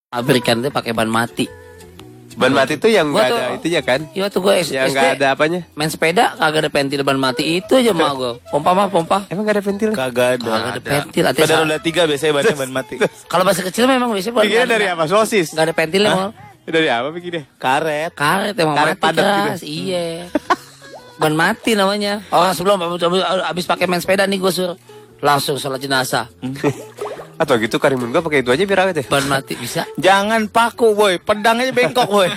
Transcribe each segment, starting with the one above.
Pabrikan itu pakai ban mati. Ban mati itu yang nggak ada itunya kan? Iya tuh gue yang nggak ada apanya? Main sepeda kagak ada pentil ban mati itu aja mah gue. Pompa. Emang nggak ada pentil? Kagak ada pentil. Sepeda roda 3 biasanya ban mati. Kalau masih kecil memang biasanya ban. Bikinnya dari apa? Sosis? Nggak ada pentilnya mal. Dari apa bikinnya? Karet emang karet mati padat keras. gitu. Iya. Ban mati namanya. Orang sebelum habis pakai main sepeda nih gue suruh langsung sholat jenazah. Atau gitu Karimun gua pakai itu aja biar awet ya. Ban mati bisa. Jangan paku boy, pedangnya bengkok boy.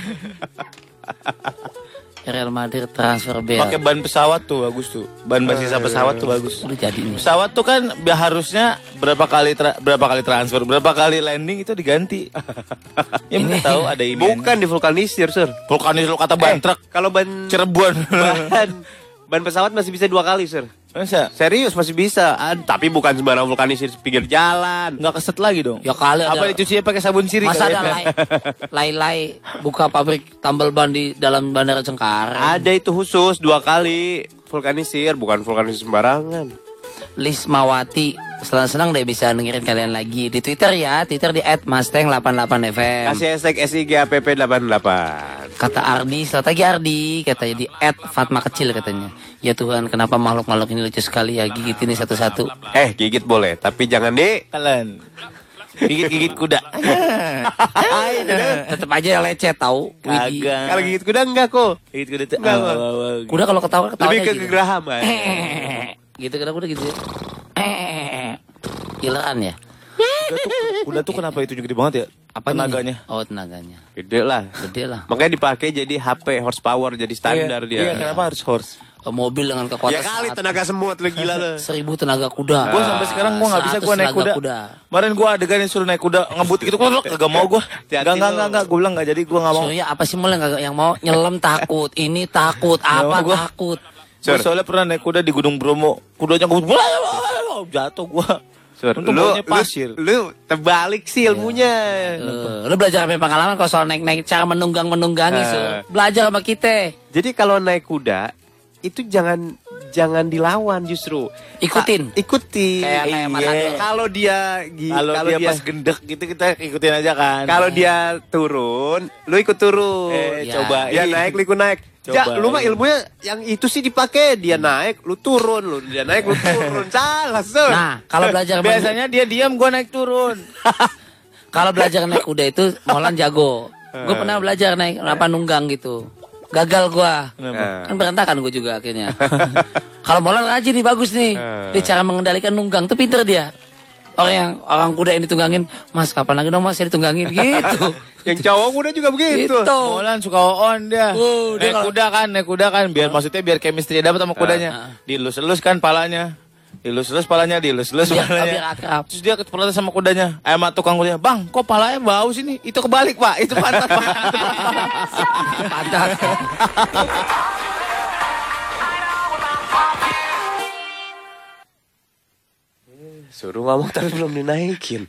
Real Madrid transfer bel. Pakai ban pesawat tuh bagus tuh. Ban sisa pesawat tuh bagus. Udah jadi nih. Pesawat tuh kan harusnya berapa kali transfer, berapa kali landing itu diganti. Ya ini tahu ada ini. Bukan di vulkanisir, Sur. Vulkanisir lo kata ban truk. Kalau ban Cirebon. ban pesawat masih bisa 2 kali, Sur. Masa? Serius masih bisa. Tapi bukan sembarang vulkanisir pinggir jalan. Nggak keset lagi dong. Ya kali ada. Apa dicuci pakai sabun sirih? Masa ada lay buka pabrik tambal ban di dalam Bandara Cengkareng. Ada itu khusus 2 kali vulkanisir, bukan vulkanisir sembarangan. Lismawati, senang-senang deh bisa dengerin kalian lagi di Twitter ya, Twitter di @mustang88fm. Kasih hashtag SIGAPP88. Kata Ardi, selamat pagi Ardi, katanya di @Fatma kecil katanya. Ya Tuhan, kenapa makhluk-makhluk ini lucu sekali ya, gigit ini satu-satu. Gigit boleh, tapi jangan kalian. Gigit kuda. Tetap aja lecet tahu. Kagak. Kalau gigit kuda enggak kok. Gigit kuda tuh. Kuda kalau ketawa lebih ke gitu. geraham. Gitu kenapa udah gitu ya? Ileran ya? Kuda tuh kenapa itu juga gede banget ya? Apa tenaganya? Oh tenaganya. Gede lah. Makanya dipakai jadi HP horsepower jadi standar dia. Iya, kenapa harus horse? Mobil dengan kekuatan ya kali tenaga semut lu gila lu. 1000 tenaga kuda. Gue sampai sekarang gue nggak bisa gue naik kuda. Kemarin gue adegan yang suruh naik kuda ngebut gitu, kagak mau gue. Enggak, gue bilang nggak jadi, gue nggak mau. Soalnya apa sih mulai yang mau nyelam takut, ini takut, apa takut. Gue soalnya pernah naik kuda di Gunung Bromo, kudanya gue jatuh gue. Lu terbalik sih ilmunya. Lu belajar apa pengalaman kalau soal naik cara menunggangi belajar sama kita. Jadi kalau naik kuda itu jangan dilawan justru. Ikutin. Kayak kalau dia pas gendek gitu kita ikutin aja kan. Kalau dia turun, lu ikut turun. Coba. Dia naik, lu ikut naik. Lu mah ilmunya yang itu sih dipakai. Dia naik, lu turun, dia naik, lu turun. Salah, Sur. Nah, kalau belajar biasanya dia diam, gua naik turun. Kalau belajar naik kuda itu Molan jago. Gue pernah belajar naik nunggang gitu. Gagal gua. Kan berantakan gua juga akhirnya. Kalau Molan rajin nih, bagus nih. Dia cara mengendalikan nunggang tuh pinter dia. Orang kuda yang ditunggangin, Mas kapan lagi dong Mas saya ditunggangin gitu. Yang cowok kuda juga begitu. Molan suka on dia. Naik kuda kan biar maksudnya biar chemistry dapat sama kudanya. Dilus-lus kan palanya. Dilus-lus palanya. Biar akrab. Terus dia keprotes sama kudanya. Sama tukang kudanya, "Bang, kok palanya bau sini?" Itu kebalik, Pak. Itu pantat, Pak. Pantat. Suruh ngomong tapi belum dinaikin.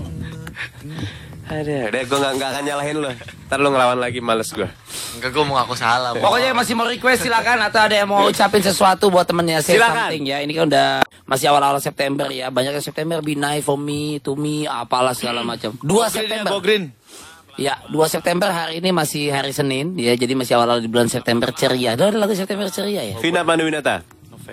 Ada, gue nggak akan nyalahin lo. Ntar lo ngelawan lagi, males gue. Enggak, gue mau ngaku salah. Pokoknya masih mau request silakan, atau ada yang mau ucapin sesuatu buat temennya, say something ya. Ini kan udah masih awal-awal September ya. Banyak yang September, be nice for me, to me, apalah segala macam. 2 September. Ya, 2 September hari ini masih hari Senin ya. Jadi masih awal-awal di bulan September ceria. Ada lagu September ceria ya. Vina Panduwinata.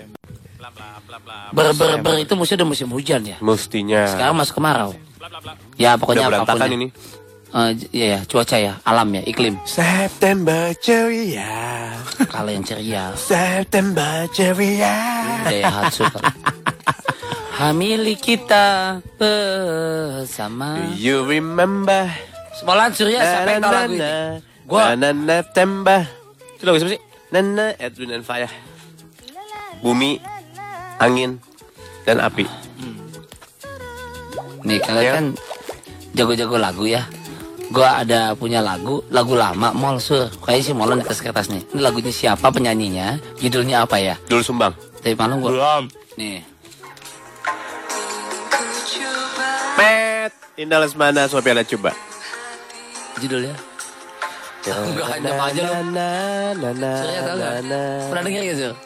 Ber itu udah musim hujan ya. Mestinya. Sekarang masuk kemarau. Ya pokoknya udah apapun ini. Ya, cuaca ya, alam ya, iklim. September ceria. Kalau yang ceria. September ceria. Daya Hatsu. Hamili kita bersama. Do you remember? Molan Surya siapa yang tahu lagu ini? Gua Nana Tembah. Itu lagu siapa sih? Nana Edwin and Fire. Bumi, angin, dan api. Nih kalian kan jago-jago lagu ya. Gua ada punya lagu lama Mol Sur. Kayaknya sih Molan di kertas nih. Ini lagunya siapa penyanyinya? Judulnya apa ya? Dul Sumbang. Dari mana gua? Belum. Nih. Pet. Indah Lesmana Sopiana coba. Judulnya? Enggak hanya aja lu. Surya tahu enggak? Pernah denger ya, Sur?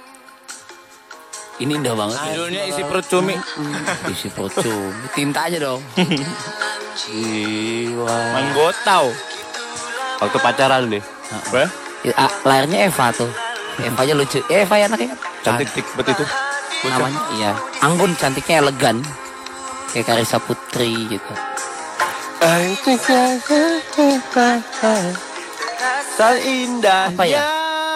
Ini indah banget. Judulnya Isi Perut Cumi. Isi perut cumi. Tinta aja dong. Jiwa. Main gotau. Waktu pacaran nih. Apa? Lahirnya Eva tuh. Evanya lucu. Eva ya anaknya kan. Cantik bet itu. Namanya iya. Anggun cantiknya elegan. Kayak Karissa Putri gitu. Sang indah. Apa ya?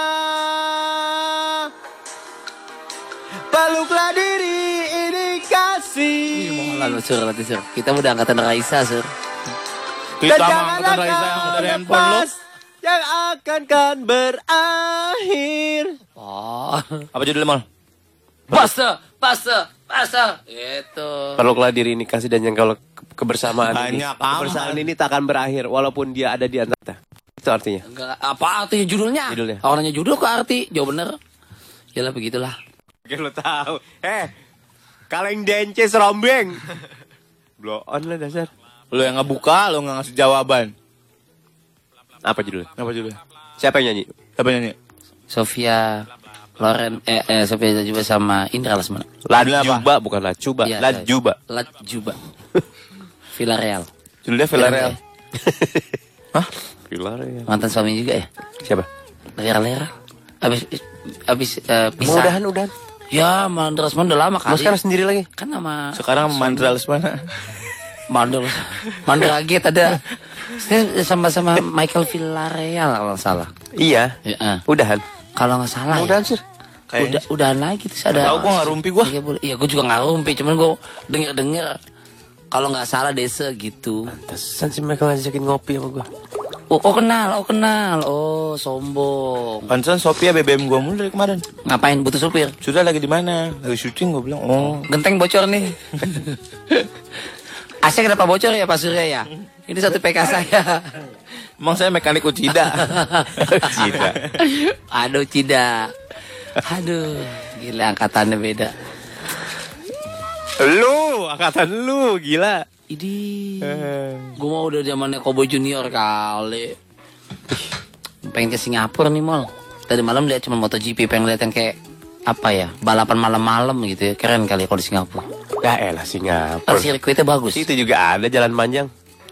Peluklah diri ini kasih. Lalu sur. Kita udah angkatan Raisa sur. Kita mah angkatan Raisa yang dari handphone lu. Yang akan berakhir. Oh. Apa judulnya, Mal? Pasta. Itu. Peluklah diri ini kasih dan yang kalau kebersamaan ini. Banyak Kebersamaan ini tak akan berakhir walaupun dia ada di antara kita. Itu artinya. Enggak, apa artinya judulnya? Judulnya. Orangnya judul kok arti? Jauh bener. Yalah begitulah. Oke lo tahu. Kaleng dence serombeng. Blow on lah dasar. Lu yang ngebuka, lu nggak ngasih jawaban. Apa judulnya? Apa judulnya? Siapa yang nyanyi? Siapa yang nyanyi? Sofia Loren Sofia juga sama Indra Lesmana. Lajuba bukan Lacuba. Iya, Lajuba. Lajuba. Villarreal. Judulnya Villarreal. Hah? Villarreal. Mantan suami juga ya? Siapa? Lera. Habis pisah. Udahan. Ya, Mandra Lesmana udah lama kali. Mas sekarang sendiri lagi. Kan sama Sekarang Mandra Lesmana. Mandra Agit ada. Saya sama-sama Michael Villarreal kalau nggak salah. Iya. Ya, Udahan. kalau nggak salah. Udahan sih. Udahan lagi terus ada. Tahu gua nggak rumpi gua. Iya, gua juga nggak rumpi, cuman gua denger kalau nggak salah Desa gitu. Tesan si Michael ngajakin ngopi sama gua. Oh kenal. Oh, sombong. Pantesan Sophia BBM gua mulu dari kemarin. Ngapain butuh supir? Sudah lagi di mana? Lagi syuting gua bilang. Oh. Genteng bocor nih. AC kenapa bocor ya Pak Surya ya? Ini satu PK saya. Emang saya mekanik Ucida. Aduh, Cida. Aduh, gila angkatannya beda. Lu, angkatan lu, gila. Idi. Gue mau udah zamannya Cowboy Junior kali. Pengen ke Singapura nih, Mol. Tadi malam lihat cuma MotoGP, pengen lihat yang kayak apa ya? Balapan malam-malam gitu ya. Keren kali kalau di Singapura. Ya elah Singapura. Sirkuitnya bagus. Itu juga ada jalan panjang.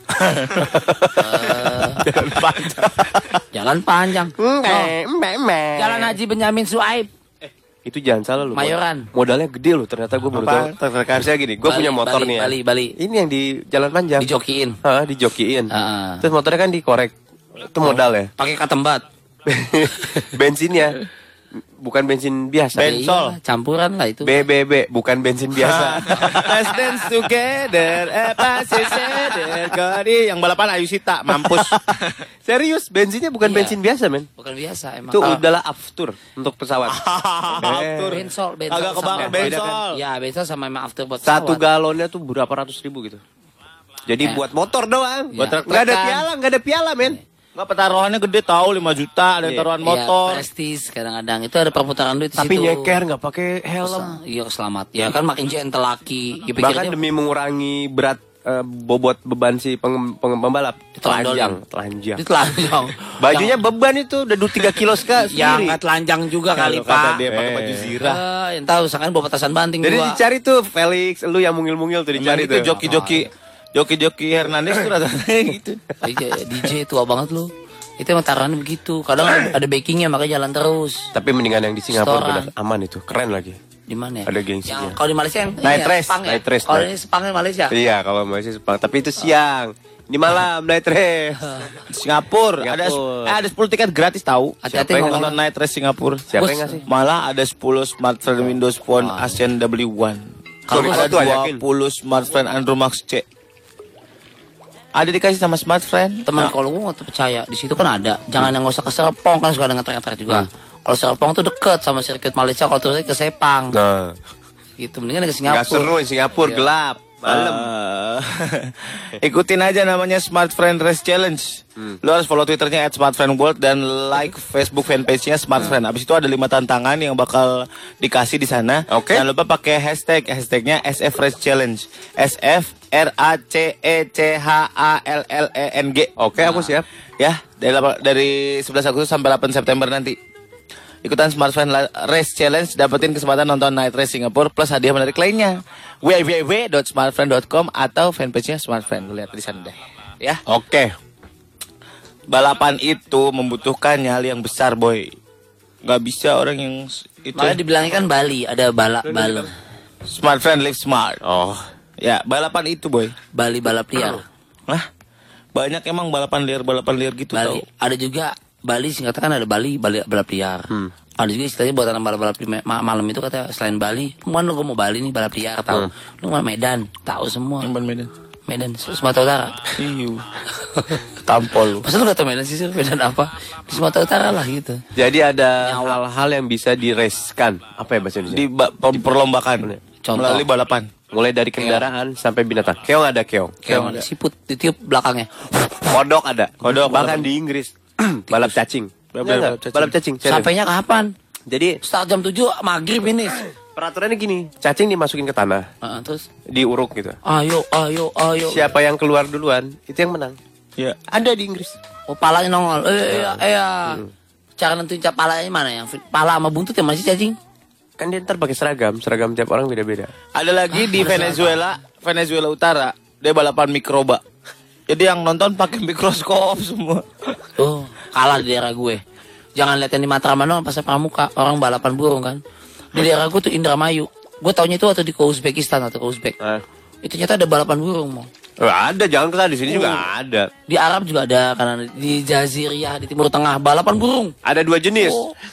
Jalan panjang. Jalan Haji Benyamin Suaib. Itu jangan salah lu. Mayoran. Modalnya gede loh ternyata gue baru tahu. Misalnya gini, gue punya motor nih ya. Bali. Ini yang di jalan panjang. Dijokiin. Dijokiin. Terus motornya kan dikorek. Itu modal ya. Pakai katembat. Bensinnya bukan bensin biasa. Bensol. Iya, campuran lah itu. BBB bukan bensin biasa. Let's dance together, yang balapan Ayu Sita, mampus. Serius, bensinnya bukan bensin biasa, men. Bukan biasa emang. Itu udahlah after untuk pesawat. Bensol. Agak kebakar bensol. Ya, bensol sama emang after buat pesawat. 1 galonnya tuh berapa ratus ribu gitu. Jadi buat motor doang. Buat truk Nggak ada piala, men. Nggak, petaruhannya gede tahu 5 juta ada taruhan motor. Prestis kadang-kadang itu ada perputaran duit di Tapi situ. nyeker nggak pakai helm. Iya, selamat. Ya kan makin gentle laki. Ya, Bahkan demi mengurangi berat bobot beban si pembalap. Telanjang. Bajunya beban itu udah 3 kilo sekali. Ya nggak telanjang juga kali Pak. Dia pakai baju zirah. Yang tahu sekarang bawa petasan banting. Jadi gua. dicari tuh Felix, lu yang mungil-mungil tuh dicari tuh. Joki Hernandez tuh rata-rata gitu. DJ tua banget lu. Itu emang taruhannya begitu. Kadang ada backingnya makanya jalan terus. Tapi mendingan yang di Singapura aman itu, keren lagi. Di mana ya? Ada gengsinya. Kalau di Malaysia yang Night race. Sepang ya? Night race. Kalau ini Sepangnya Malaysia. Iya, kalau Malaysia Sepang. Tapi itu siang. Di malam night race. Singapura. Ada 10 tiket gratis tahu. Hati-hati Siapa yang ngomong. nonton Night Race Singapura? Siapa yang ngasih? Malah ada 10 smartphone Windows Phone Asian W1. Kalau ada itu ayakin. 20 smartphone Android Max C. Ada dikasih sama smartphone. Teman kalau gue nggak percaya di situ kan ada. Jangan yang nggak usah ke Serpong kan suka ada ngetret juga. Kalau Serpong tuh deket sama sirkuit Malaysia. Kalau tuh ke Sepang. Nah, Gitu mendingan ke Singapura. nggak seru Singapura gelap. Malam. Ikutin aja namanya Smart Friend Race Challenge. Lo harus follow Twitternya @smartfriendworld dan like Facebook fanpage-nya Smart Friend. Abis itu ada 5 tantangan yang bakal dikasih di sana. Oke. Jangan lupa pakai hashtagnya SF Race Challenge. SFRACECHALLENG. Oke, aku siap. Ya, dari 11 Agustus sampai 8 September nanti. ikutan Smart Friend Race Challenge, dapetin kesempatan nonton Night Race Singapura plus hadiah menarik lainnya. www.smartfriend.com atau fanpage-nya Smart Friend. Lu lihat di sana deh. Ya. Oke. Balapan itu membutuhkan nyali yang besar, boy. Gak bisa orang yang itu. Malah dibilangnya kan Bali, ada balap. Smart Friend live smart. Oh. Ya, balapan itu, boy. Bali balap liar. Hah? Banyak emang balapan liar gitu Bali. tau. Ada juga Bali singkatnya kan ada Bali balap liar. Ada juga istilahnya buat anak balap malam itu kata selain Bali, kemana lu mau Bali nih balap liar tahu. Lu mau Medan, tahu semua. Medan Sumatera Utara. Iya. Tampol lu. Masa lu gak tau Medan sih, Medan apa? Di Sumatera Utara lah gitu. Jadi ada hal-hal yang bisa direskan. Apa ya bahasa Indonesia? Diperlombakan. Contoh. Melalui balapan. Mulai dari kendaraan sampai binatang. Keong ada keong. Keong ada. Siput ditiup belakangnya. Kodok ada. Kodok. Bahkan di Inggris. Balap cacing. Balap cacing. Sampainya kapan? Jadi start jam 7 maghrib finish. Peraturannya gini, cacing dimasukin ke tanah. Terus diuruk gitu. Ayo. Siapa yang keluar duluan, itu yang menang. Ya. Ada di Inggris. Oh, palanya nongol. Iya. Cara nentuin palanya mana yang pala sama buntut yang masih cacing? Kan dia ntar pakai seragam tiap orang beda-beda. Ada lagi di Venezuela Utara, dia balapan mikroba. Jadi yang nonton pakai mikroskop semua. Oh, kalah di daerah gue. Jangan lihat yang di Matraman doang, Pasar Pramuka, orang balapan burung kan. Di daerah gue tuh Indramayu. Gue taunya itu waktu di Uzbekistan atau ke Uzbek. Itu ternyata ada balapan burung, mau. Ada, jangan kesana, di sini juga ada. Di Arab juga ada, karena di Jaziriyah di Timur Tengah balapan burung. Ada 2 jenis.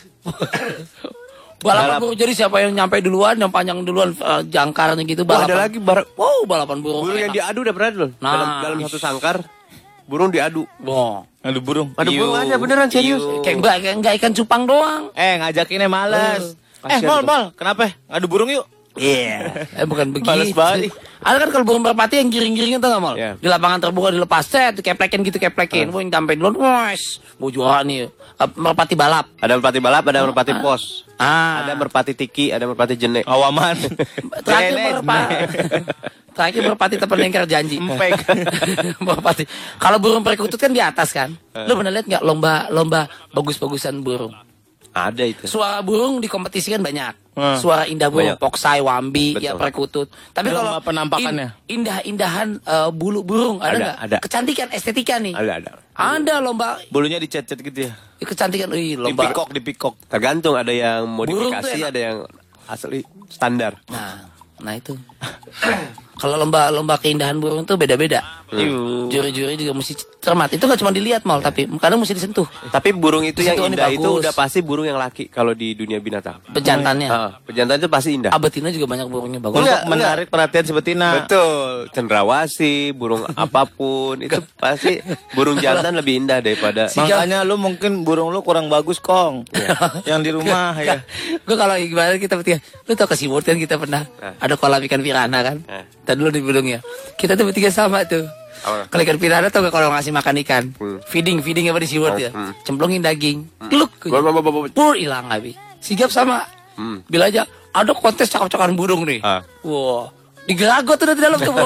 Balapan burung, jadi siapa yang nyampe duluan, yang panjang duluan jangkarnya gitu balapan. Ada lagi balapan burung. Burung yang diadu udah pernah dulu. Dalam satu sangkar burung diadu. Adu burung. Adu burung aja beneran serius. Kayak enggak ikan cupang doang. Ngajakinnya males. Mal, kenapa? Adu burung yuk. Iya. Bukan begitu. Males banget. Ada kan kalau burung merpati yang giring-giringnya tuh nggak mal? Yeah. Di lapangan terbuka dilepas set, keplekin. Mau yang sampai duluan, wes, mau juara nih. Merpati balap. Ada merpati balap, ada merpati pos. Ada merpati tiki, ada merpati jenek. Awaman. Terakhir merpati terpenengkar janji. Merpati. Kalau burung perkutut kan di atas kan. Lu pernah lihat nggak lomba bagus-bagusan burung? Ada itu. Suara burung dikompetisikan banyak. Suara indah burung, poksai, wambi, ya perkutut. Tapi kalau penampakannya indah-indahan bulu burung ada nggak? Ada. Kecantikan, estetika nih. Ada. Ada lomba. Bulunya dicet-cet gitu ya. Kecantikan, lomba. Di pikok. Tergantung, ada yang modifikasi, ada yang asli standar. Nah itu. Kalau lomba keindahan burung tuh beda-beda. Juri-juri juga mesti cermat. Itu nggak cuma dilihat mal, tapi kadang mesti disentuh. Tapi burung itu yang indah bagus. itu udah pasti burung yang laki kalau di dunia binatang. Pejantannya. Pejantan itu pasti indah. Betina juga banyak burungnya bagus. Untuk menarik perhatian si betina. Betul. Cendrawasih, burung apapun itu pasti burung jantan lebih indah daripada. Makanya lu mungkin burung lu kurang bagus, Kong. Yang di rumah ya. Gue kalau gimana kita bertiga, lu tau ke Simut kan kita pernah ada kolam ikan piranha kan. Tadi dulu di burungnya. Kita tuh bertiga sama tuh. Kalau ikan piranha tau gak kalau ngasih makan ikan, feeding apa di Simut ya, cemplungin daging, gluk, hilang habis. Sigap sama, bila aja ada kontes cakap-cakapan burung nih. Wow, digeragot tuh di dalam tuh.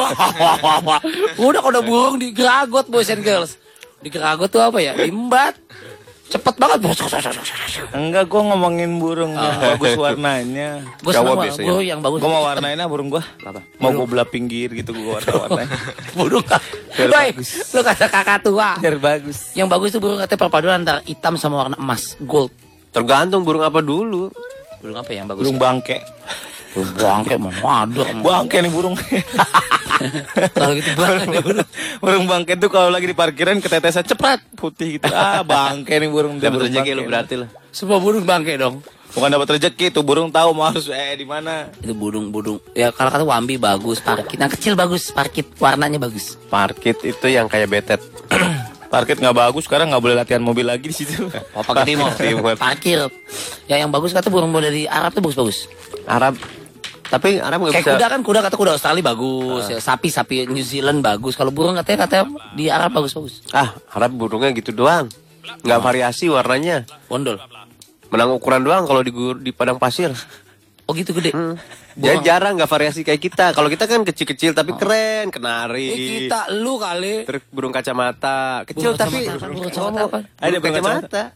Udah kalau burung digeragot boys and girls. Digeragot tuh apa ya? Imbat. Cepet banget. Enggak, gue ngomongin burung yang bagus warnanya. Gue sama burung yang bagus. Gue mau warnainnya burung gue. Mau gue belah pinggir gitu gue warna-warnain. Burung bagus. Lu kata kakak tua. Biar bagus. Yang bagus tuh burung katanya perpaduan antara hitam sama warna emas, gold. Tergantung burung apa dulu. Burung apa yang bagus? Burung bangke. Burung bangke mana ada? Bangke nih burung. Kalau gitu bangke burung. Burung bangke tuh kalau lagi di parkiran ketetesan cepat putih gitu. Bangke nih burung. Dapat rezeki lu berarti lah. Semua burung bangke dong. Bukan dapat rezeki tuh burung tahu mau harus di mana. Itu burung. Ya kalau kata wambi bagus, parkit. Yang kecil bagus, parkit warnanya bagus. Parkit itu yang kayak betet. Parkit nggak bagus, sekarang nggak boleh latihan mobil lagi di situ. Pakai timur. Parkir. Ya yang bagus kata burung dari Arab tuh bagus. Arab. Tapi Arab nggak bisa. Kayak kuda kata kuda Australia bagus. Ya, sapi New Zealand bagus. Kalau burung katanya di Arab bagus. Arab burungnya gitu doang. Nggak variasi warnanya. Bondol. Menang ukuran doang kalau di padang pasir. Oh gitu gede. Jadi jarang nggak variasi kayak kita. Kalau kita kan kecil-kecil tapi keren, kenari. Kita lu kali. Terus burung kacamata kecil burung tapi kacamata apa? Ada burung kacamata.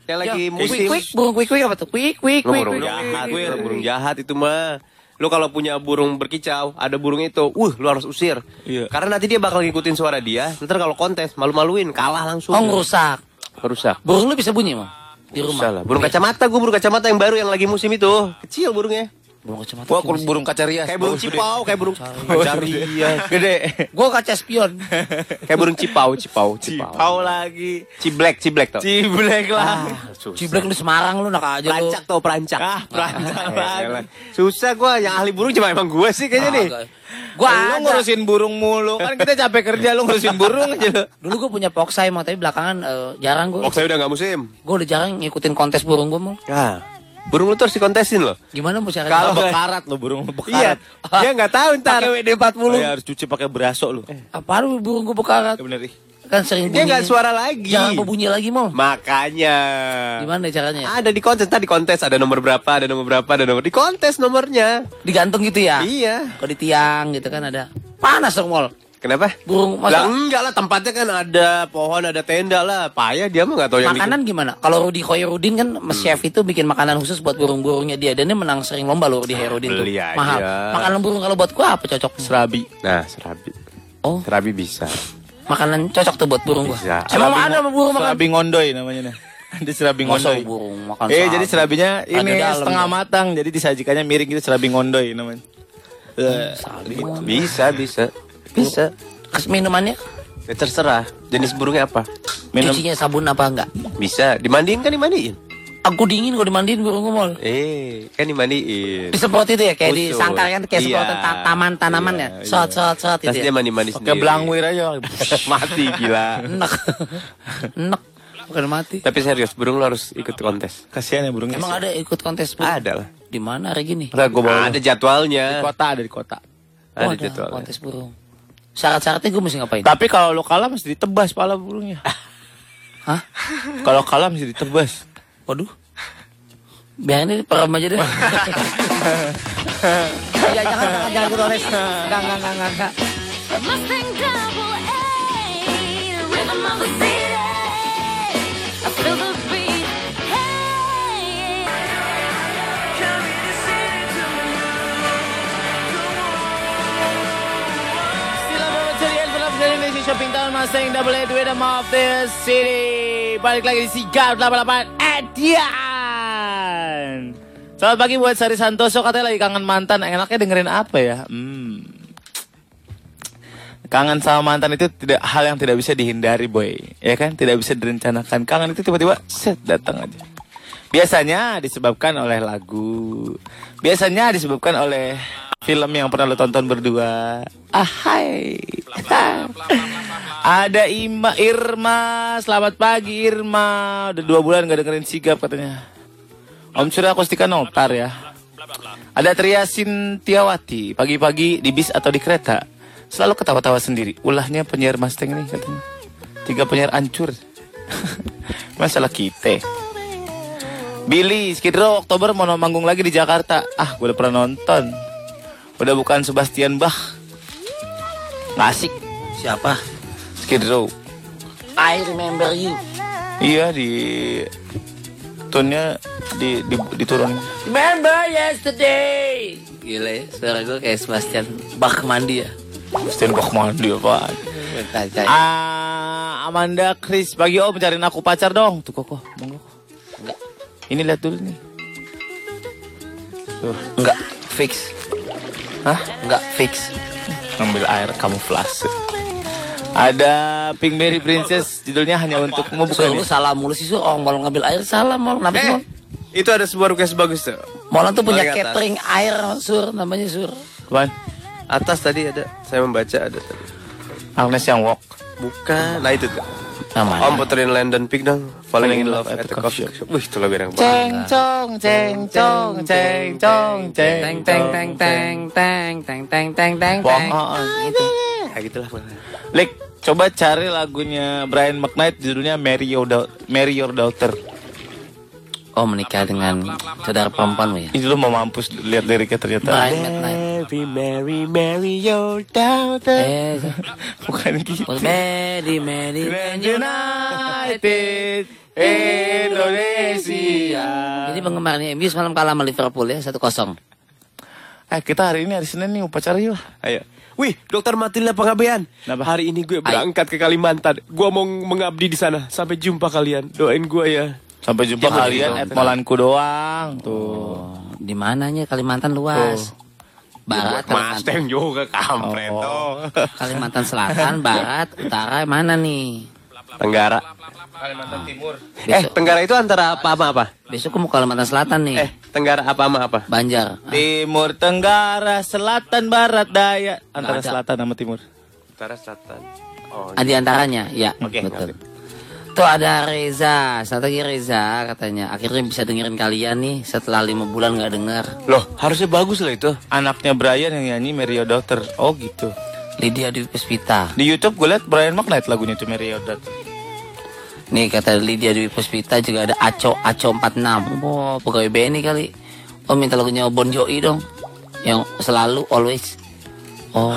Yang lagi musim. Burung kuik apa tuh? Kuik. Burung jahat itu mah. Lu kalau punya burung berkicau, ada burung itu, lu harus usir. Iya. Karena nanti dia bakal ngikutin suara dia. Ntar kalau kontes, malu-maluin, kalah langsung. Oh, ngerusak. Burung lu bisa bunyi mah di rumah. Burung kacamata, gue burung kacamata yang baru yang lagi musim itu. Kecil burungnya. Burung kacamata. Gua burung kaca rias. Kayak burung cipau, kayak burung kaca rias. Gede. Gua kaca spion. Kayak burung cipau. Cipau lagi. Ciblek tau. Ciblek lah. Ciblek lu Semarang lu nak aja lu. Perancak. Perancak lagi. Susah gua, yang ahli burung cuma emang gua sih kayaknya nih. Gua lu ngurusin burung mulu. Kan kita capek kerja lu ngurusin burung aja lu. Dulu gua punya poksai mah, tapi belakangan jarang gua. Poksai udah enggak musim. Gua udah jarang ngikutin kontes burung gua mau. Burung lu terus dikontesin loh. Gimana mau caranya? Kalau bekarat lo burung bekarat. Iya. Dia enggak tahu ntar. Pakai WD-40. Ya, harus cuci pakai beraso lu. Apa lu burung gua bekarat? Ya bener ih. Kan sering Dia bunyi. enggak suara lagi. Jangan berbunyi lagi mau. Makanya. Gimana caranya? Ada di kontes, tadi kontes ada nomor berapa, di kontes nomornya. Digantung gitu ya? Iya. Kalau di tiang gitu kan ada. Panas dong mall. Kenapa? Burung lah enggak lah, tempatnya kan ada pohon, ada tenda lah. Payah dia mah enggak tahu yang makanan gimana? Kalau Rudy Khoirudin kan chef itu bikin makanan khusus buat burung-burungnya dia. Dan dia menang sering lomba loh Rudy Khoirudin tuh. Mahal. Makanan burung kalau buat gua apa cocok? Serabi. Nah, serabi. Oh, serabi bisa. Makanan cocok tuh buat burung gua. Bisa. Emang ada burung makan? Serabi ngondoy namanya nih. Di serabi ngondoy. Burung makan jadi serabinya ini setengah ya. matang. Jadi disajikannya miring gitu, serabi ngondoy namanya. Bisa. Kas minumannya? Ya terserah. Jenis burungnya apa? Cucinya sabun apa enggak? Bisa. Dimandiin kan dimandiin. Aku dingin kalau dimandiin burung gua mall. Kan dimandiin. Disemprot itu ya kayak disangkar kan kayak semprotan taman tanaman ya. Sot itu. Terus dia mandi sendiri. Pakai belangwir aja. Mati gila. Enak. Bukan mati. Tapi serius, burung lo harus ikut kontes. Kasihan ya burungnya. Emang ada ikut kontes burung? Ada lah. Di mana hari gini? Ada jadwalnya. Di kota. Ada jadwalnya. Kontes burung. Syarat-syaratnya gue mesti ngapain? Tapi kalau lo kalah mesti ditebas pala burungnya. Hah? Kalau kalah mesti ditebas. Waduh. Biarin ini peram aja deh. Ya jangan Dolores. Enggak. Mustang double A, rhythm of the city. I feel the beat. Hey. Carry the city to me now. Still Indonesia Shopping Town Mustang double A, rhythm of the city. Balik lagi di Sigap 88 Edian. Selamat pagi buat Sari Santoso, katanya lagi kangen mantan. Enaknya dengerin apa ya? Kangen sama mantan itu hal yang tidak bisa dihindari, boy. Ya kan? Tidak bisa direncanakan. Kangen itu tiba-tiba set datang aja. Biasanya disebabkan oleh lagu. Biasanya disebabkan oleh film yang pernah lo tonton berdua. Hai. Ada Irma. Selamat pagi Irma. Udah 2 bulan gak dengerin Sigap katanya. Om Surya Akustika Notar ya. Ada Tria Sintiawati. Pagi-pagi di bis atau di kereta selalu ketawa-tawa sendiri. Ulahnya penyiar Mustang nih katanya. 3 penyiar hancur. Masalah kita. Billy, Skid Row Oktober mau manggung lagi di Jakarta. Gue udah pernah nonton. Udah bukan Sebastian Bach. Nggak asik. Siapa? Skid Row. I Remember You. Iya, di tone-nya diturunin. Remember yesterday. Gila ya, suara gue kayak Sebastian Bach mandi ya. Sebastian Bach mandi apaan? Amanda Chris, pagi om cariin aku pacar dong. Tuh kok, monggo. Enggak. Ini lihat dulu nih. Tuh, Enggak, fix. hah? Enggak, fix. Ngambil air kamuflase. Ada Pinkberry Princess, judulnya hanya untukmu, bukan Lu ya? salah mulu sih Sur. Oh, mau ngambil air salah mau. Kenapa sih? Mol? Itu ada sebuah request bagus tuh. Molan tuh punya Paling atas. catering air Sur, namanya Sur. Apaan? Atas tadi ada, saya membaca ada tadi. Agnes yang walk. Bukan, nah itu tuh. Namanya. Om puterin London Pig dong. Falling in Love at the Coffee Shop. Wih, itu lagu yang banget. Cong, ceng, cong, ceng, cong, ceng, Teng. Gitu. Kayak gitulah. Lek, coba cari lagunya Brian McKnight, judulnya Marry Your Daughter. Oh, menikah dengan saudara perempuanmu ya? Itu lu mau mampus lihat liriknya ternyata. Brian McKnight. Marry your daughter. Bukan gitu. Mary, when you United Indonesia. Jadi penggemarnya MU semalam kalah sama Liverpool ya 1-0. Kita hari ini hari Senin nih upacara yuk. Ayo. Wih, Dokter Matilda Pengabean. Kenapa? Hari ini gue berangkat ke Kalimantan. Gue mau mengabdi di sana. Sampai jumpa kalian. Doain gue ya. Sampai jumpa kalian Molanku doang. Tuh. Di mananya Kalimantan luas. Barat, Mustang juga kampret. Kalimantan Selatan, Barat, Utara, mana nih? Tenggara. Kalimantan Timur. Tenggara itu antara apa sama apa? Besok aku mau Kalimantan Selatan nih. Tenggara apa sama apa? Banjar. Timur, Tenggara, Selatan, Barat, Daya. Antara ada. Selatan sama Timur. Utara, Selatan. Oh, Di antaranya, ya. Oke, Betul. Tuh ada Reza, satu lagi Reza katanya. Akhirnya bisa dengerin kalian nih setelah 5 bulan nggak denger. loh, harusnya bagus loh itu. Anaknya Brian yang nyanyi Mario Daughter. Oh gitu. Lydia Dwi Puspita. Di YouTube gue liat Brian McKnight lagunya itu Mario Daughter. Nih kata Lydia Dwi Puspita juga ada Aco 46. Oh, pegawai BNI kali. Oh minta lagunya Bon Jovi dong. Yang selalu always. Oh.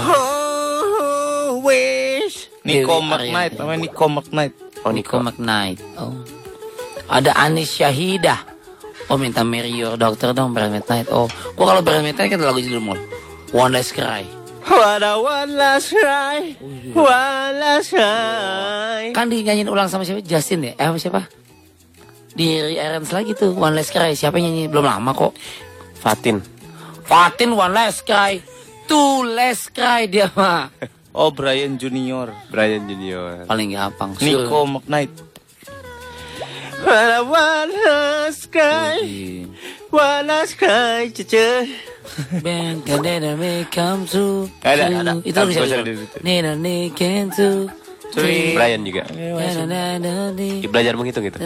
Wish. Nico Dewi McKnight, Arianti. namanya Nico McKnight. Oh, Nico McKnight. Oh. Ada Anis Syahidah. Oh minta Marry Your Doctor dong Brian McKnight. Oh, gua kalau Brian McKnight kan lagu judul mall. One Last Cry. What a one last cry. One last cry. Kan dinyanyiin ulang sama siapa? Justin ya? Siapa? Di re-arrange lagi tuh One Last Cry. Siapa yang nyanyi? Belum lama kok. Fatin. Fatin One Last Cry. Two Last Cry dia mah. Oh Brian Junior. Brian Junior. Paling gampang. Nico McKnight. What a one last cry. One last cry. Cece. Bang, kadang come to. Ada. Itu lagu siapa? Nina can to. Brian juga. Belajar menghitung gitu.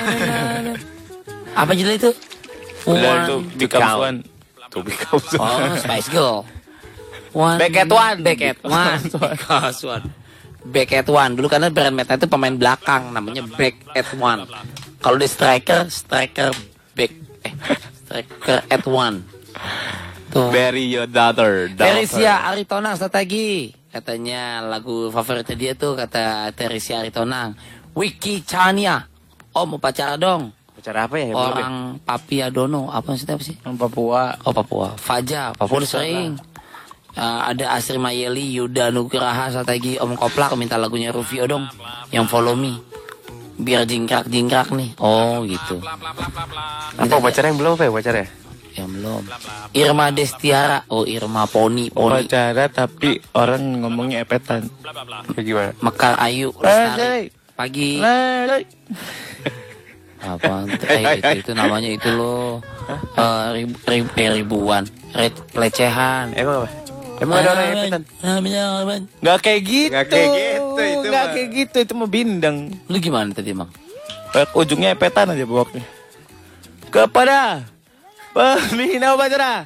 Apa judul itu? Udah itu Becomes One. To become Oh, Spice Girl. One. Back at One. Back at One. Because One. Back at One. Dulu karena Brian McKnight itu pemain belakang, namanya Back at One. Kalau di striker back. Striker at One. Tuh. Bury your daughter. Teresia Aritonang strategi. Katanya lagu favoritnya dia tuh kata Teresia Aritonang. Wiki Chania. Oh mau pacara dong. Pacara apa ya? Orang Papua Dono. Apa maksudnya apa sih? Papua. Oh Papua. Faja. Papua udah sering. Ada Asri Mayeli, Yuda Nugraha strategi. Om Koplak minta lagunya Rufio dong. Yang Follow Me. Biar jingkrak nih. Oh gitu. Apa pacara yang belum apa ya pacara? Yang belum. Irma Destiara. Oh Irma Poni. Pacara tapi orang ngomongnya epetan. Gimana? Mekar Ayu Lestari. Pagi. Apa? Itu namanya itu loh. Ribuan. Pelecehan. Emang apa? Emang ada orang epetan? Gak kayak gitu. Nggak kayak gitu, itu Nggak mah. kayak gitu. Itu mah bindang. Lu gimana tadi emang? Ujungnya epetan aja bawaknya. Kepada pembina upacara.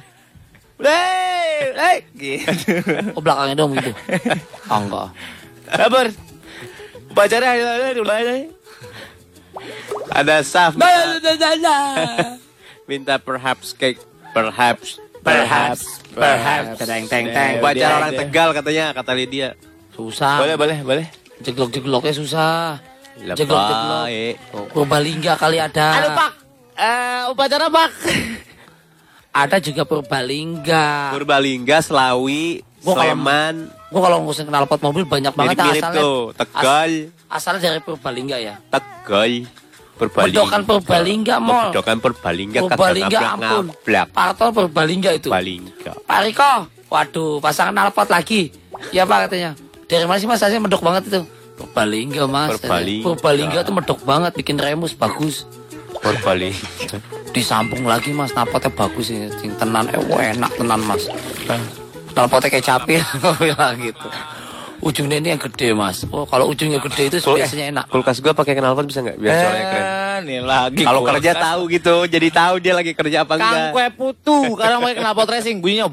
Gitu. Oh belakangnya dong gitu. Oh enggak. Sabar. Upacara dimulai. Ada Saf. Minta perhaps cake. Perhaps. Teng teng teng. Pacar orang Tegal katanya, kata Lydia. Susah. Boleh. Jeglok-jegloknya susah. Lebay. Jeglok-jeglok. Purbalingga kali ada. Aduh Pak. Upacara Pak. Ada juga Purbalingga. Purbalingga, Selawi, Gua kalau- Sleman. Gua kalau ngurusin knalpot mobil banyak banget Mirip-mirip asalnya. tuh. Tegal. Asalnya dari Purbalingga ya. Tegal. Purbalingga. Bedokan Purbalingga mall. Bedokan Purbalingga. Purbalingga ampun. Ngablak. Partol Purbalingga itu. Purbalingga. Pak Riko, waduh, pasangan knalpot lagi. Ya Pak katanya. Dari mana sih Mas? Saya medok banget itu. Purbalingga Mas. Purbalingga tuh medok banget, bikin remus bagus. Purbalingga. Disampung lagi Mas, knalpotnya bagus ini. Sing tenan, enak tenan Mas. Knalpotnya kayak capir, bilang gitu. Ujungnya ini yang gede Mas. Oh, kalau ujungnya gede itu biasanya enak. Kulkas gua pakai knalpot bisa nggak? Biar suaranya keren. Nih lagi. Kalau kerja tahu gitu, jadi tahu dia lagi kerja apa Kang enggak. kue putu, karena pakai knalpot racing bunyinya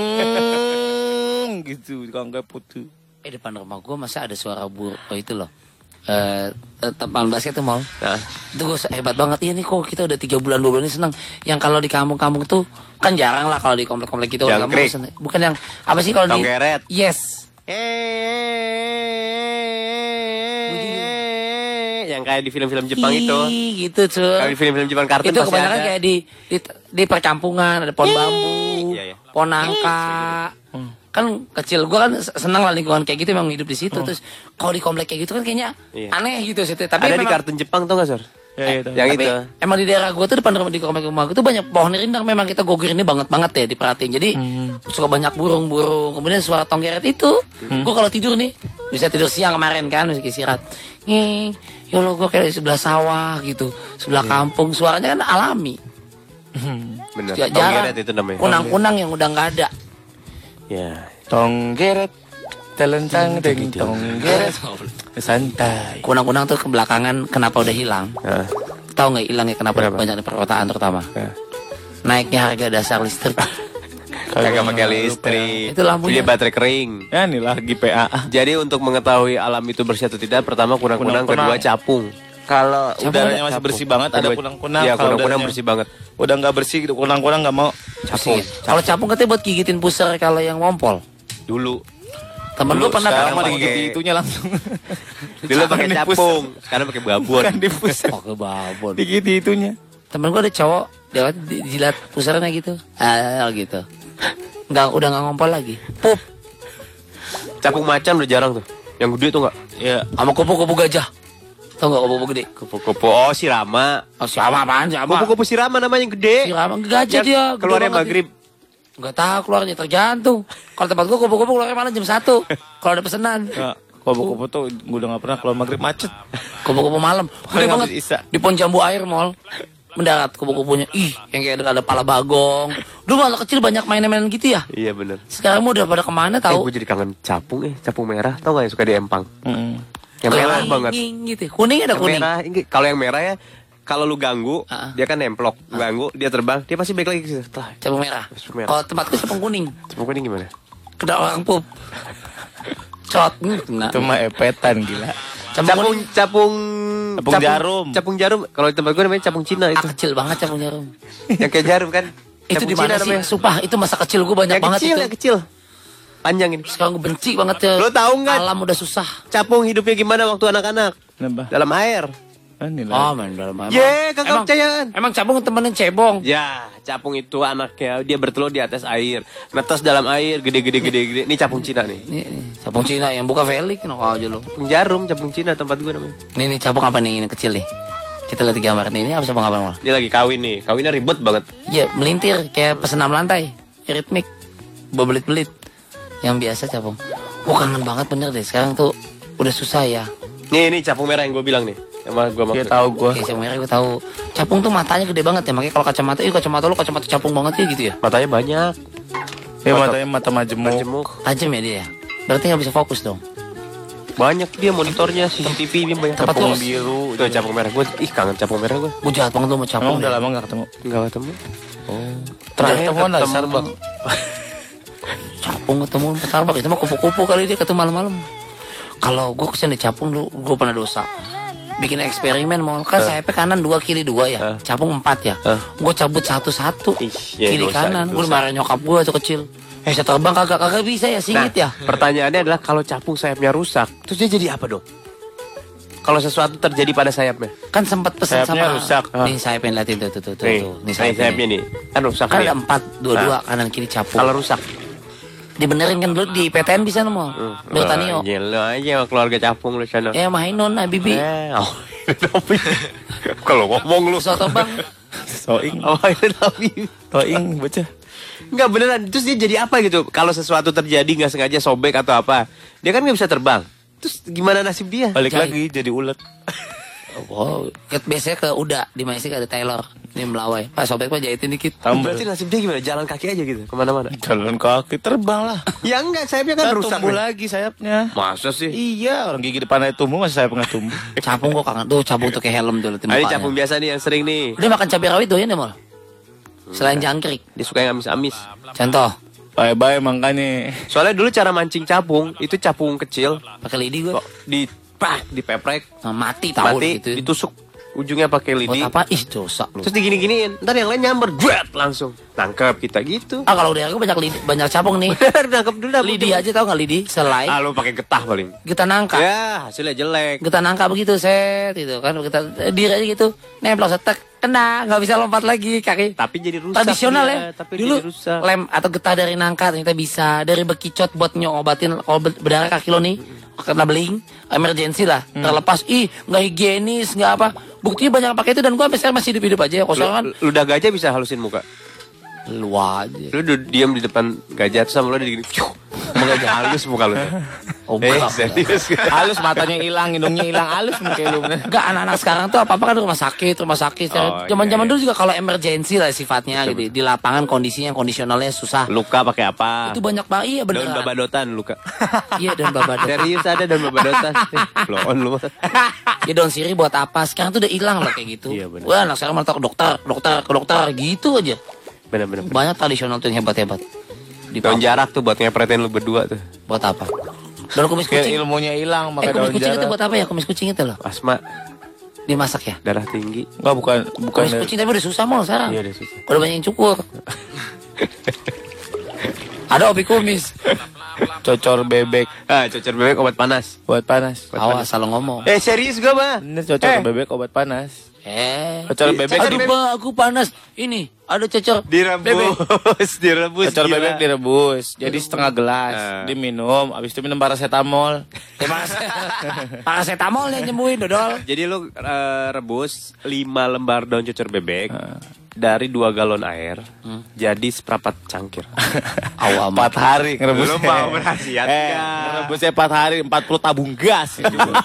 bung gitu, kang kue putu. Depan rumah gue masa ada suara itu loh. Teman basket tuh mal. Nah. Itu gue hebat banget. Iya nih kok kita udah 3 bulan 2 bulan ini senang. Yang kalau di kampung-kampung tuh kan jarang lah kalau di komplek-komplek gitu. Jangkrik. Bukan yang apa sih kalau di Tonggeret. Yes. Yang yang kayak di film-film Jepang itu. Gitu cuy. Kayak di film-film Jepang kartun Itu pasti kebanyakan ada. kayak di perkampungan ada pohon bambu, Iya, iya. pohon nangka. Kan kecil gua kan senang lah lingkungan kayak gitu, emang hidup di situ. Terus kalau di komplek kayak gitu kan kayaknya Iya. aneh gitu situ. Tapi Ada di memang, kartun Jepang tuh nggak, Sor? Ya, itu. Yang tapi itu. emang di daerah gua tuh depan rumah di komplek rumah gua tuh banyak pohon rindang, memang kita gogir ini banget ya diperhatiin. Jadi suka banyak burung-burung. Kemudian suara tonggeret itu. Gua kalau tidur nih bisa tidur siang kemarin kan masih istirahat. Nih, ya Allah gua kayak di sebelah sawah gitu, sebelah kampung. Suaranya kan alami. Bener. Ya, Tonggeret itu namanya. Kunang-kunang yang udah nggak ada. Ya. Tonggeret, telentang deng tonggeret, santai. Kunang-kunang tuh kebelakangan kenapa udah hilang? Nah. Tahu nggak hilangnya kenapa Kenapa? banyak di perkotaan terutama? Nah. Naiknya harga dasar listrik. Kagak pakai listrik. Itu lampunya. Dia baterai kering. Ya nih lagi PA. Jadi untuk mengetahui alam itu bersih atau tidak, pertama kunang-kunang, kedua capung. Kalau Capung udaranya ada masih capung. bersih banget, ada Kedua- kunang-kunang. Iya, Kalau kunang-kunang udaranya bersih banget. Udah nggak bersih, gitu, kunang-kunang nggak mau. Capung. Kalau capung katanya buat gigitin pusar kalau yang ngompol. Dulu. Temen gue pernah sekarang mah pakai- digigit itunya langsung. Dulu pakai Di pusar. capung, sekarang pakai babon. Bukan di pusat. Oh kebabon. Digigit itunya. Temen gue ada cowok, dia jilat pusarnya gitu. Gitu. Udah nggak ngompol lagi. Pup. Capung macan udah jarang tuh. Yang gede tuh nggak? Ya, Sama kupu-kupu gajah. Tau nggak kupu-kupu gede? Kupu-kupu. Oh, sirama. Oh, sama apaan sama? Kupu-kupu sirama namanya yang gede. Sirama gajah dia. gede Keluarnya banget maghrib. dia. Nggak tahu keluarnya tergantung. Kalau tempat gue kupu-kupu keluarnya malam jam 1. Kalau ada pesanan. ya. Kupu-kupu tuh gue udah nggak pernah kalau maghrib macet. Kupu-kupu malam. Gede Paling banget. habis isya. Di pohon jambu air mall. Mendarat kupu-kupunya. Ih, yang kayak ada pala bagong. Dulu malah kecil banyak mainan-mainan gitu ya. Iya bener. Sekarang mau udah pada kemana tahu? Gue jadi kangen capung capung merah. Tau gak yang suka di Empang? Yang Kuning, merah banget. gitu. Kuning ada Yang kuning. merah. Kalau yang merah ya, kalau lu ganggu, Ah. dia kan nemplok. Ganggu, dia terbang, dia pasti balik lagi ke situ. Telah. Capung merah. Capung merah. Kalau tempatku capung kuning. Capung kuning gimana? Kena orang pup. Cot. Kena. Itu mah epetan gila. Capung jarum. Capung jarum. Kalau di tempat gue namanya capung Cina itu. Kecil banget capung jarum. Yang kayak jarum kan. Itu Capung di mana Cina sih? namanya. Sumpah, itu masa kecil gue banyak Yang banget kecil, itu. yang kecil. Panjang ini. Sekarang gue benci banget ya. Lo tahu nggak? Alam udah susah. Capung hidupnya gimana waktu anak-anak? Nambah. Dalam air. Ini Oh, lah. main dalam air. Ye, kagak percayaan. Emang capung temenin cebong. Ya, capung itu anaknya dia bertelur di atas air, netas dalam air, gede. Ini capung Cina nih. Nih, capung Cina yang buka Felix, enak aja lo. Capung jarum, capung Cina tempat gue namanya. Nih capung apa nih? Ini kecil nih. Kita lihat gambar nih. Ini apa capung apa mal? Dia lagi kawin nih, kawinnya ribet banget. Iya, melintir kayak pesenam lantai, ritmik, bebelit-belit. Yang biasa capung. Wah, kangen banget bener deh. Sekarang tuh udah susah ya. Ini capung merah yang gue bilang nih. Sama gue Dia maksud. tahu gue. Oke, capung merah gue tahu. Capung tuh matanya gede banget ya. Makanya kalau kacamata, kacamata lu kacamata capung banget ya gitu ya. Matanya banyak, Ya matanya mata majemuk. majemuk. Tajam ya dia ya. Berarti nggak bisa fokus dong. Banyak dia monitornya, CCTV dia banyak. Tempat Capung lu- biru. Tuh capung merah gue, kangen capung merah gue. Gue jahat banget lu sama Emang capung. udah ya. lama nggak ketemu. Enggak ketemu. Terakhir ketemuan lah di ketemu. Starbucks. Capung ketemu Starbucks itu mah kupu-kupu kali dia ketemu malam-malam. Kalau gue kesini capung dulu, gue pernah dosa. Bikin eksperimen mau kan sayapnya kanan 2 kiri 2 ya, capung 4 ya. Gue cabut satu-satu Ih, ya, kiri dosa, kanan. Gue dosa. marah nyokap gue tuh kecil. Saya terbang kagak bisa ya singit ya. Pertanyaannya adalah kalau capung sayapnya rusak, terus dia jadi apa dong? Kalau sesuatu terjadi pada sayapnya. Kan sempat pesan Sayapnya sama rusak. Nih sayapnya liatin tuh. Nih, Nih sayapnya nih. Kan rusak Kan nih. ada 4 2 kanan kiri capung. Kalau rusak. Dibenerin kan dulu di PTN bisa nomor. Bertanio. Gila aja keluarga capung lu sana. Mainon Bibi. Kalau ngomong lu. Soto bang. Soing. Oh, itu tapi. Soing bocah. Enggak beneran. Terus dia jadi apa gitu? Kalau sesuatu terjadi nggak sengaja sobek atau apa, dia kan nggak bisa terbang. Terus gimana nasib dia? Balik Jahit. lagi jadi ulet. Oh, biasanya ke Uda di Malaysia ada Taylor di Melawai. Pak sobek pak jahitin dikit. Berarti nasib dia gimana? Jalan kaki aja gitu kemana-mana. Jalan kaki terbang lah. Ya enggak, sayapnya kan Kan rusak. tumbuh nih. lagi sayapnya. Masa sih? Iya, orang gigi depannya tumbuh masih sayap nggak tumbuh. Capung kok kangen tuh, capung tuh kayak helm tuh liatin Ini mukanya. capung biasa nih yang sering nih. Dia makan cabai rawit doyan deh mal. Selain jangkrik. Dia suka yang amis-amis. Contoh, Bye-bye makanya. Soalnya dulu cara mancing capung itu capung kecil pakai lidi gue. kok dipeprek, Nah, mati tahu mati, gitu. ditusuk. ujungnya pakai lidi. Buat apa? Ih, dosa lu. Terus digini-giniin, ntar yang lain nyamber, dret, langsung nangkep kita gitu. Ah, kalau udah aku banyak cabang nih. Nangkep dulu dah. Lidi aja tahu nggak lidi? Selai. Ah, lu pakai getah paling. Kita nangka. Ya, hasilnya jelek. Kita nangka begitu set itu kan kita diri aja gitu. Nemplok setek kena, nggak bisa lompat lagi kaki. Tapi jadi rusak. Tradisional dia, ya. Tapi Dulu jadi rusak. lem atau getah dari nangka ternyata bisa, dari bekicot buat nyobatin kalau berdarah kaki lo nih kena beling, emergency lah, terlepas. Ih, nggak higienis, nggak apa. Buktinya banyak pakai itu dan gua sampai sekarang masih hidup aja ya. Kosong kan. Ludah gajah bisa halusin muka. Lu aja. Lu diam di depan gajah terus sama lu digini. Sama gajah halus muka lu. Oh, enggak. Serius. Halus matanya hilang, hidungnya hilang, halus muka lu. Enggak, anak-anak sekarang tuh apa-apa kan rumah sakit. Oh, Zaman-zaman iya. dulu juga kalau emergency lah sifatnya gitu. Di lapangan kondisinya kondisionalnya susah. Luka pakai apa? Itu banyak banget, iya Daun beneran. babadotan luka. Iya, daun babadotan. Serius ada daun babadotan. Blow on lu. Ya daun sirih buat apa? Sekarang tuh udah hilang loh kayak gitu. Iya, bener. Wah, anak sekarang malah ke dokter gitu aja. Bener-bener. Banyak tradisional tuh yang hebat-hebat. Di Daun jarak tuh buat ngepretin lu berdua tuh. buat apa? Daun kumis Kayak kucing. ilmunya hilang pakai Kumis daun kucing itu jarak. buat apa ya? Kumis kucing itu loh. Asma, Dimasak ya? darah tinggi. Enggak, bukan Kumis kucing tapi udah susah mau sekarang. Iya, udah susah. Udah banyak yang cukur. Ada opi kumis. cocor bebek Ah, cocor bebek obat panas. buat panas. Awas salah ngomong. Serius gua mah. Ini cocor bebek obat panas. Cocor bebek Aduh, Ba, aku panas. Ini ada cocor Direbus, direbus. Cocor gila. bebek direbus, jadi setengah gelas, diminum, habis itu minum paracetamol. Paracetamol yang nyembuhin dodol. Jadi lu rebus 5 lembar daun cocor bebek dari 2 galon air, jadi seperempat cangkir. Awam. 4 hari ngerebusnya. Lu mau berhasiat nggak? Ngerebusnya 4 hari, 40 tabung gas.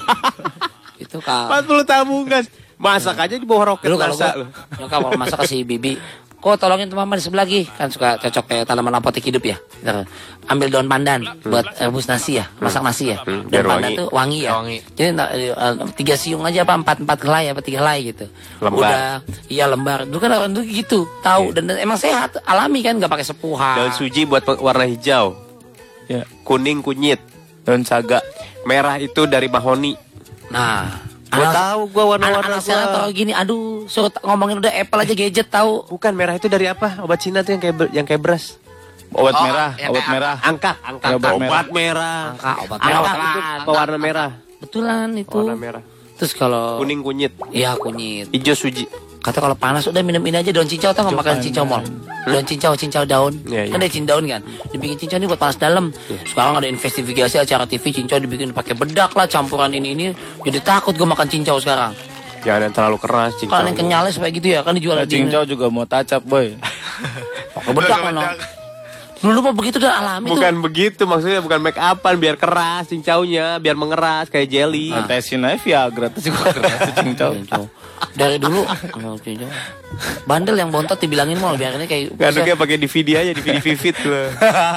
Itu kak. 40 tabung gas. Masak aja di bawah roket Dulu kalau masak gua lu. nyokap kalau masak ke si bibi, kok tolongin tuh mama di sebelah lagi, kan suka cocok kayak tanaman apotek hidup ya. Ntar, ambil daun pandan buat rebus nasi ya, masak nasi ya. Daun biar pandan wangi. tuh wangi ya. Wangi. Jadi 3 siung aja apa 4 helai apa 3 helai gitu. Lembar. Udah, iya lembar. Dulu kan orang dulu gitu, tahu dan emang sehat, alami kan nggak pakai sepuhan. Daun suji buat warna hijau. Ya. Kuning kunyit. Daun saga. Merah itu dari mahoni. Nah, Gua tahu gua warna-warna anak sekarang gua. tahu gini, aduh, suruh ngomongin udah Apple aja gadget tahu. Bukan, merah itu dari apa? Obat Cina tuh yang kayak beras. Obat Oh, merah, ya, obat merah. Angka. Obat merah. Obat Angka merah. itu pewarna merah. Betulan itu. Warna merah. Terus kalau Kuning kunyit. iya kunyit. Hijau suji. Kata kalau panas udah minum ini aja daun cincau, tau nggak makan cincau mall? Daun cincau daun. Iya, Kan iya. ada daun kan. Dibikin cincau ini buat panas dalam. Sekarang ada investigasi acara TV cincau dibikin pakai bedak lah, campuran ini. Jadi takut gue makan cincau sekarang. Jangan yang terlalu keras cincau. Kalau yang kenyalnya supaya gitu ya, kan dijual di Cincau juga mau tacap, boy. pakai bedak kan. Dulu mah begitu dan alami Bukan begitu, maksudnya bukan make upan biar keras cincaunya, biar mengeras kayak jelly. Tesin aja Viagra tuh juga keras tuh cincau. tuh. Dari dulu cincau. Bandel yang bontot dibilangin mau biar ini kayak Ngaduknya pakai DVD aja, DVD Vivid tuh.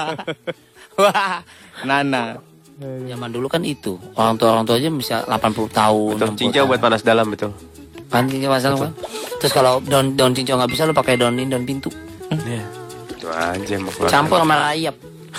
Wah, Nana. zaman dulu kan itu orang tua aja bisa 80 tahun. Betul, 60 cincau tahun. buat panas dalam betul. Kan cincau masalah kan. Terus kalau daun cincau nggak bisa lu pakai daun pintu. Itu aja mau Campur sama rayap.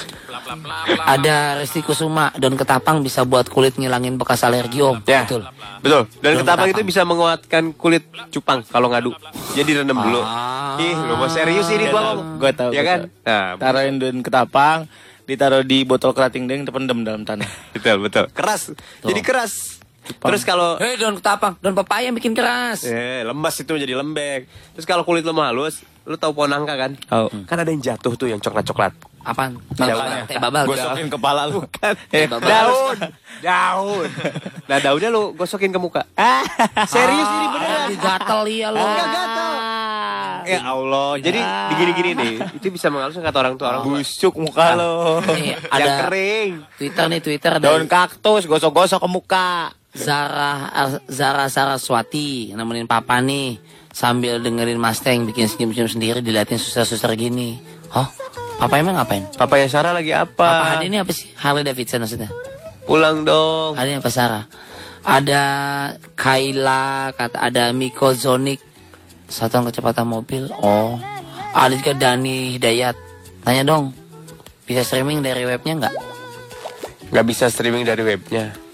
Ada Resti Kusuma, daun ketapang bisa buat kulit ngilangin bekas alergi om. Ya, Betul. betul. Dan Daun ketapang itu ketapang. bisa menguatkan kulit cupang kalau ngadu. Jadi rendam dulu. Ih, lu mau serius ini gua ngomong. Gua tahu. Ya gua kan? tahu. Nah, Taruhin daun ketapang, ditaruh di botol kerating deng, dipendam dalam tanah. betul. Keras. Jadi keras. Terus kalau Daun ketapang, daun pepaya yang bikin keras. lembas itu jadi lembek. Terus kalau kulit lu mau halus, lu tahu pohon nangka kan? Tahu. Kan ada yang jatuh tuh yang coklat-coklat. Apaan? Daunnya. Teh babal. Gosokin kepala lu. Daun. Nah, daunnya lu gosokin ke muka. Serius ini beneran. Gatel iya lu. Enggak gatel. Ya Allah, jadi digini-gini nih. Itu bisa menghaluskan kata orang tua. Orang Busuk muka lo. Nih, yang ada kering. Twitter ada Daun kaktus, gosok-gosok ke muka. Zara Saraswati nemenin papa nih sambil dengerin Mustang bikin senyum-senyum sendiri diliatin suster-suster gini. Oh, papa emang ngapain? Papanya Sarah lagi Papa apa? Hadi ini apa sih? Harley Davidson maksudnya. Pulang dong. Hadi apa Sarah? Ada Kayla, ada Miko Zonik, satuan kecepatan mobil. Oh, ada juga Dani Hidayat. Tanya dong, bisa streaming dari webnya nggak? Nggak bisa streaming dari webnya.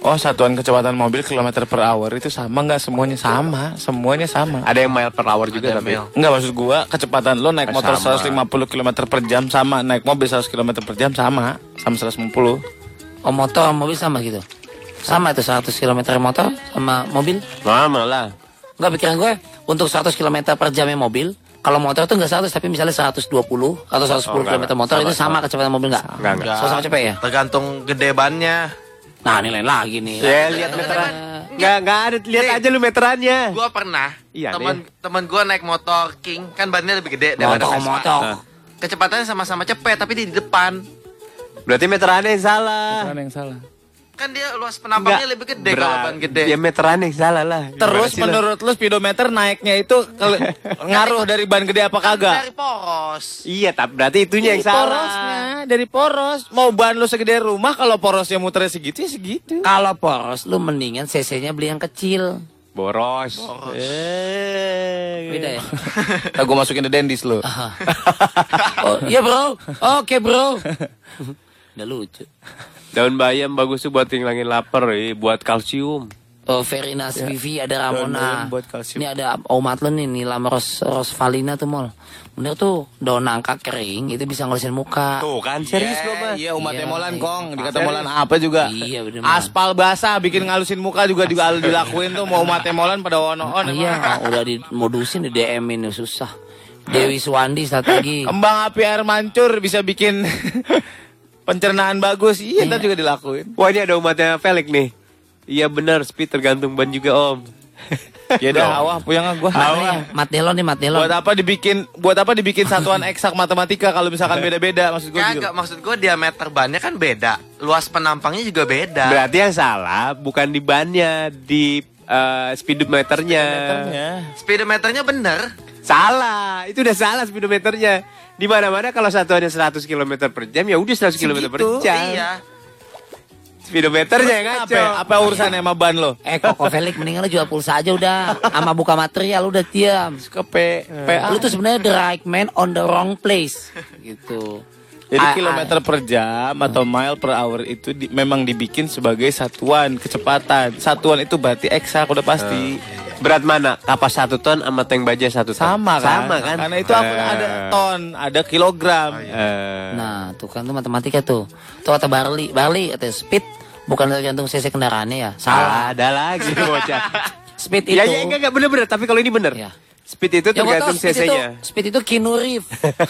Oh, satuan kecepatan mobil kilometer per hour itu sama nggak? Semuanya sama. Semuanya sama. Ada yang mile per hour juga Ada tapi. mile. Enggak, maksud gua kecepatan lo naik motor Sama. 150 km per jam sama, naik mobil 100 km per jam sama 150. Oh, motor sama mobil sama gitu. Sama itu 100 km motor sama mobil. Lama lah. Enggak, pikiran gue untuk 100 km per jamnya mobil. Kalau motor tuh enggak 100 tapi misalnya 120 atau 110 km motor itu sama kecepatan mobil enggak? Enggak. Sama cepet ya? Tergantung gede bannya. Nah, ini lain lagi nih. Ya, lihat meteran. Enggak ada, lihat aja lu meterannya. Gua pernah Iya, teman gua naik motor King, kan bannya lebih gede daripada Vespa. Motor. Kecepatannya sama-sama cepet tapi di depan. Berarti meterannya yang salah. Mana yang salah? Kan dia luas penampangnya lebih gede kalau ban gede. Ya meterannya yang salah lah. Terus menurut lu speedometer naiknya itu kalau ngaruh dari ban gede apa kagak? Dari poros. Iya, tapi berarti itunya yang Dari salah. porosnya, dari poros. Mau ban lu segede rumah, kalau porosnya muternya segitu ya segitu. Kalau poros lu mendingan CC-nya beli yang kecil. Boros. Beda ya? Gue masukin the dendis lu. Oh, iya, Bro. Oke, Bro. Udah lucu. Daun bayam bagus tuh buat ngilangin lapar, buat kalsium. Oh, Verinas Vivi ada Daun Ramona. bayam buat kalsium. Ini ada omat lo nih, Nilam Rosvalina tuh mall. Bener tuh, daun nangka kering itu bisa ngelesin muka. Tuh kan serius gua mah. Iya, umatnya Iya, Molan iya. Kong. Dikata Molan apa juga. Iya, bener, Mal. Aspal basah bikin ngalusin muka juga dilakuin tuh. Mau umatnya Molan pada ono-on. Iya, udah dimodusin, di DM-in susah. Dewi Suwandi strategi. Kembang api air mancur bisa bikin pencernaan bagus. Iya, ntar juga dilakuin. Wah, ini ada umatnya Felix nih. Iya benar, speed tergantung ban juga om. Ya udah, awah puyang gua. Mat Delon nih, Mat Delon. Buat apa dibikin satuan eksak matematika kalau misalkan beda-beda, maksud gua gitu. Kagak, maksud gua diameter bannya kan beda. Luas penampangnya juga beda. Berarti yang salah bukan di bannya, di speedometernya. Speedometernya bener. Salah, itu udah salah speedometernya. Di mana-mana kalau satuannya 100 km per jam ya udah 100 km per jam. Iya. Speedometernya yang ngaco. Apa urusannya sama ban lo? Koko Felix mendingan lu jual pulsa aja udah. Sama buka material udah diam. Ke PA. Lu tuh sebenarnya the right man on the wrong place. Gitu. Jadi kilometer per jam atau mile per hour itu memang dibikin sebagai satuan kecepatan. Satuan itu berarti eksak udah pasti. Berat mana? Kapas 1 ton sama tank baja 1 ton. Sama kan? Sama kan? Karena itu ada ton, ada kilogram. Nah, tuh kan tuh matematika tuh. Tuh kata Barli atau speed bukan tergantung cc kendaraannya ya. Salah. Ada lagi bocah. Speed itu. Ya enggak bener-bener, tapi kalau ini bener. Ya. Speed itu Ya, gua tahu tergantung cc-nya. Speed itu Keanu Reeves.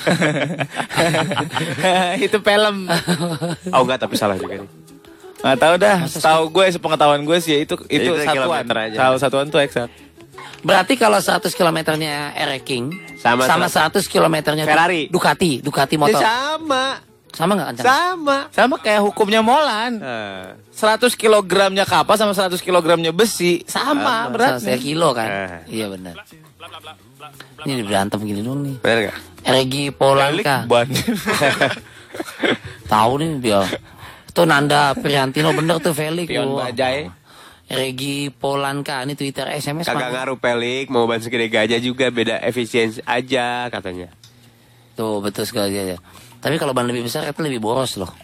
Itu film. Oh enggak, tapi salah juga nih. Nggak tahu dah. Tahu gue, sepengetahuan gue sih itu Itu satuan. kilometer aja. Kalau satuan tuh eksak. Berarti kalau 100 kilometernya King Sama 100 kilometernya Ferrari. Ducati Ya, motor. sama. Sama nggak kencang? Sama. Sama kayak hukumnya Molan. 100 kilogramnya kapas sama 100 kilogramnya besi sama beratnya. 100 kilo kan? Iya benar. Ini berantem gini dong nih. Bener enggak? Regi Polanka. Ban. Tahu nih dia. Tuh Nanda Priantino bener tuh Felix. Pion Bajai. Regi Polanka ini Twitter SMS. Kagak ngaruh pelik, mau ban segede gajah juga beda efisiensi aja katanya. Tuh betul sekali aja. Tapi kalau ban lebih besar itu lebih boros loh.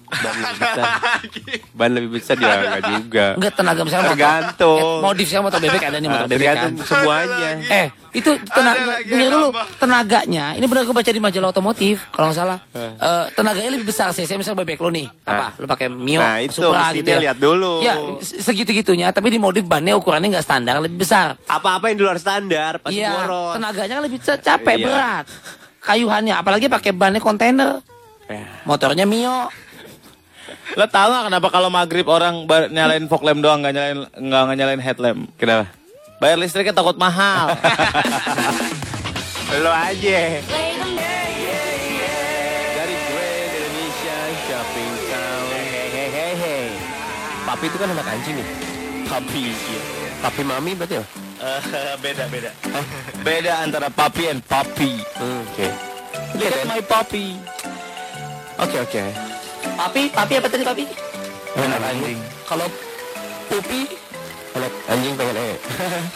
Ban lebih besar ya enggak juga. Enggak, tenaga besar Tergantung. modif saya motor bebek ada nih motor bebek kan. Tergantung semuanya. Itu tenaga dengar dulu tenaganya. Ini benar gue baca di majalah otomotif kalau nggak salah. Tenaganya lebih besar sih. Saya misal bebek lo nih. Apa? Lo pakai Mio, Nah, itu Supra mestinya gitu ya. lihat dulu. Ya, segitu-gitunya tapi dimodif bannya ukurannya nggak standar, lebih besar. Apa-apa yang di luar standar pasti Iya, boros. tenaganya kan lebih capek, Iya. berat. Kayuhannya apalagi pakai bannya kontainer. Motornya Mio. Lo tau gak kenapa kalau maghrib orang nyalain fog lamp doang nggak nyalain headlamp? Kenapa? Bayar listriknya takut mahal. Lo aja. Play them Dari Grand Indonesia Shopping Town. Hehehe. Papi itu kan anak anjing nih. Papi. Iya. Papi mami berarti ya? Beda. Beda antara papi and papi. Oke. Look at my papi. Oke. Papi apa tadi papi? Anak anjing. Kalau pupi Anak anjing pengen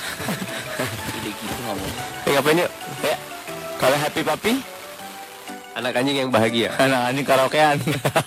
ide gitu ngomong. ngapain yuk? Ya. Kalau happy papi? Anak anjing yang bahagia. Anak anjing karaokean.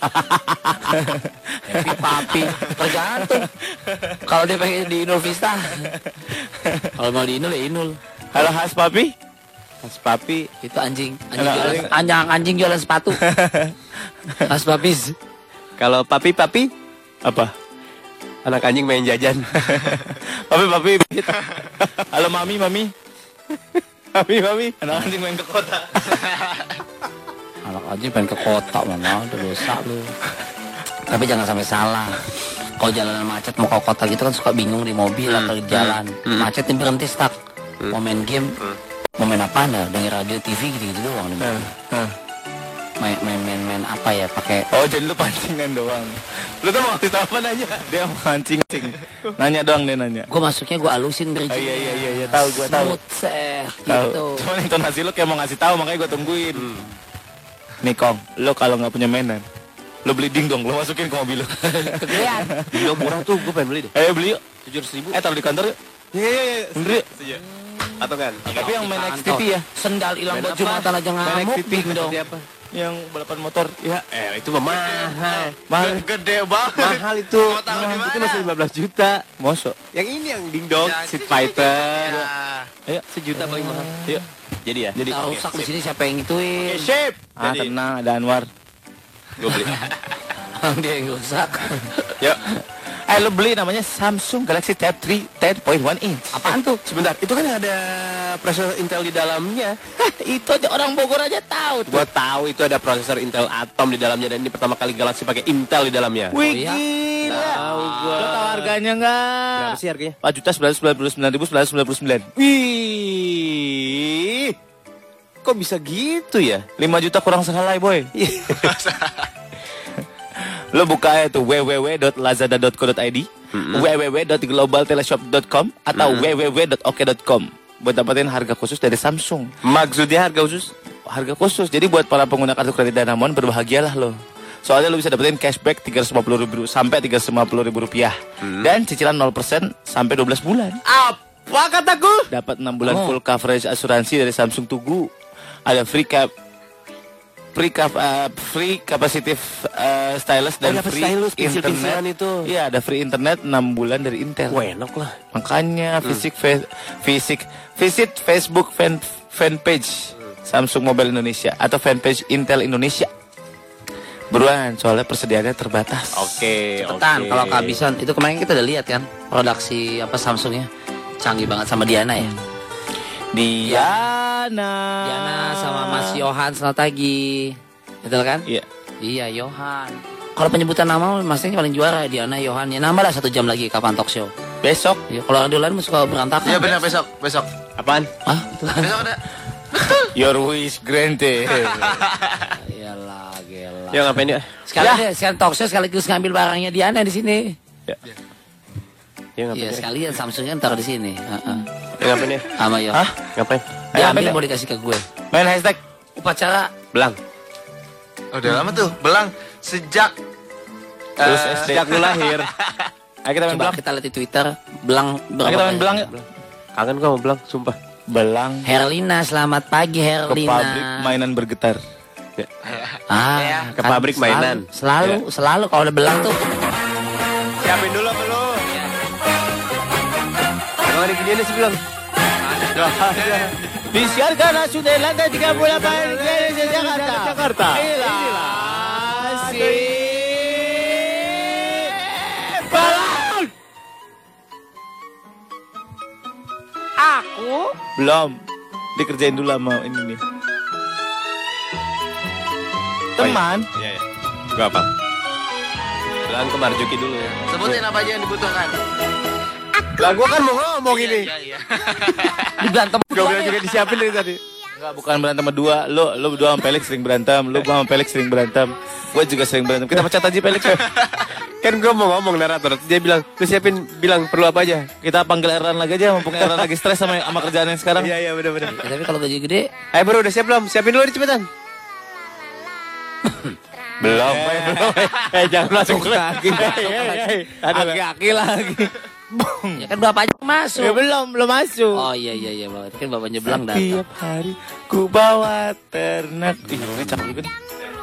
Happy papi. Tergantung. Kalau dia pengen di Inul Vista. Kalau mau di Inul ya Inul. Halo Has Papi. Has Papi. Itu anjing. Anjing Anjing jualan sepatu. Has Papis. Kalau papi Apa? anak anjing main jajan. Papi. Halo Mami. Mami. Anak anjing main ke kota. Anak anjing pengen ke kota mana ada dosa lu. Tapi jangan sampai salah. Kalau jalanan macet mau ke kota gitu kan suka bingung di mobil atau di jalan. Macet berhenti stuck. Mau main game, mau main apa anda? Denger radio TV gitu doang. Main apa ya pakai. Oh jadi lu pancingan doang. Lu tuh mau ngasih tau apa nanya? Dia mau mancing. Nanya doang dia nanya. Gue masuknya gue alusin bridging. Iya tahu gue tahu. Smooth set Tahu. gitu. Cuman intonasi lu kayak mau ngasih tahu makanya gue tungguin. Nih Kong, lu kalau nggak punya mainan, lu beli dingdong, lu masukin ke mobil lu. Kegedean. Dingdong murah tuh, gue pengen beli deh. Ayo beli yuk. 700.000. Taruh di kantor yuk. Iya. Bener yuk. Atau kan? Tapi yang main XTP ya, Sendal hilang Main buat apa? Jumatan aja ngamuk dong. Apa? yang balapan motor. Ya, Itu mah mahal. mahal. Gede banget. Mahal itu. Mau taruh di mana? Itu masih 15 juta. Mosok. Yang ini yang dingdong, Ya, Street itu Fighter. ya. Ayo, Sejuta paling mahal. yuk. Jadi ya. Jadi Nah, rusak di sini siapa yang ngituin? Shape. Jadi, tenang, ada Anwar. Gue beli. Dia yang rusak. Yuk. Lo beli namanya Samsung Galaxy Tab 3 10.1 inch. Apaan tuh? Sebentar, itu kan ada prosesor Intel di dalamnya. Itu aja orang Bogor aja tahu tuh. Gua tahu itu ada prosesor Intel Atom di dalamnya dan ini pertama kali Galaxy pakai Intel di dalamnya. Wih, iya? gila. Tahu gua. Lo tahu harganya nggak? Berapa sih harganya? 4.999.999. Wih. Kok bisa gitu ya? 5 juta kurang sehelai, boy. Lo buka itu www.lazada.co.id, www.globalteleshop.com atau www.ok.com buat dapetin harga khusus dari Samsung. Maksudnya harga khusus? Harga khusus. Jadi buat para pengguna kartu kredit Danamon berbahagialah lo. Soalnya lo bisa dapetin cashback 350.000 sampai 350.000 rupiah dan cicilan 0% sampai 12 bulan. Apa kataku? Dapat 6 bulan full coverage asuransi dari Samsung Tugu. Ada free capacitive stylus dan dapat free stylus, pensil-pensilan internet itu. Iya, ada free internet 6 bulan dari Intel. Wah, enak lah. Makanya visit Facebook fanpage Samsung Mobile Indonesia atau fanpage Intel Indonesia. Buruan, soalnya persediaannya terbatas. Oke. Cepetan kalau kehabisan. Itu kemarin kita udah lihat kan produksi apa Samsungnya. Canggih banget sama Diana ya. Diana Diana sama Mas Yohan selamat pagi. Betul kan? Iya. Iya, Yohan. Kalau penyebutan nama masnya paling juara Diana, Yohan. Ya nambah lah 1 jam lagi kapan talk show. Besok. Ya, kalau radio lain suka berantakan. Iya benar besok. Apaan? Hah? Besok ada. Your wish granted. Iyalah, gila. Ya ngapain ya? Sekalian talk show sekaligus ngambil barangnya Diana di sini. Ya ngapain Iya, ya? sekalian Samsungnya taruh di sini. Ya ngapain ya? Sama Yohan. Hah? Ngapain? Dia Ngapain ambil ya? mau dikasih ke gue. Main hashtag. Upacara Belang. Udah lama tuh. Belang sejak Terus SD. Sejak lu lahir. Ayo kita main coba belang. kita lihat di Twitter belang Ayo kita main belang yuk. Kangen gua sama belang, sumpah. Belang Herlina, selamat pagi ke Herlina. pabrik mainan bergetar. Ke pabrik mainan. Selalu kalau ada belang tuh. Siapin dulu apa lu? Kalau ada gini sih bilang. Disiarkan sudah lantai 38 dari Jakarta. Inilah si Belang. Aku belum dikerjain dulu sama ini nih. Teman, Iya. Gua apa? Belang ke Marjuki dulu ya. sebutin apa aja yang dibutuhkan. Lah gua kan mau ngomong ini. Iya. Di berantem. Gua bilang juga disiapin dari tadi. enggak bukan berantem berdua. Lo berdua sama Felix sering berantem, lo sama Felix sering berantem. Gue juga sering berantem. Kita pecat aja Felix. Kan gua mau ngomong narator. Dia bilang, "Lu siapin bilang perlu apa aja?" Kita panggil Erlan lagi aja, mumpung Erlan lagi stres sama kerjaan yang sekarang. Iya benar. Ya, tapi kalau gaji gede, Ayo bro, udah siap belum? Siapin dulu cepetan. Belum. Jangan langsung kaki. Aki-aki lagi. Ya kan bapaknya masuk. Ya belum masuk. Oh iya, kan bapaknya belang datang. Setiap hari ku bawa ternak. Ih, orangnya cakep juga nih.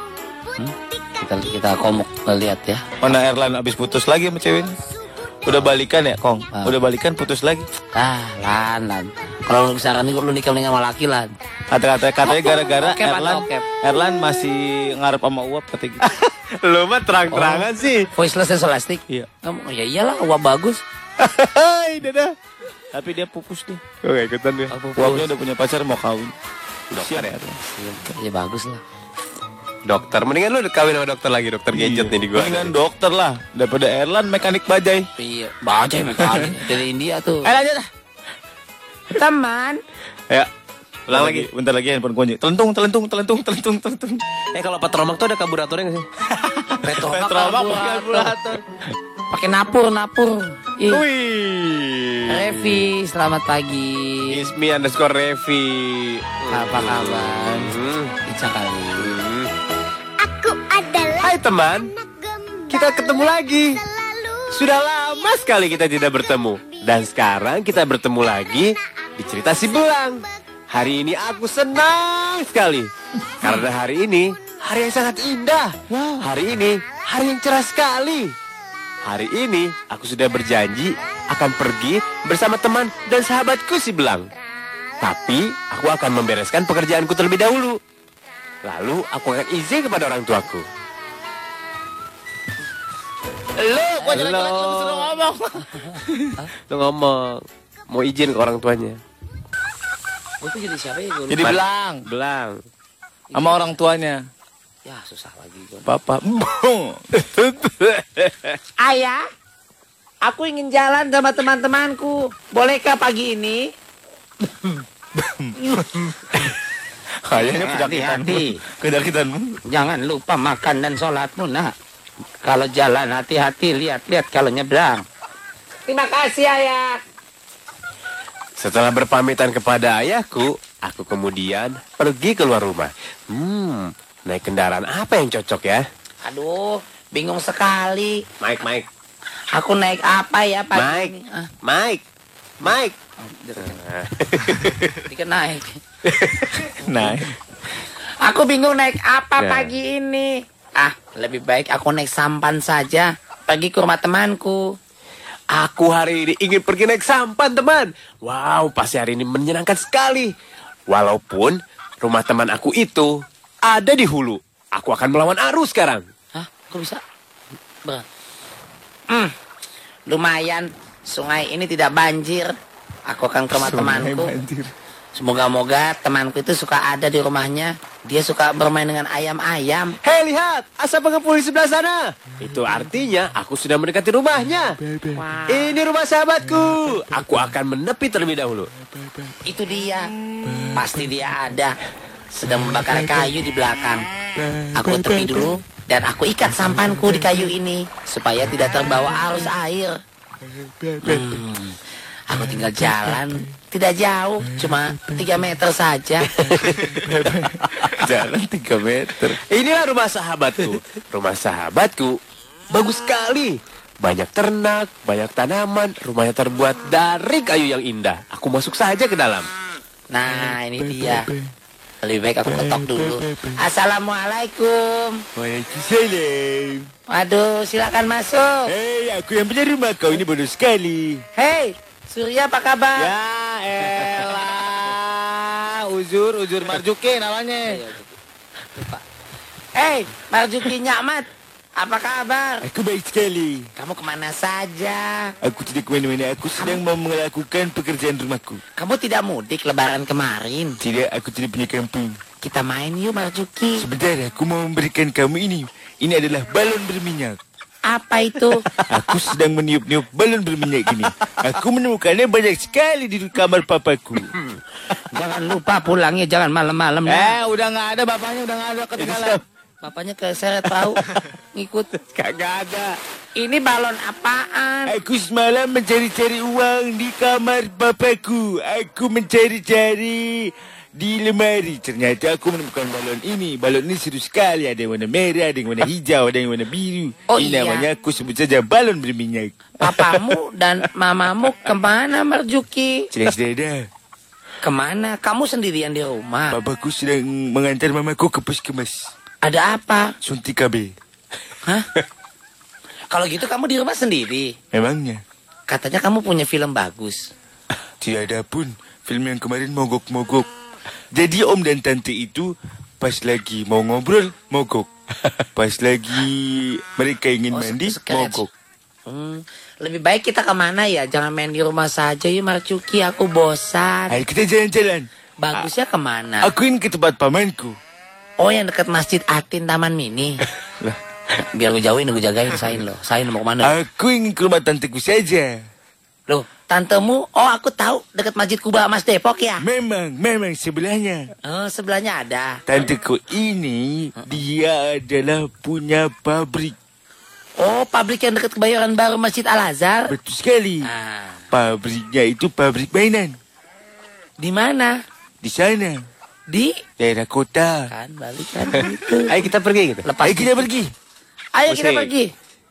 Kita komuk lihat ya. Mana Erlan abis putus lagi sama ceweknya? Udah balikan ya, Kong? Udah balikan, putus lagi. Lan. Kalau lu saran lu nikah sama laki Lan. Katanya gara-gara Okep, okep. Erlan masih ngarep sama Uap katanya gitu. Lu mah terang-terangan sih. Voiceless dan Scholastic. Iya. Kamu ya iyalah uap bagus. Hai, dadah. Tapi dia pupus deh. Oke, ikutan ya. Uapnya udah punya pacar mau kawin. Dokter ya? Ya bagus lah. Dokter, mendingan lu kawin sama dokter lagi, dokter gadget nih di gua. Mendingan dokter lah daripada Erlan mekanik bajai. Iya, bajai mekanik dari India tuh. Lanjut dah. Teman. Ya. Ulang lagi. Bentar lagi handphone kunci. Telentung. Kalau Petromak tuh ada karburatornya enggak sih? Petromak karburator. Pakai napur. Ih. Wih. Revi, selamat pagi. Ismi_Revi. Apa kabar? Ica kali. Aku adalah Hai teman, kita ketemu lagi. Sudah lama sekali kita tidak bertemu. Dan sekarang kita bertemu lagi di cerita si Belang. Hari ini aku senang sekali. Karena hari ini hari yang sangat indah. Hari ini hari yang cerah sekali. Hari ini aku sudah berjanji akan pergi bersama teman dan sahabatku si Belang. Tapi aku akan membereskan pekerjaanku terlebih dahulu. Lalu aku akan izin kepada orang tuaku. Kok jelek-jelek lu suruh ngomong. Lu ngomong mau izin ke orang tuanya. Gue tuh jadi siapa ya? Gua Jadi lupa. Belang sama orang tuanya. Ya susah lagi gue. Papa. Ayah, aku ingin jalan sama teman-temanku. Bolehkah pagi ini? Kayaknya Hati-hati. kedakitanmu. Jangan lupa makan dan sholatmu, nak. Kalau jalan hati-hati, lihat-lihat kalau nyebrang. Terima kasih, ayah. Setelah berpamitan kepada ayahku, aku kemudian pergi keluar rumah. Naik kendaraan apa yang cocok ya? Aduh, bingung sekali. Mike. Aku naik apa ya pagi ini? Mike. Dikit naik. Naik. Aku bingung naik apa Ya. pagi ini. Lebih baik aku naik sampan saja. Pergi ke rumah temanku. Aku hari ini ingin pergi naik sampan, teman. Wow, pasti hari ini menyenangkan sekali. Walaupun rumah teman aku itu ada di hulu. Aku akan melawan arus sekarang. Hah? Kok bisa? Berat. Lumayan. Sungai ini tidak banjir. Aku akan ke rumah temanku. Semoga-moga temanku itu suka ada di rumahnya. Dia suka bermain dengan ayam-ayam. Hei, lihat, asap pengepul di sebelah sana. Itu artinya aku sudah mendekati rumahnya. Wah, Ini rumah sahabatku. Aku akan menepi terlebih dahulu. itu dia. Pasti dia ada. Sedang membakar kayu di belakang. Aku tepi dulu. Dan aku ikat sampanku di kayu ini. Supaya tidak terbawa arus air. Aku tinggal jalan. Tidak jauh. Cuma 3 meter saja. Jalan 3 meter. Inilah rumah sahabatku. Rumah sahabatku bagus sekali. Banyak ternak, banyak tanaman. Rumahnya terbuat dari kayu yang indah. Aku masuk saja ke dalam. Nah, ini dia. Lebih baik aku ketok dulu. Assalamualaikum. Waalaikumsalam. Waduh, silakan masuk. Hei, aku yang punya rumah kau ini bodoh sekali. Hei, Surya apa kabar? Ya elah. Uzur Marjuki namanya. Hei, Marjuki Nyakmat. Apa kabar? Aku baik sekali. Kamu kemana saja? Aku tidak kemana-mana. Aku sedang mau melakukan pekerjaan rumahku. Kamu tidak mudik lebaran kemarin. Tidak, aku tidak punya kampung. Kita main yuk, Marjuki. Sebentar, aku mau memberikan kamu ini. Ini adalah balon berminyak. Apa itu? Aku sedang meniup-niup balon berminyak ini. Aku menemukannya banyak sekali di kamar papaku. Jangan lupa pulangnya, jangan malam-malam. Udah nggak ada bapaknya, udah nggak ada ketinggalan. Bapaknya keseret tahu. Ngikut. Kagak ada. Ini balon apaan? Aku semalam mencari-cari uang di kamar papaku. Aku mencari-cari di lemari. Ternyata aku menemukan balon ini. Balon ini seru sekali. Ada yang warna merah, ada yang warna hijau, ada yang warna biru. Oh, ini iya. namanya aku sebut saja balon berminyak. Papamu dan mamamu kemana, Marjuki? Sudah. Kemana? Kamu sendirian di rumah? Papaku sedang mengantar mamaku ke puskesmas. Ada apa? Suntik KB. Hah? Kalau gitu kamu di rumah sendiri? Memangnya? Katanya kamu punya film bagus. Tidak ada pun. Film yang kemarin mogok-mogok. Jadi om dan tante itu pas lagi mau ngobrol, mogok. Pas lagi mereka ingin mandi, mogok. Lebih baik kita kemana ya? Jangan main di rumah saja yuk Marjuki. Aku bosan. Ayo kita jalan-jalan. Bagusnya kemana? Aku ingin ke tempat pamanku. Oh, yang dekat Masjid Atin Taman Mini. Biar gue jauhin, gue jagain, Sain lo. Sain mau kemana? Aku ingin ke rumah tanteku saja. Loh, tantemu? Oh, aku tahu dekat Masjid Kuba Mas Depok ya. Memang sebelahnya. Oh, sebelahnya ada. Tanteku ini dia adalah punya pabrik. Oh, pabrik yang dekat Kebayoran Baru Masjid Al Azhar. Betul sekali. Ah, Pabriknya itu pabrik mainan. di mana? Di sana. Di Daerah kota. kan balik kan gitu. Ayo kita pergi gitu. Lepas Ayo kita pergi. Ayo kita Musik. pergi.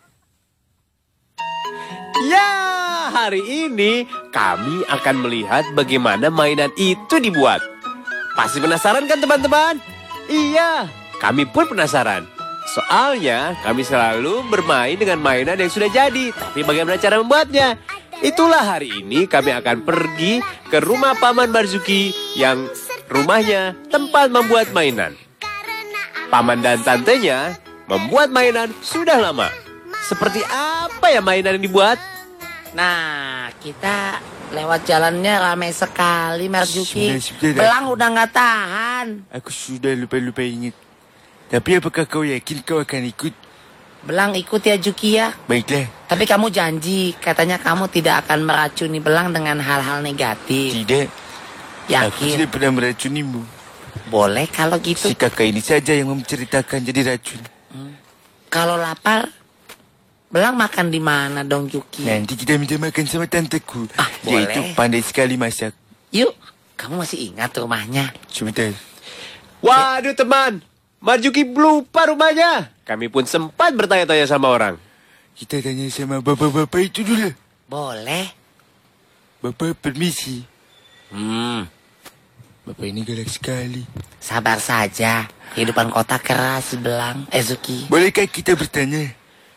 Ya, hari ini kami akan melihat bagaimana mainan itu dibuat. Pasti penasaran kan teman-teman? Iya, kami pun penasaran. Soalnya kami selalu bermain dengan mainan yang sudah jadi. Tapi bagaimana cara membuatnya? Itulah hari ini kami akan pergi ke rumah Paman Marzuki yang rumahnya tempat membuat mainan. Paman dan tantenya membuat mainan sudah lama. Seperti apa ya mainan yang dibuat? Nah, kita lewat jalannya ramai sekali Marjuki. Sudah. Belang udah nggak tahan. Aku sudah lupa ingat. Tapi apakah kau yakin kau akan ikut? Belang ikut ya Juki ya. Baiklah. Tapi kamu janji, katanya kamu tidak akan meracuni belang dengan hal-hal negatif. Tidak. Aku Yakin? tidak pernah meracunimu. Boleh kalau gitu. Si kakak ini saja yang menceritakan jadi racun. Kalau lapar, belang makan di mana dong Juki? Nanti kita minta makan sama tanteku. Ah, Dia itu boleh. pandai sekali masak. Yuk, kamu masih ingat rumahnya? Sebentar. Waduh teman, Marzuki lupa rumahnya. Kami pun sempat bertanya-tanya sama orang. Kita tanya sama bapak-bapak itu dulu. Boleh. Bapak permisi. Hmm, Bapak ini galak sekali. sabar saja. Kehidupan kota keras belang. Zuki. Bolehkah kita bertanya?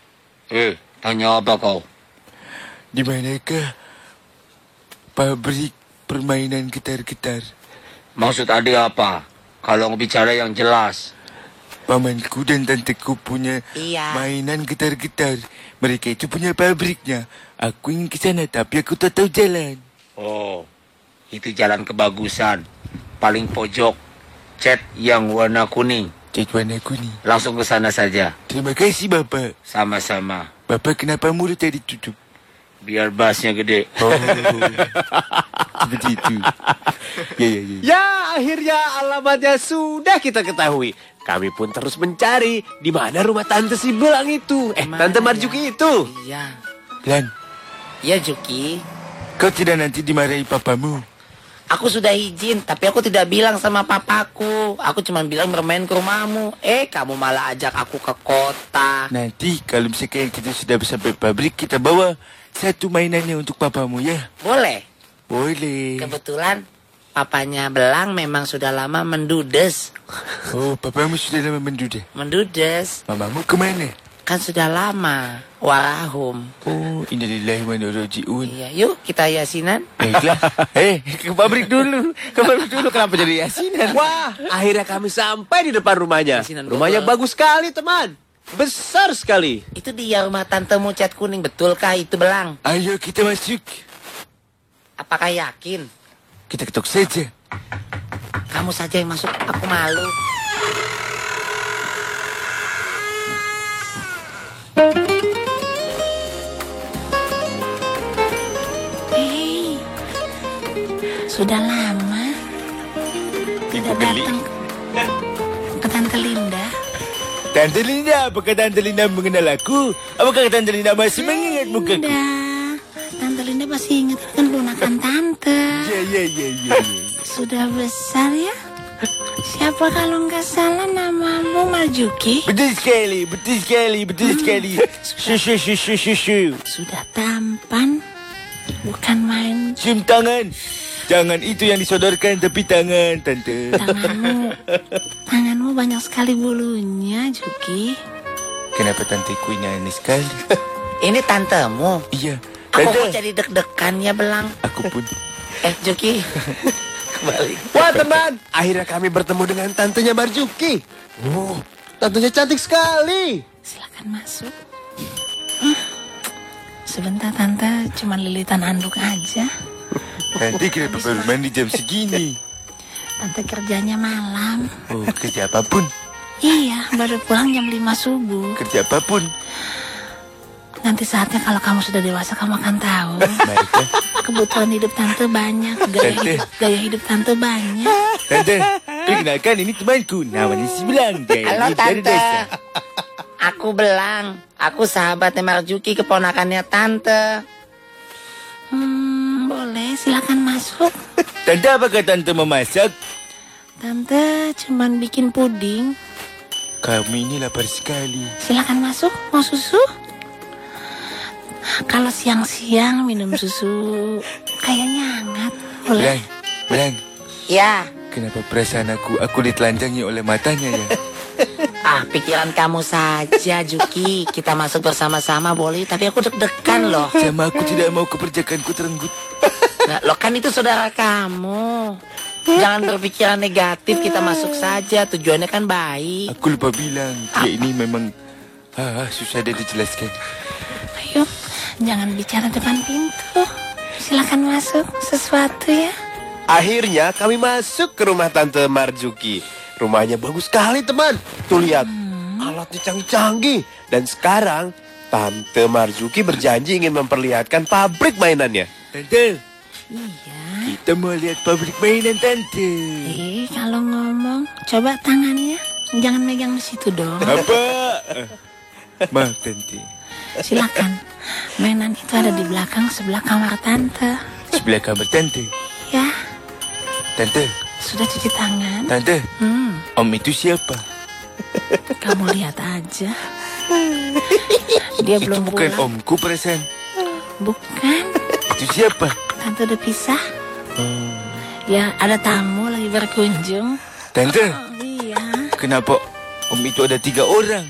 Tanya apa kau? Di manakah pabrik permainan gitar-gitar? Maksud adik apa? Kalau bicara yang jelas. Pamanku dan tanteku punya Iya. mainan gitar-gitar. Mereka itu punya pabriknya. Aku ingin ke sana tapi aku tak tahu jalan. Oh, itu jalan kebagusan. Paling pojok, cat yang warna kuning. Cat warna kuning. Langsung ke sana saja. Terima kasih Bapak. Sama-sama. Bapak kenapa mulut tadi tutup? Biar bassnya gede. Oh, seperti itu. Ya. Ya, akhirnya alamatnya sudah kita ketahui. Kami pun terus mencari di mana rumah tante si belang itu. Mana Tante ya? Marzuki itu. Iya. Lan, Iya Juki. kau tidak nanti dimarahi papamu? Aku sudah izin, tapi aku tidak bilang sama papaku. Aku cuma bilang bermain ke rumahmu. Kamu malah ajak aku ke kota. Nanti kalau misalkan kita sudah sampai pabrik, kita bawa satu mainannya untuk papamu ya. Boleh? Boleh. Kebetulan papanya Belang memang sudah lama mendudes. Oh, papamu sudah lama menduda. Mendudes. Mamamu kemana? Kan sudah lama. Warahum. Oh, innalillahi wa inna ilaihi raji'un. Iya, yuk kita yasinan. Baiklah. Ke pabrik dulu. Ke pabrik dulu, kenapa jadi yasinan? Wah, akhirnya kami sampai di depan rumahnya. Asinan Rumahnya gobel. bagus sekali teman. Besar sekali. Itu dia rumah tantemu cat kuning. Betulkah itu Belang? Ayo kita masuk. Apakah yakin? Kita ketuk saja. Kamu saja yang masuk. Aku malu. Sudah lama tidak datang ke Tante Linda. Tante Linda, apakah Tante Linda mengenal aku? Apakah Tante Linda masih mengingat mukaku? Tante Linda masih ingat kan lunakan Tante. Ya. Sudah besar ya? Siapa kalau nggak salah namamu Marjuki? Betul sekali. Sudah tampan, bukan main. Cium tangan. Jangan itu yang disodorkan, tapi tangan, Tante. Tanganmu banyak sekali bulunya, Juki. Kenapa tanteku ini aneh sekali? Ini tantemu. Iya. Aku Tante. kok jadi deg-degan ya, Belang. Aku pun. Juki. Kembali. Wah teman, akhirnya kami bertemu dengan tantenya Marjuki. Tantenya cantik sekali. Silakan masuk. Sebentar Tante, cuma lilitan anduk aja. Nanti kenapa baru mandi jam segini? Tante kerjanya malam. Oh, kerja apapun. Iya, baru pulang jam 5 subuh. Kerja apapun. Nanti saatnya kalau kamu sudah dewasa kamu akan tahu. Marika. Kebutuhan hidup Tante banyak, gaya hidup Tante banyak. Tante, perkenalkan ini temanku. Namanya si Belang. Halo Tante. Aku Belang. Aku sahabatnya Marjuki, keponakannya Tante. Boleh, silakan masuk. Tante, apakah Tante memasak? Tante cuman bikin puding. Kami ini lapar sekali. Silakan masuk. Mau susu? Kalau siang-siang minum susu kayaknya hangat. Boleh? Belang. Ya. Kenapa perasaan aku ditelanjangi oleh matanya ya? Pikiran kamu saja, Juki. Kita masuk bersama-sama boleh, tapi aku deg-degan loh. Sama aku tidak mau keperjakanku terenggut. Nah, lo kan itu saudara kamu. Jangan berpikiran negatif, kita masuk saja. Tujuannya kan baik. Aku lupa bilang, dia ini memang susah dia dijelaskan. Ayo, jangan bicara depan pintu. Silakan masuk. Sesuatu ya. Akhirnya kami masuk ke rumah Tante Marjuki. Rumahnya bagus sekali teman. Tuh lihat, alatnya canggih-canggih. Dan sekarang Tante Marjuki berjanji ingin memperlihatkan pabrik mainannya. Tante, Iya. kita mau lihat pabrik mainan Tante. Kalau ngomong, coba tangannya. Jangan megang di situ dong. Apa? Maaf Tante. Silakan. Mainan itu ada di belakang sebelah kamar Tante. Sebelah kamar Tante. Ya, Tante, sudah cuci tangan. Tante, Om itu siapa? Kamu lihat aja. Dia Itu belum bukan pulang. omku perasaan. Bukan. Itu siapa? Tante udah pisah. Ya, ada tamu lagi berkunjung. Tante, Iya. kenapa Om itu ada 3 orang?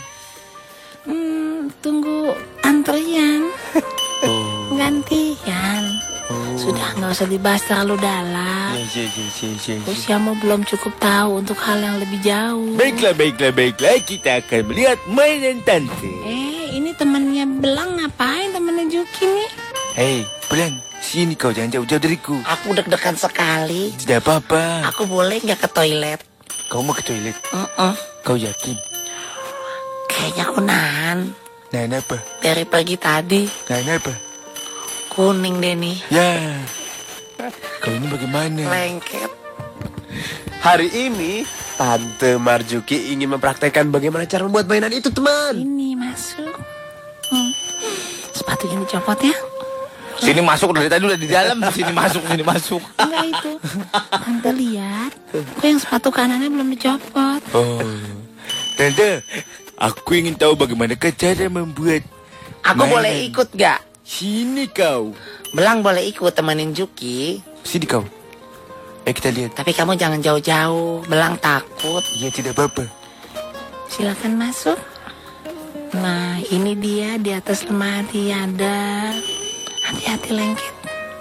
Tunggu antrian. Gantian. Sudah nggak usah dibahas terlalu dalam. Ya. Usiamu belum cukup tahu untuk hal yang lebih jauh. Baiklah. Kita akan melihat mainan Tante. Ini temannya Belang ngapain? Temannya Juki nih. Hei, Belang, sini kau jangan jauh-jauh dariku. Aku deg-degan sekali. Tidak apa-apa. Aku boleh nggak ke toilet? Kau mau ke toilet? Kau yakin? Kayaknya aku nahan. Nahan apa? Dari pagi tadi. Nahan apa? Kuning deh nih. Ya. Kau ini bagaimana? Lengket. Hari ini Tante Marjuki ingin mempraktekkan bagaimana cara membuat mainan itu teman. Ini masuk. Sepatunya dicopot ya. Sini masuk, dari tadi udah di dalam. Sini masuk. Enggak itu. Tante lihat. Kok yang sepatu kanannya belum dicopot. Oh. Tante, aku ingin tahu bagaimana cara membuat Aku mainan. boleh ikut gak? Sini kau. Belang boleh ikut temenin Juki. Sini kau. Kita lihat. Tapi kamu jangan jauh-jauh. Belang takut. Ya tidak apa-apa. Silakan masuk. Nah, ini dia di atas lemari ada. Hati-hati lengket.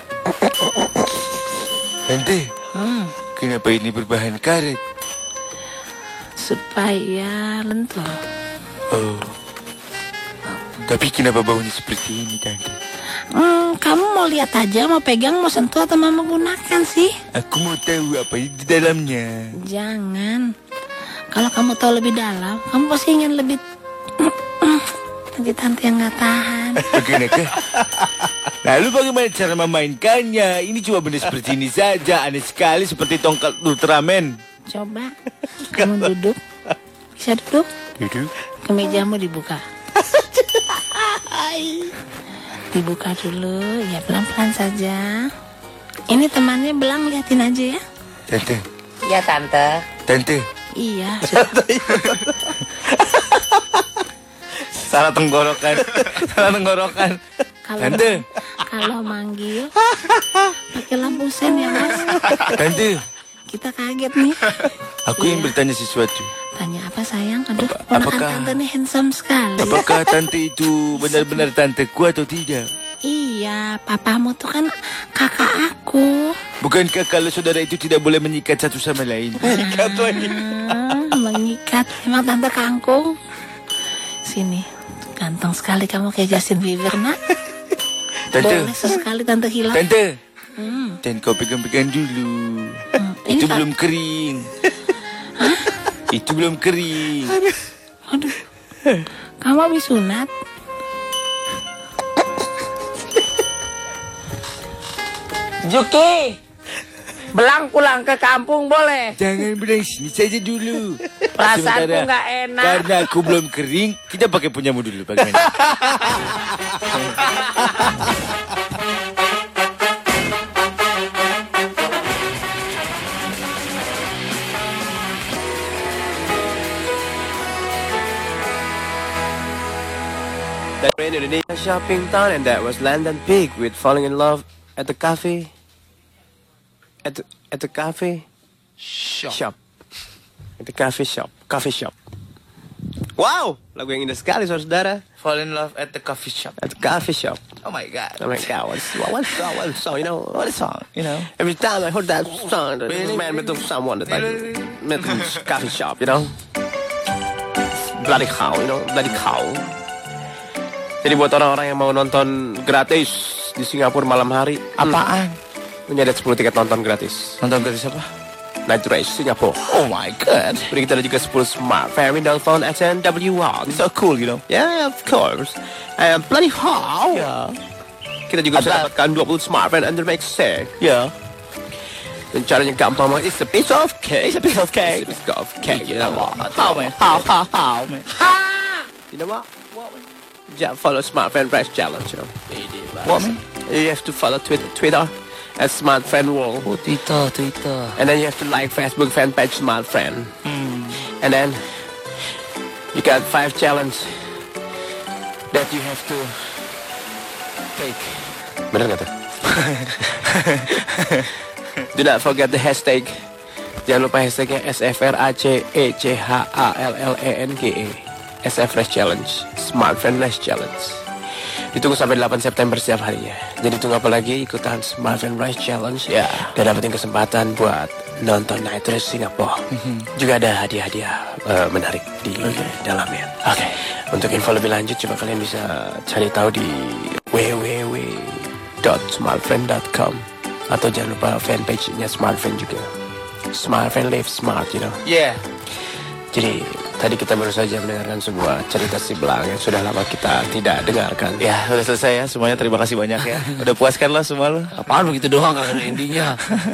Tante, kenapa ini berbahan karet? Supaya lentur. Oh. Tapi kenapa baunya seperti ini, Tante? Kamu mau lihat aja, mau pegang, mau sentuh atau mau menggunakan sih? Aku mau tahu apa di dalamnya. Jangan. Kalau kamu tahu lebih dalam, kamu pasti ingin lebih. Nanti tante yang nggak tahan. Bagaimanakah? Lalu bagaimana cara memainkannya? Ini cuma benda seperti ini saja. Aneh sekali seperti tongkat Ultraman. Coba, kamu duduk. Bisa duduk? Duduk. Kemejamu dibuka. Dibuka dulu, ya pelan-pelan saja. Ini temannya Belang, liatin aja ya. Tante. Iya tante. Tante. Iya. Salah tenggorokan. Salah tenggorokan. Tante. Kalau manggil pakai lampu sen ya Mas. Tante. Kita kaget nih. Aku yang bertanya sesuatu. Tanya apa sayang? Aduh, ponakan apakah- tante nih handsome sekali. Apakah tante itu benar-benar tanteku atau tidak? Iya, papamu tuh kan kakak aku. Bukankah kalau saudara itu tidak boleh menyikat satu sama lain? Mengikat. Emang tante kangkung. Sini, ganteng sekali kamu kayak Justin Bieber nak. Tante. Boleh sesekali tante hilang. Tante. Dan kau pegang-pegang dulu. Itu Ini, belum kering. Itu belum kering. Aduh, kamu habis sunat. Juki, belang pulang ke kampung boleh. Jangan bilang sini saja dulu. Perasaanku Sementara- nggak enak. Karena aku belum kering, kita pakai punyamu dulu. Bagaimana? That was Indonesia shopping town, and that was London Pig with Falling in Love at the cafe. At the cafe shop. At the cafe shop. Coffee shop. Wow, lagu yang indah sekali saudara. Fall in love at the coffee shop. At the coffee shop. Oh my god. Oh my God, what song, you know? What a song, you know. Every time I heard that song, the man met someone that I met in the coffee shop, you know? Bloody cow, you know? Bloody cow. Jadi buat orang-orang yang mau nonton gratis di Singapura malam hari, Apaan? menyadat 10 tiket nonton gratis. Nonton gratis apa? Night Race Singapura. Oh my god. Jadi kita ada juga 10 smart family phone SNW1. So cool, you know. Yeah, of course. Bloody cow. Yeah. Kita juga bisa dapatkan 20 smartphone under make set. Yeah. Dan caranya gampang banget. It's a piece of cake. It's a piece of cake. It's a piece of cake. You know what? How man? How man? You know what? Just follow Smartphone Price Challenge. You know? What man? You have to follow Twitter at Smartphone World. Oh, Twitter. And then you have to like Facebook fan page Smartphone. And then you got 5 challenge that you have to take. Bener nggak tuh? Do not forget the hashtag. Jangan lupa hashtagnya SFRACECHALLENGE. SF Race Challenge, Smartphone Race Challenge. Ditunggu sampai 8 September setiap harinya. Jadi tunggu apa lagi, ikutan Smartphone Race Challenge ya. Dan dapetin kesempatan buat nonton Night Race Singapura. Juga ada hadiah-hadiah menarik di dalamnya. Oke. Untuk info lebih lanjut coba kalian bisa cari tahu di www.smartphone.com atau jangan lupa fanpage-nya Smartphone juga. Smartphone live smart, you know. Yeah. Jadi tadi kita baru saja mendengarkan sebuah cerita si Belang yang sudah lama kita tidak dengarkan. Ya, udah selesai ya semuanya. Terima kasih banyak ya. Udah puaskan lo semua lo. Apaan begitu doang kagak ada endingnya.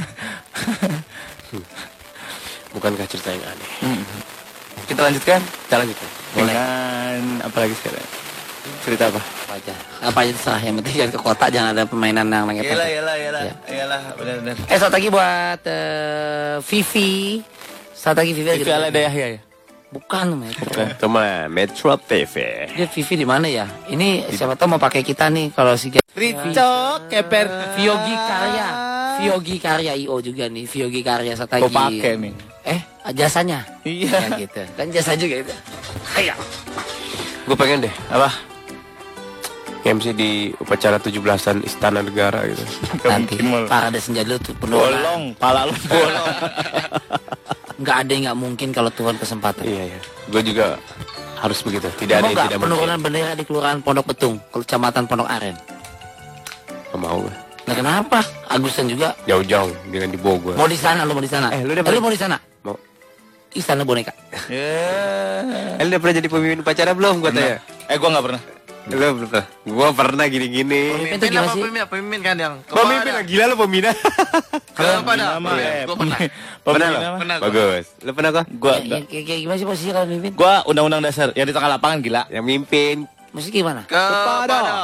Bukankah cerita yang aneh? Kita lanjutkan Kita lanjutkan. dengan apa lagi sekarang? Cerita apa? Apa aja terserah, yang penting jangan ke kota, jangan ada permainan yang ngepet. Iyalah, benar-benar. Satu lagi buat Vivi. Satu lagi Vivi. Itu ala Yahya ya? Bukan, Met. Itu mah Metro TV. Dia Vivi di mana ya? Ini siapa tahu mau pakai kita nih kalau si Rico Keper Viogi Karya. Viogi Karya IO juga nih, Viogi Karya Satagi. Kau pakai nih. Jasanya. Iya. Ya gitu. Kan jasa juga itu. Ayo. Gue pengen deh Apa? MC di upacara 17-an Istana Negara gitu. Nanti mungkin malah. parade senja dulu tuh penuh. Bolong, pala lu bolong. Nggak ada yang nggak mungkin kalau Tuhan kesempatan. Iya. Gue juga harus begitu. Tidak ada Mau yang nggak tidak mungkin. penurunan bendera di Kelurahan Pondok Betung, Kecamatan Pondok Aren? Gak mau gue. Nah kenapa? Agusten juga. Jauh-jauh dengan di Bogor. Mau di sana, lu mau di sana? Lu udah Lu mau di sana? Mau. Istana Boneka. Ya. Lu udah pernah jadi pemimpin upacara belum? Gue tanya. Gua nggak pernah. Lu belum pernah. Gue pernah gini-gini. Pemimpin itu gimana sih? Pemimpin kan yang Pemimpin lah, gila lu pembina. Kalau pada Gue pernah. Pernah lo? Pernah gua. Bagus. Lu pernah kok? Gua Kayak gimana sih posisi kalau pemimpin? undang-undang dasar yang di tengah lapangan gila. Yang mimpin Mesti gimana? Kepada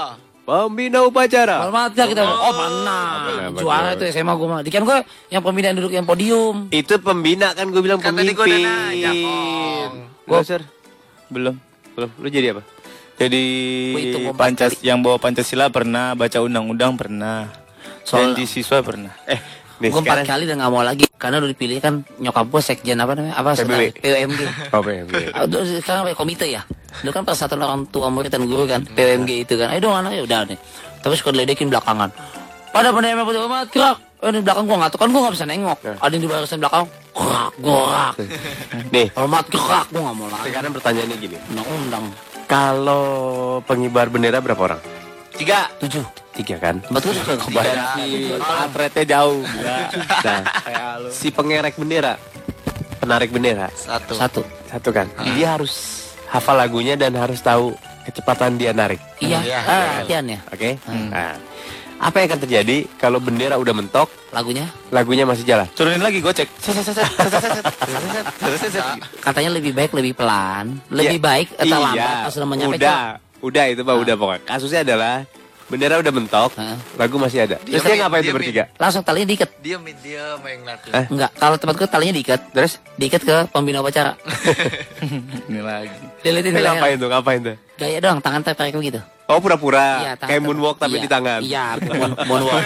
Pembina upacara. Hormat ya kita. Oh pernah. Juara itu SMA gue mah. Kan gue yang pembina duduk yang podium. Itu pembina kan gue bilang Kan tadi gue udah pemimpin. nanya, Kong. Gue Sir. Belum. Lu jadi apa? Jadi Gua hitung 4 yang bawa Pancasila pernah, baca undang-undang pernah. Soal- Janji siswa pernah. Nih Gue 4 sekarang. kali udah gak mau lagi. Karena udah dipilih kan nyokap gue sekjen apa namanya? Apa PBB. PUMG. Oh, PMG. Sekarang kayak komite ya. Dulu kan persatuan orang tua murid dan guru kan. PUMG itu kan. Ayo dong anak ya udah nih. Tapi suka diledekin belakangan. Pada bendera putih hormat gerak. Ini belakang gue nggak tahu kan gue nggak bisa nengok. Ada yang di barisan belakang. Gerak. Nih, Hormat gerak. Gue nggak mau lagi. sekarang pertanyaannya gini. Undang-undang. Kalau pengibar bendera berapa orang? 3. 7. 3 kan? Betul juga kebayang. Atletnya jauh. Nah, si pengerek bendera, penarik bendera, 1. 1. satu kan? Dia harus hafal lagunya dan harus tahu kecepatan dia narik. Iya. Iya. Latihan ya. Oke? Nah, apa yang akan terjadi kalau bendera udah mentok, Lagunya lagunya masih jalan? Turunin lagi gocek. katanya lebih baik lebih pelan, lebih Iya. baik atau lambat Iya, pas sudah menyampe. udah itu Pak, udah pokoknya. Kasusnya adalah bendera udah mentok, Heeh. lagu masih ada. Terus dia ngapain tuh bertiga? Langsung talinya diikat. Diam yang ngeliatin. Enggak, kalau tempat gue talinya diikat. Terus Diikat ke pembina upacara. Ini lagi. Dilihatin dia ngapain tuh? Gaya doang, tangan tarik begitu. Oh, pura-pura Iya, tangan kayak tarik. moonwalk tapi Iya. di tangan. Iya, moonwalk.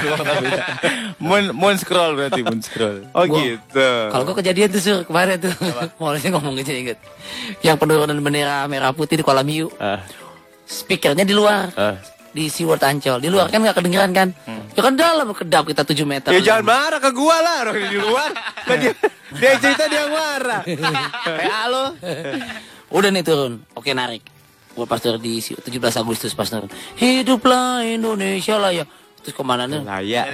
Moon scroll berarti, moon scroll. Oh, Gua- gitu. Kalau gue kejadian tuh Sur, kemarin tuh. Mulanya ngomong gitu inget. Yang penurunan bendera merah putih di kolam hiu. Ah, Speakernya di luar. ah. Di SeaWorld Ancol. Di luar kan gak kedengeran kan. Ya kan dalam kedap kita 7 meter. Ya jangan marah ke gua lah, orang di luar. Kan dia cerita dia marah. Kayak lo. Udah nih turun. Oke narik. Gue pas turun di 17 Agustus pas turun. Hiduplah Indonesia lah ya. Terus komandannya.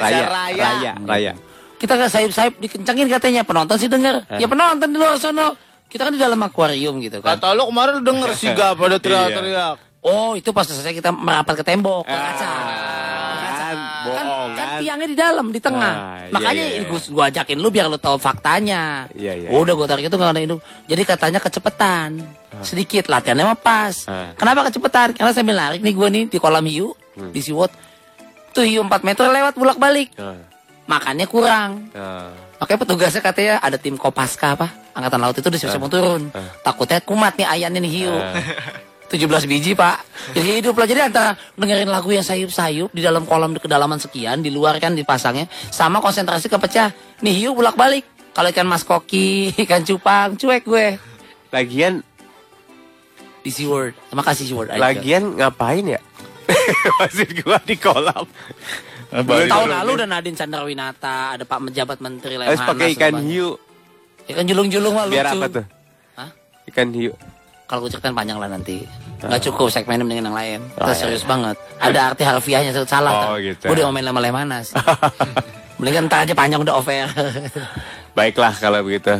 Raya. Kita kan sayup-sayup dikencangin katanya. Penonton sih denger. Ya penonton di luar sana. Kita kan di dalam akuarium gitu kan. Kata lu kemarin lu denger sih gak pada teriak-teriak. Oh itu pas selesai kita merapat ke tembok. Ke kaca. Kan bohong Kan kan. tiangnya di dalam, di tengah. Ah, Makanya iya. gua ajakin lu biar lu tahu faktanya. Iya. Udah gua tarik itu nggak ada hidup. Jadi katanya kecepetan. Sedikit latihannya mah pas. Kenapa kecepetan? Karena sambil narik nih gua nih di kolam hiu, di SeaWorld. Tuh hiu 4 meter lewat bolak-balik. Makannya kurang. Makanya petugasnya katanya ada tim Kopaska apa? Angkatan Laut itu udah siap-siap mau turun. Takutnya kumat nih ayamnya nih hiu. 17 biji pak. Jadi hidup lah. Jadi antara dengerin lagu yang sayup-sayup di dalam kolam di kedalaman sekian, di luar kan dipasangnya, sama konsentrasi kepecah. Nih hiu bolak-balik. Kalau ikan mas koki, ikan cupang, cuek gue. Lagian Di SeaWorld. Terima kasih SeaWorld. lagian ngapain ya? Maksud gua di kolam. Tahun lalu udah Nadine Chandrawinata, ada Pak Pejabat Menteri Harus Lemhanas. pakai ikan sebanyak. hiu. Ikan julung-julung mah lucu. Biar apa tuh? Hah? Ikan hiu. Kalau gue ceritain panjang lah nanti. Nggak cukup segmennya mendingan yang lain. Kita serius banget. Ada arti harfiahnya salah. Oh, gitu. Gue udah ngomongin sama Lemhanas. Mendingan ntar aja panjang udah over. Baiklah kalau begitu.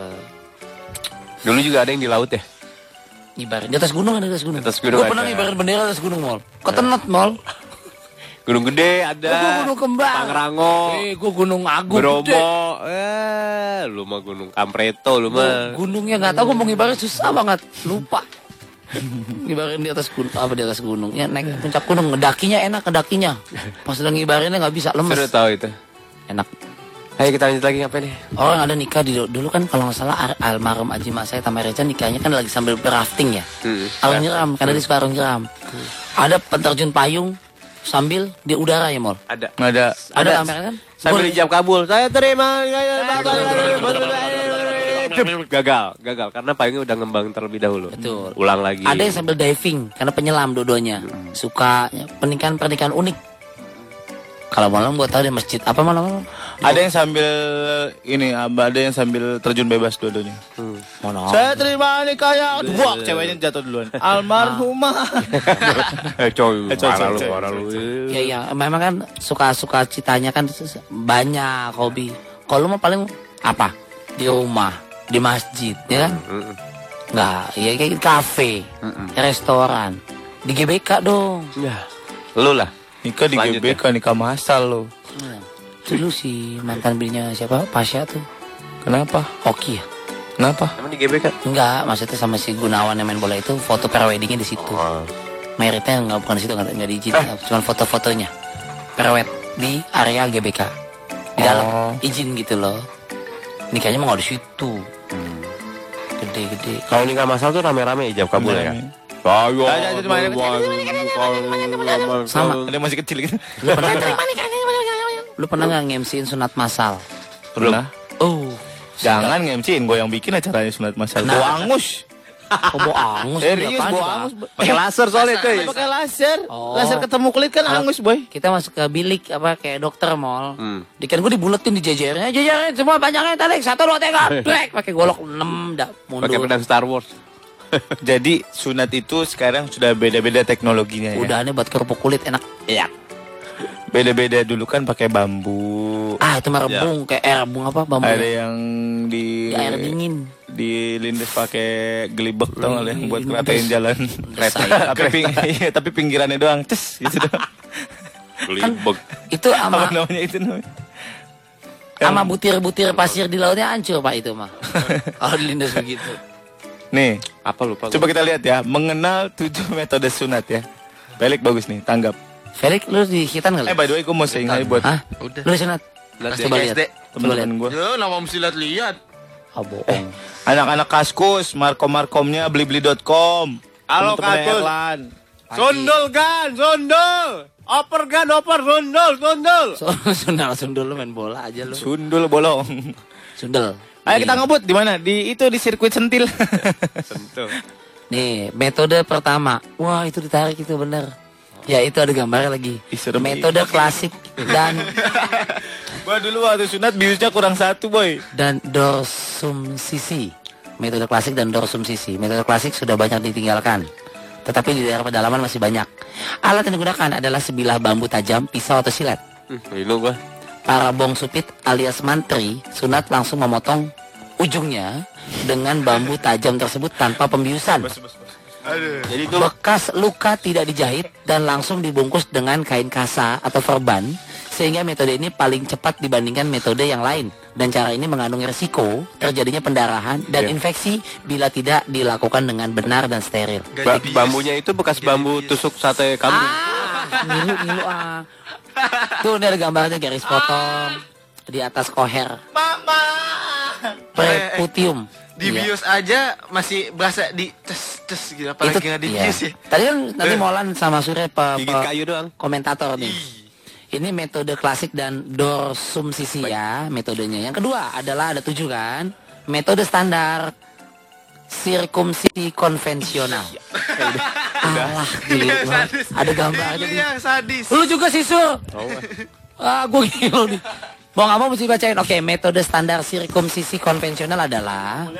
Dulu juga ada yang di laut ya? Ngibarin di atas gunung ada di atas gunung. Di atas gunung Gue pernah ada. ngibarin bendera di atas gunung mall. Ketenot mall. Gunung Gede ada. Gue gunung kembang. Pangrango. Gue gunung Agung. Gede. Bromo. Lu mah Gunung Kampreto lu mah. Gunungnya nggak tahu gue mau ngibarin susah banget. Lupa. Ngibarin di atas gunung apa di atas gunung ya naik puncak gunung ngedakinya enak ngedakinya pas udah ngibarinnya nggak bisa lemes Seru tahu itu. enak. Ayo kita lanjut lagi ngapain nih? Orang ada nikah dulu kan kalau nggak salah almarhum Aji Mak saya Tamareca nikahnya kan lagi sambil berrafting ya. Arung jeram karena dia suka arung jeram. Ada penerjun payung sambil di udara ya Mol. Ada. Ada kamera kan? Sambil dijawab kabul. Saya terima. Gagal karena payungnya udah ngembang terlebih dahulu. Betul. Ulang lagi. Ada yang sambil diving karena penyelam dua-duanya. Suka ya, pernikahan unik. Kalau malam gua tahu di masjid apa malam? Ada yang sambil ini, ada yang sambil terjun bebas dua-duanya. Mana? Saya terima nikahnya. Buak, ceweknya jatuh duluan. Almarhumah. Coy, parah lu. Ya, memang kan suka citanya kan banyak hobi. Kalau lu mah paling apa? Di rumah, di masjid, ya kan? Nggak, ya kayak kafe, restoran, di GBK dong. Ya, lu lah. Nikah di Lanjut GBK, nikah masal lo. Dulu si mantan bininya siapa? Pasha tuh. Kenapa? Hoki ya? Kenapa? Emang di GBK? Enggak, maksudnya sama si Gunawan yang main bola itu foto preweddingnya di situ. Meritnya nggak, bukan di situ, nggak diizinin, cuma foto-fotonya. Perwet di area GBK. Di dalam izin gitu loh. Nikahnya mah nggak di situ. Gede-gede. Kalau nikah masal tuh rame-rame ijab kabul ya kan? Ayo. Sama. Ada yang masih kecil gitu. Lu pernah nggak nge-MC-in sunat masal? Pernah. Oh, Jangan nge-MC-in, gue yang bikin acaranya sunat masal. Nah. Gue angus. Bau angus. Serius, apaan gue sih, Pak? angus. Pakai laser soalnya cuy. Pakai laser. Oh. Laser ketemu kulit kan angus, boy. Kita masuk ke bilik apa kayak dokter mall. Dikan gue dibuletin di jajarnya semua panjangnya tarik 1 2 3 brek pakai golok 6 dah mundur. Pakai pedang Star Wars. Jadi sunat itu sekarang sudah beda-beda teknologinya ya. Udah nih buat kerupuk kulit enak. Iya. Beda-beda, dulu kan pakai bambu. Ah itu mah rebung kayak rebung apa bambu. Ada yang di air dingin. dilindes pakai gelibek tau nggak lo, yang buat ngeratain jalan Kereta. tapi pinggirannya doang ces gitu doang. Gelibek. Itu Apa ama namanya itu namanya? ama butir-butir pasir di lautnya hancur Pak itu mah. Kalau dilindas begitu. Nih, Apa lupa? coba kita lihat ya, mengenal 7 metode sunat ya. Balik bagus nih, tanggap. Felix lu di hitan nggak? By the way, gue mau sayang aja buat Hah? Udah. Lu di sunat? Coba lihat. SD. Coba lihat. teman-teman gue. Yo, nama mesti lihat. Ah bohong. Anak-anak Kaskus, markom-markomnya blibli.com. Halo, Temen-temen Kaskus. Erlan. Sondol gan, sondol. Oper gan, oper, sondol, sondol. Sundul lu main bola aja lu. Sundul bolong. Sundel. Ayo kita ngebut di mana? Di sirkuit Sentil. Sentuh. Nih, metode pertama. Wah, itu ditarik itu bener. Ya, itu ada gambarnya lagi. Ih, serem. Metode klasik dan Gua dulu waktu sunat biusnya kurang 1, boy. dorsum sisi. Metode klasik dan dorsum sisi. Metode klasik sudah banyak ditinggalkan. Tetapi di daerah pedalaman masih banyak. Alat yang digunakan adalah sebilah bambu tajam, pisau atau silet. Ini gua. Para bong supit alias mantri sunat langsung memotong ujungnya dengan bambu tajam tersebut tanpa pembiusan. Jadi itu Bekas luka tidak dijahit dan langsung dibungkus dengan kain kasa atau perban, sehingga metode ini paling cepat dibandingkan metode yang lain. Dan cara ini mengandung risiko terjadinya pendarahan dan infeksi bila tidak dilakukan dengan benar dan steril. bambunya itu bekas bambu tusuk sate kambing. Ngilu ah. Tuh ini ada gambarnya garis potong di atas koher. Mama. Preputium. Di Iya. bios aja masih berasa di tes gitu, apalagi nggak di iya. bios ya. Tadi kan nanti Molan sama Surya Gigit kayu doang. komentator nih. Ini metode klasik dan dorsum sisi ya metodenya. Yang kedua adalah ada 7 kan. Metode standar sirkumsisi konvensional. Alah, gila. Ada gambarnya. Ini yang sadis. Lu juga sih Sur. Gue gila nih. Mau nggak mau mesti bacain. Oke, metode standar sirkumsisi konvensional adalah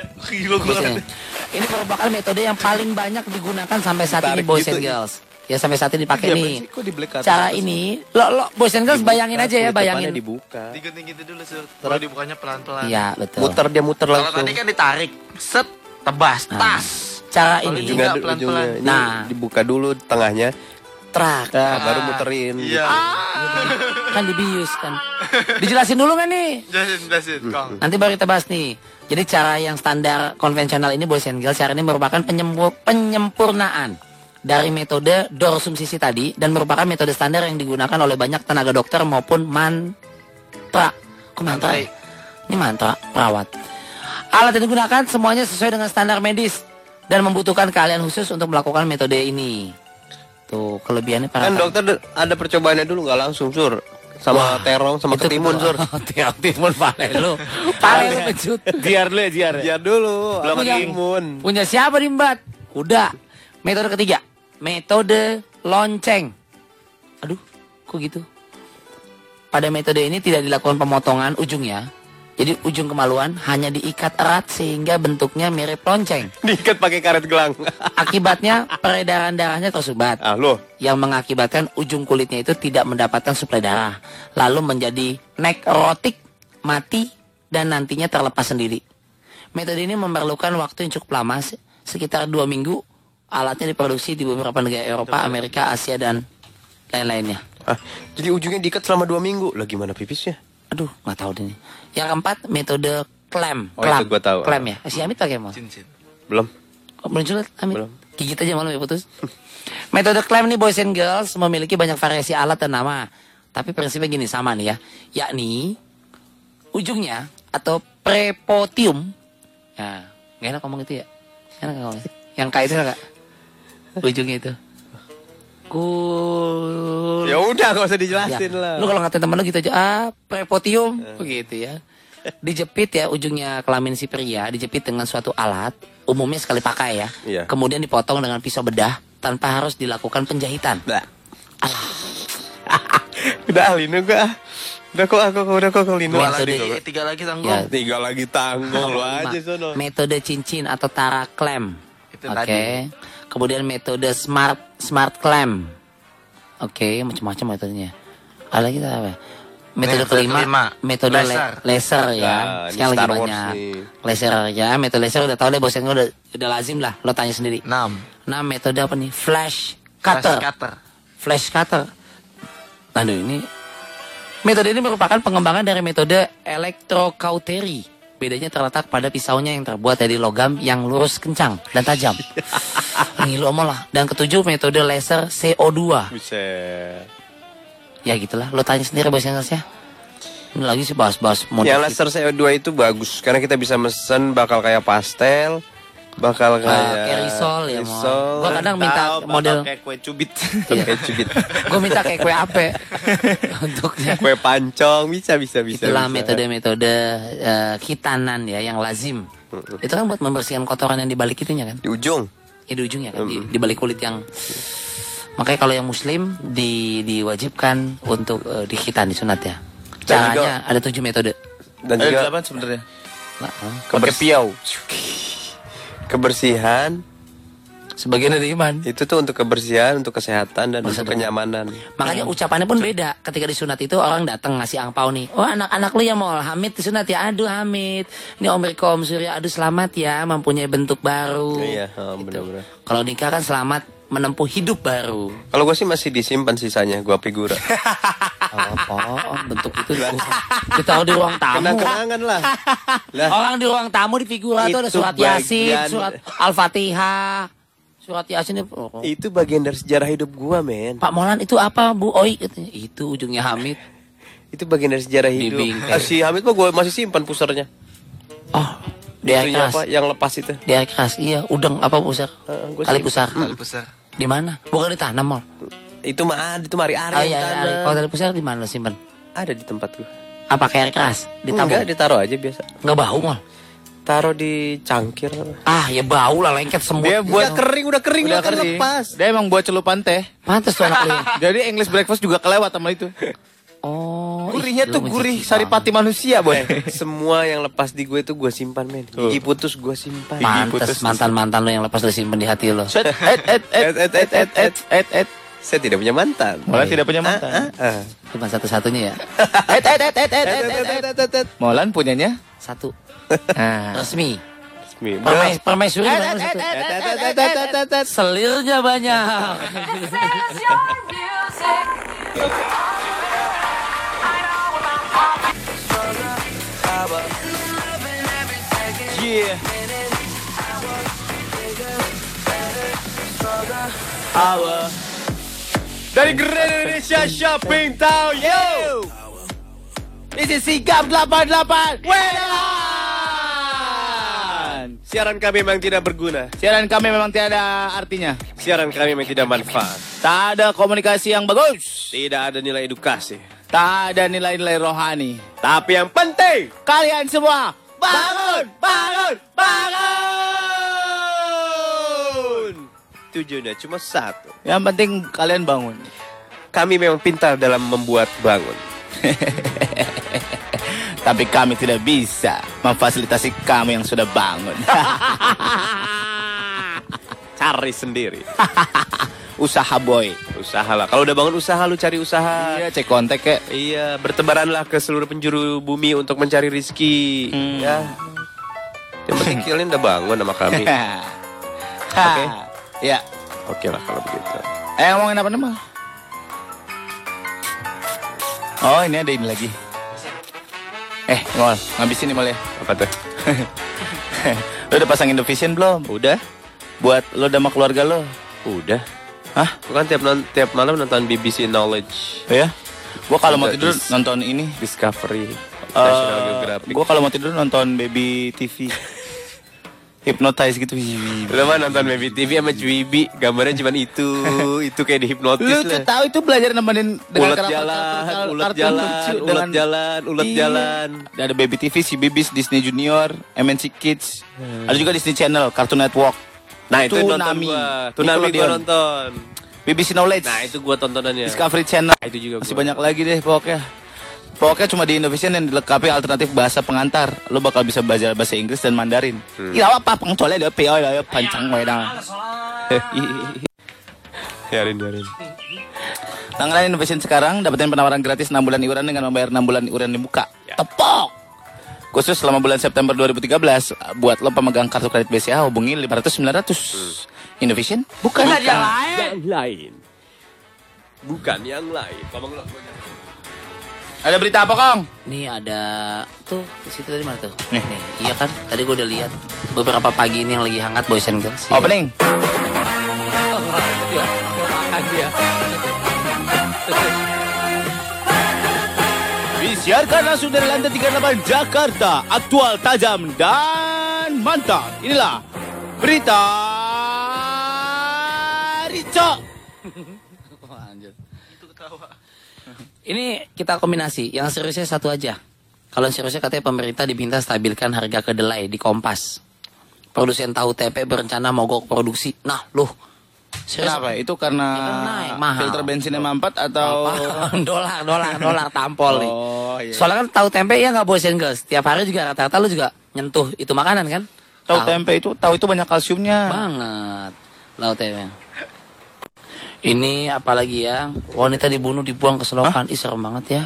ini merupakan metode yang paling banyak digunakan sampai saat ini boys and girls. Ya sampai saat ini dipakai nih. Cara ini, lo boys and girls bayangin aja ya, bayangin. Dibuka. Digunting gitu dulu, Sur. Kalau dibukanya pelan-pelan. Iya betul. Muter dia muter Kalau langsung. tadi kan ditarik, set, tebas, tas. Cara Kalau ini juga Ujungnya pelan-pelan. ini Nah. dibuka dulu tengahnya. trak Baru muterin. Iya. kan dibius kan. Dijelasin dulu kan nih. Jelasin, Kong. Nanti baru kita bahas nih. Jadi cara yang standar konvensional ini boys and girls, cara ini merupakan penyempurnaan dari metode dorsum sisi tadi dan merupakan metode standar yang digunakan oleh banyak tenaga dokter maupun mantra. Kok mantra? Mantra. Ini mantra perawat. Alat yang digunakan semuanya sesuai dengan standar medis dan membutuhkan keahlian khusus untuk melakukan metode ini. Tuh kelebihannya para Kan dokter ada percobaannya dulu nggak langsung Sur. Sama terong sama itu ketimun Sur. Ketimun pale lu. Pale lu pencut. Jiar dulu ya, jiar. Ya dulu. Sama Punya- ketimun. Punya siapa nih Mbak? Kuda. Metode ketiga, metode lonceng. Aduh, kok gitu? Pada metode ini tidak dilakukan pemotongan ujungnya. Jadi ujung kemaluan hanya diikat erat sehingga bentuknya mirip lonceng. Diikat pakai karet gelang. Akibatnya peredaran darahnya tersumbat. Ah loh. Yang mengakibatkan ujung kulitnya itu tidak mendapatkan suplai darah. Lalu menjadi nekrotik, mati, dan nantinya terlepas sendiri. Metode ini memerlukan waktu yang cukup lama, sekitar 2 minggu. Alatnya diproduksi di beberapa negara Eropa, Amerika, Asia, dan lain-lainnya. Ah, jadi ujungnya diikat selama 2 minggu. Lah gimana pipisnya? Aduh, nggak tahu deh nih. Yang keempat, metode klem. Oh, itu gua tahu. Klem ya. Si Amit pakai mau? Cincin. Belum. Oh, belum juga, Amit? Belum. Gigit aja malam ya putus. Metode klem nih boys and girls memiliki banyak variasi alat dan nama. Tapi prinsipnya gini sama nih ya. Yakni ujungnya atau prepotium. Nah, gak enak ngomong itu ya. Enak ngomong. Yang kayak itu enggak? Ujungnya itu. Ya udah gak usah dijelasin lah. Lu kalau ngatain temen lu gitu aja, prepotium begitu ya. Dijepit ya ujungnya kelamin si pria, dijepit dengan suatu alat, umumnya sekali pakai ya. Iya. Kemudian dipotong dengan pisau bedah tanpa harus dilakukan penjahitan. Udah Lino gua. Udah kok Lino. Tiga lagi tanggung. Ya. 3 lagi tanggung lu aja sono. Metode cincin atau tara klem. Itu Oke. tadi. Kemudian metode smart klem. Oke, macam-macam metodenya. Ada lagi apa? Metode kelima, metode laser ya. Nah, Sekarang lagi Star Wars banyak. nih. Laser ya, metode laser udah tahu deh bosen udah lazim lah. Lo tanya sendiri. 6. Nah, metode apa nih? Flash cutter. Flash cutter. Aduh, ini metode ini merupakan pengembangan dari metode elektrokauteri. Bedanya terletak pada pisaunya yang terbuat dari logam yang lurus, kencang, dan tajam. Ngilu omong lah. Dan ketujuh, metode laser CO2. Buset. Ya gitulah, lo tanya sendiri bos ya. Ini lagi sih bahas-bahas model. Yang laser CO2 itu bagus karena kita bisa mesen bakal kayak pastel, bakal kayak risol ya mau. Gua kadang minta model kayak kue cubit. Kayak cubit. Gua minta kayak kue ape. Untuknya. Kue pancong bisa. Itulah metode-metode khitanan ya yang lazim. Itu kan buat membersihkan kotoran yang di balik itunya kan. Di ujung. Ya di ujungnya kan, di balik kulit yang. Makanya kalau yang muslim diwajibkan untuk dikhitan, disunat ya. Caranya ada 7 metode. Dan juga 8 sebenarnya. pakai piau. Kebersihan Sebagian dari iman. itu tuh untuk kebersihan, untuk kesehatan dan Maksudnya? untuk kenyamanan. Makanya ucapannya pun beda. Ketika disunat itu orang datang ngasih angpau nih. Oh anak-anak lu ya mau Hamid disunat ya. Aduh Hamid. Ini Om Riko, Om Surya. Aduh selamat ya mempunyai bentuk baru. Iya, Gitu. benar-benar. Kalau nikah kan selamat menempuh hidup baru. Kalau gue sih masih disimpan sisanya, gue figura. Apa? Bentuk itu ditaruh di ruang tamu. Kenang-kenangan lah. Orang di ruang tamu di figura itu ada Itu surat Yasin, bagian- surat Al-Fatihah. Surat Yasin Itu bagian dari sejarah hidup gue, men. Pak Molan itu apa Bu Oi katanya. Itu ujungnya Hamid. Itu bagian dari sejarah hidup. Bingkai. Si Hamid mah gue masih simpan pusernya. Oh, dia Itunya keras. apa? Yang lepas itu. Dia keras. Iya, udang apa pusar? Gua Kali sih- pusar. Kali besar. Di mana? Bukan ditanam mal. Itu mah ada, itu mari Oh are iya, yang iya. tanam. Kalau tali pusar di mana lo simpan? Ada di tempat gue. Apa kayak air keras? Ditabung. Enggak, ditaruh aja biasa. Enggak bau mal. Taruh di cangkir. Ah, ya bau lah lengket semut. Dia buat udah kering udah lah, kan kering. lepas. Dia emang buat celupan teh. Pantes tuh anak lu. ya. Jadi English breakfast juga kelewat sama itu. Oh, Gurihnya ih, tuh lu gurih mencintai saripati manusia, boy. Semua yang lepas di gue itu gue simpan, men. Gigi putus gue simpan. Pantes mantan-mantan lo yang lepas lo simpen di hati lo. Set, Saya tidak punya mantan. Molan tidak punya mantan. Cuma satu-satunya ya. Molan punyanya Satu. nah. Resmi. Resmi. Permaisuri mana satu? Selirnya banyak. Yeah. Dari Grand Indonesia Shopping Town, yo. This is Sigap 88. Wedan. Siaran kami memang tidak berguna. Siaran kami memang tiada artinya. Siaran kami memang tidak manfaat. Tak ada komunikasi yang bagus. Tidak ada nilai edukasi. Tak ada nilai-nilai rohani. Tapi yang penting, Kalian semua bangun, bangun, bangun. tujuannya cuma satu. Yang penting kalian bangun. Kami memang pintar dalam membuat bangun. Tapi kami tidak bisa memfasilitasi kamu yang sudah bangun. Cari sendiri. Usaha boy. Usahalah. Kalau udah bangun usaha, lu cari usaha. Iya, cek kontak ya. Iya, bertebaranlah ke seluruh penjuru bumi untuk mencari rizki. Ya. Yang penting kalian udah bangun sama kami. Oke. Ya. Oke lah kalau begitu. Ngomongin apa nama? Oh, ini ada ini lagi. Ngol, ngabisin nih Mal ya. Apa tuh? Lu udah pasang Indovision belum? Udah. Buat lo sama keluarga lo. Udah. Hah? Gua kan tiap malam nonton BBC Knowledge. Oh ya? Gua kalau mau Udah, tidur nonton ini. Discovery, National Geographic. Gua kalau mau tidur nonton Baby TV. Hypnotize gitu. Lu mah nonton Baby TV sama Cuibi, gambarnya cuma itu kayak dihipnotis Lu lah. tuh tahu itu belajar nemenin dengan Ulet jalan, ulet Iya. jalan. Ada Baby TV, si Bibis, Disney Junior, MNC Kids. Ada juga Disney Channel, Cartoon Network. Nah itu nonton Toonami. gua. Toonami gua nonton. BBC Knowledge. Nah itu gua tontonannya. Discovery Channel. Itu juga Masih gua. banyak lagi deh pokoknya. Pokoknya cuma di Indonesia yang dilengkapi alternatif bahasa pengantar. Lo bakal bisa belajar bahasa Inggris dan Mandarin. Iya apa pengcolnya dia PO ya pancang wedang. Yarin. Langganan Innovation sekarang dapetin penawaran gratis 6 bulan iuran dengan membayar 6 bulan iuran dibuka. Tepok. Khusus selama bulan September 2013 buat lo pemegang kartu kredit BCA hubungi 500 900. Innovation bukan yang lain. Bukan yang lain. Ada berita apa, Kong? Nih ada tuh di situ tadi mana tuh? Nih. Iya kan? Tadi gue udah lihat beberapa pagi ini yang lagi hangat boys and girls. Opening. Disiarkan langsung dari lantai 38 Jakarta. Aktual, tajam, dan mantap. Inilah berita Rico. Ini kita kombinasi. Yang seriusnya satu aja. Kalau yang seriusnya katanya pemerintah diminta stabilkan harga kedelai di Kompas. Produsen tahu tempe berencana mogok produksi. Nah, loh. Serius? Kenapa? Itu karena naik, mahal. filter bensinnya mampet atau dolar tampol nih. Oh, iya. Soalnya kan tahu tempe ya nggak boys and girls. Tiap hari juga rata-rata lu juga nyentuh itu makanan kan? Tempe itu banyak kalsiumnya. Banget. Tahu tempe. Ini apalagi ya, wanita dibunuh dibuang ke selokan. Ih serem banget ya.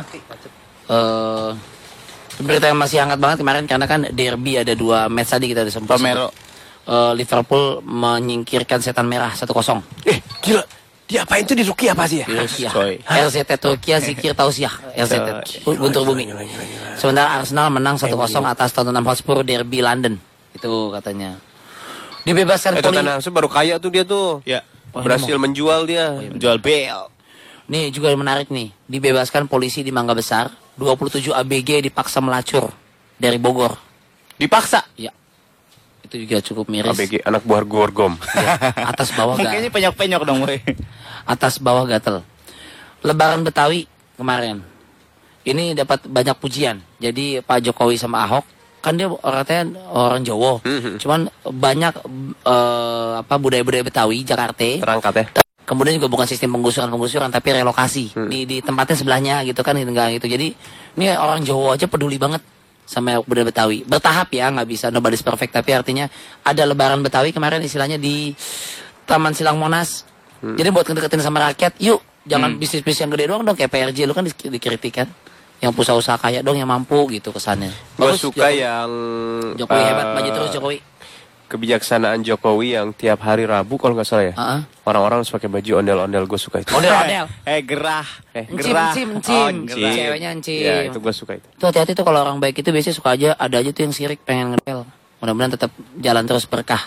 Berita yang masih hangat banget kemarin karena kan derby ada 2 match tadi kita udah sempat. Romero. Liverpool menyingkirkan setan merah 1-0 Gila. Dia apain tuh di Rukia apa sih ya? di Rusia. Coy. RZT Turkiya Zikir Tausiah. RZT Guntur Bumi. Sementara Arsenal menang 1-0 atas Tottenham Hotspur derby London. Itu katanya. Dibebaskan polisi. Tottenham baru kaya tuh dia tuh. Ya. Berhasil menjual dia. Jual bel. Nih juga yang menarik nih. Dibebaskan polisi di Mangga Besar. 27 ABG dipaksa melacur dari Bogor. Dipaksa. Ya. Itu juga cukup miris. ABG anak buah Gorgom. Ya, atas bawah Mungkinnya penyok-penyok dong, weh. atas bawah gatel. Lebaran Betawi kemarin. Ini dapat banyak pujian. Jadi Pak Jokowi sama Ahok kan dia orangnya orang Jawa. Cuman banyak budaya-budaya Betawi Jakarta. Terangkat ya. Kemudian juga bukan sistem penggusuran tapi relokasi di tempatnya sebelahnya gitu kan enggak gitu. Jadi ini orang Jawa aja peduli banget sama budaya Betawi. Bertahap ya, nggak bisa nobody's perfect, tapi artinya ada Lebaran Betawi kemarin istilahnya di Taman Silang Monas. Jadi buat ngedeketin sama rakyat, yuk jangan bisnis-bisnis yang gede doang dong kayak PRJ lu kan dikritik kan. Yang usaha-usaha kaya dong yang mampu gitu kesannya. Gue Bagus, suka Jokowi. yang Jokowi hebat, maju terus Jokowi. kebijaksanaan Jokowi yang tiap hari Rabu kalau nggak salah ya. Orang-orang harus pakai baju ondel-ondel, gue suka itu. Ondel-ondel. Gerah. Encim. Ceweknya encim. Ya itu gue suka itu. Tuh hati-hati tuh kalau orang baik itu biasanya suka aja ada aja tuh yang sirik pengen ngepel. Mudah-mudahan tetap jalan terus berkah.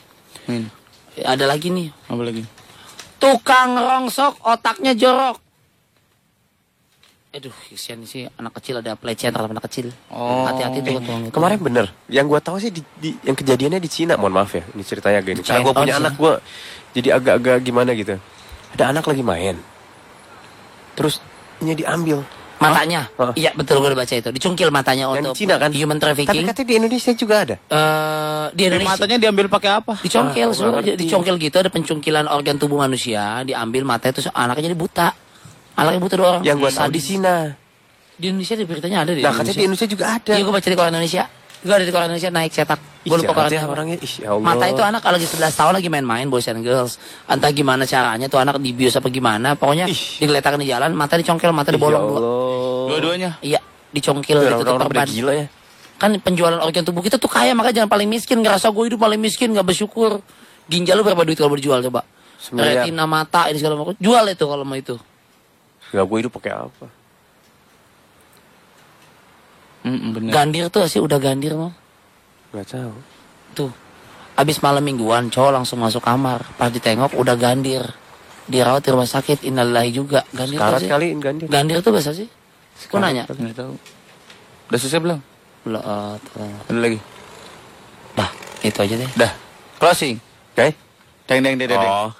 Ada lagi nih. Apa lagi? Tukang rongsok otaknya jorok. Aduh, kesian sih anak kecil ada pelecehan terhadap anak kecil. Hati-hati tuh tukang itu. Kemarin bener. Yang gue tahu sih yang kejadiannya di Cina. Mohon maaf ya, ini ceritanya gini. Karena gue punya anak, gue jadi agak-agak gimana gitu. Ada anak lagi main, terus ini diambil matanya. Iya betul, gue udah baca itu. Dicungkil matanya yang untuk di Cina kan. human Tapi trafficking. katanya di Indonesia juga ada. Di Indonesia Matanya diambil pakai apa? dicongkel, nggak ngerti. dicongkel gitu, ada pencungkilan organ tubuh manusia, diambil matanya terus anaknya jadi buta. Anaknya buta 2 orang. Yang gue tahu di Cina. Di Indonesia di beritanya ada di Nah katanya di Indonesia juga ada. Iya, gue baca di koran Indonesia. Gue ada di koran Indonesia naik cetak. Gue lupa koran ya orangnya. Ya Allah. Mata itu anak lagi 11 tahun lagi main-main boys and girls. Entah gimana caranya tuh anak dibius apa gimana. Pokoknya digeletakkan di jalan, mata dicongkel, mata dibolong Ya dua. Allah. Dua-duanya. Iya, dicongkel Itu ditutup orang-orang perban. pada gila ya. Kan penjualan organ tubuh kita tuh kaya, makanya jangan paling miskin. Ngerasa gue hidup paling miskin, gak bersyukur. Ginjal lu berapa duit kalau dijual coba? Sebenarnya- Retina mata ini segala macam. Jual itu kalau mau itu. Gak, gue hidup pakai apa? Bener. Gandir tuh sih udah gandir mau. Gak tahu. Tuh. Abis malam mingguan, cowok langsung masuk kamar. Pas ditengok udah gandir. Dirawat di rumah sakit, innalillahi juga. Gandir Sekarat sih. kali gandir. Gandir itu biasa sih? Aku nanya. Nggak tahu. Udah selesai belum? Belum. Ada lagi. Dah, itu aja deh. Dah. Closing. Oke. Deng. Oh.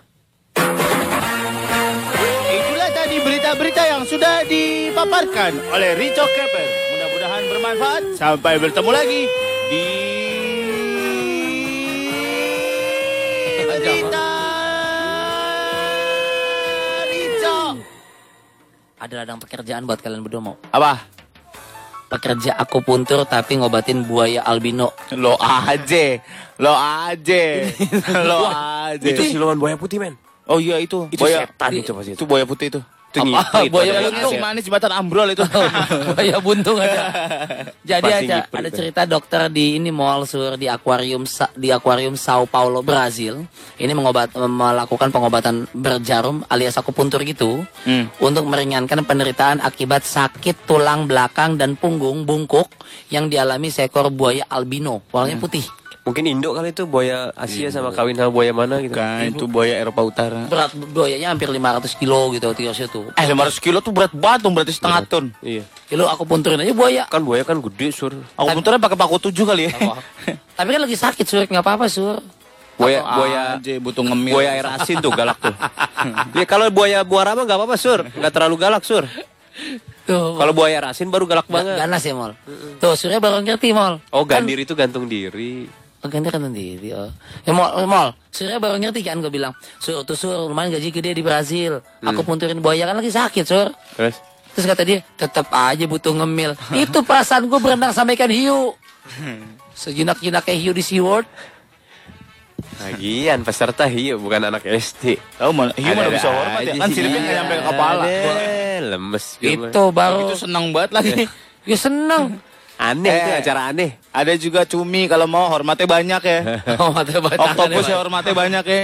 Itulah tadi berita-berita yang sudah dipaparkan oleh Rico Keper. Mudah-mudahan bermanfaat. Sampai bertemu lagi di berita Rico. Ada ladang pekerjaan buat kalian berdua mau. Apa? Pekerja akupuntur tapi ngobatin buaya albino. Lo aja. Itu siluman buaya putih, men. Oh iya itu. Itu buaya setan itu pasti. Itu buaya putih itu. Itu Apa? ngiprit. Buaya Ada buntung. Si manis jembatan ambrol itu. Buaya buntung ada. Jadi Pasti ngiprit ada itu. cerita dokter di ini mall sur di akuarium Sao Paulo Brazil. Ini melakukan pengobatan berjarum alias akupuntur gitu untuk meringankan penderitaan akibat sakit tulang belakang dan punggung bungkuk yang dialami seekor buaya albino warnanya putih. Mungkin Indo kali itu buaya Asia sama kawin sama buaya mana gitu. Kan itu buaya Eropa Utara. Berat buayanya hampir 500 kilo gitu tiosnya tuh. 500 kilo tuh berat banget dong, berarti setengah ton. Iya. Kilo aku punturin aja buaya. Kan buaya kan gede, Sur. Aku bentuknya pakai paku 7 kali ya. Tapi kan lagi sakit sur, nggak apa-apa sur. Buaya aja butuh ngemil. buaya air asin tuh galak tuh. Ya kalau buaya muara mah enggak apa-apa, Sur. Enggak terlalu galak, Sur. Tuh. Kalau buaya air asin baru galak banget. Ganas ya mall. Tuh surya baru ngerti mall. Oh, gandir itu gantung diri. Ganti kan sendiri. Oh. Ya mall. Surya baru ngerti kan gue bilang. Sur tuh sur lumayan gaji gede di Brazil. Aku punturin buaya kan lagi sakit sur. Terus kata dia tetap aja butuh ngemil. Itu perasaan gue berenang sama ikan hiu. Sejinak-jinaknya hiu di SeaWorld. Lagian peserta hiu bukan anak SD. Tahu mana? Hiu mana Ada-ada bisa hormat ya? aja Kan sih. siripnya nggak nyampe ke kepala. Lemes gitu. Itu baru. Itu senang banget lagi. Ya seneng. Aneh itu acara aneh. Ada juga cumi kalau mau hormatnya banyak ya. Oh mata Oktopus ya hormatnya banyak ya.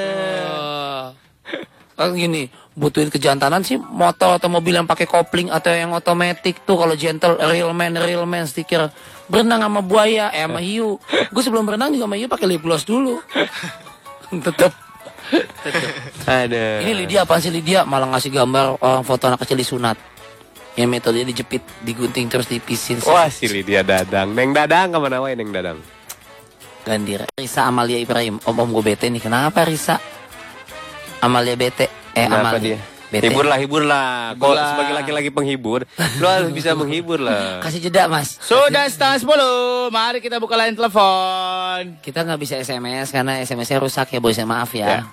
Kan gini, butuhin kejantanan sih motor atau mobil yang pakai kopling atau yang otomatis tuh kalau gentle real man stiker berenang sama buaya sama hiu. Gue sebelum berenang juga sama hiu pakai lip gloss dulu. Tetep. Ada. Ini Lydia apaan sih Lydia malah ngasih gambar orang foto anak kecil disunat. Yang metodenya dijepit, digunting terus dipisin. Wah, si Lydia Dadang. Neng Dadang kemana wae Neng Dadang? Gandir. Risa Amalia Ibrahim. Om gue bete nih. Kenapa Risa? Amalia bete. Kenapa Amalia. dia? Bete. Hiburlah. Kok sebagai laki-laki penghibur, lo harus bisa menghibur lah. Kasih jeda mas. Sudah 9:30. Mari kita buka line telepon. Kita nggak bisa SMS karena SMS-nya rusak ya boys. Maaf ya.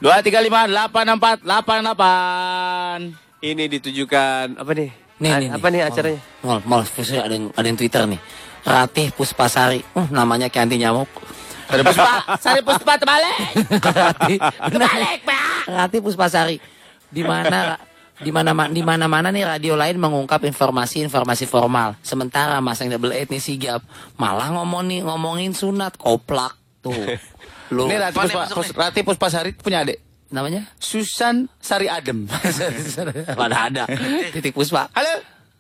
235-864-868. Ini ditujukan apa nih? Nih. Apa nih acaranya? Mal, ada yang Twitter nih. Ratih Puspasari. Namanya kayak anti nyamuk. Ada Puspa, Sari Puspa terbalik. Terbalik, Pak. Ratih Puspasari. Di mana nih radio lain mengungkap informasi formal. Sementara Mas yang double 8 nih sigap malah ngomongin sunat koplak tuh. Lu Ini Ratih Puspasari punya adik. namanya? Susan Sari Adem. Mana ada. Titik Puspa. Halo.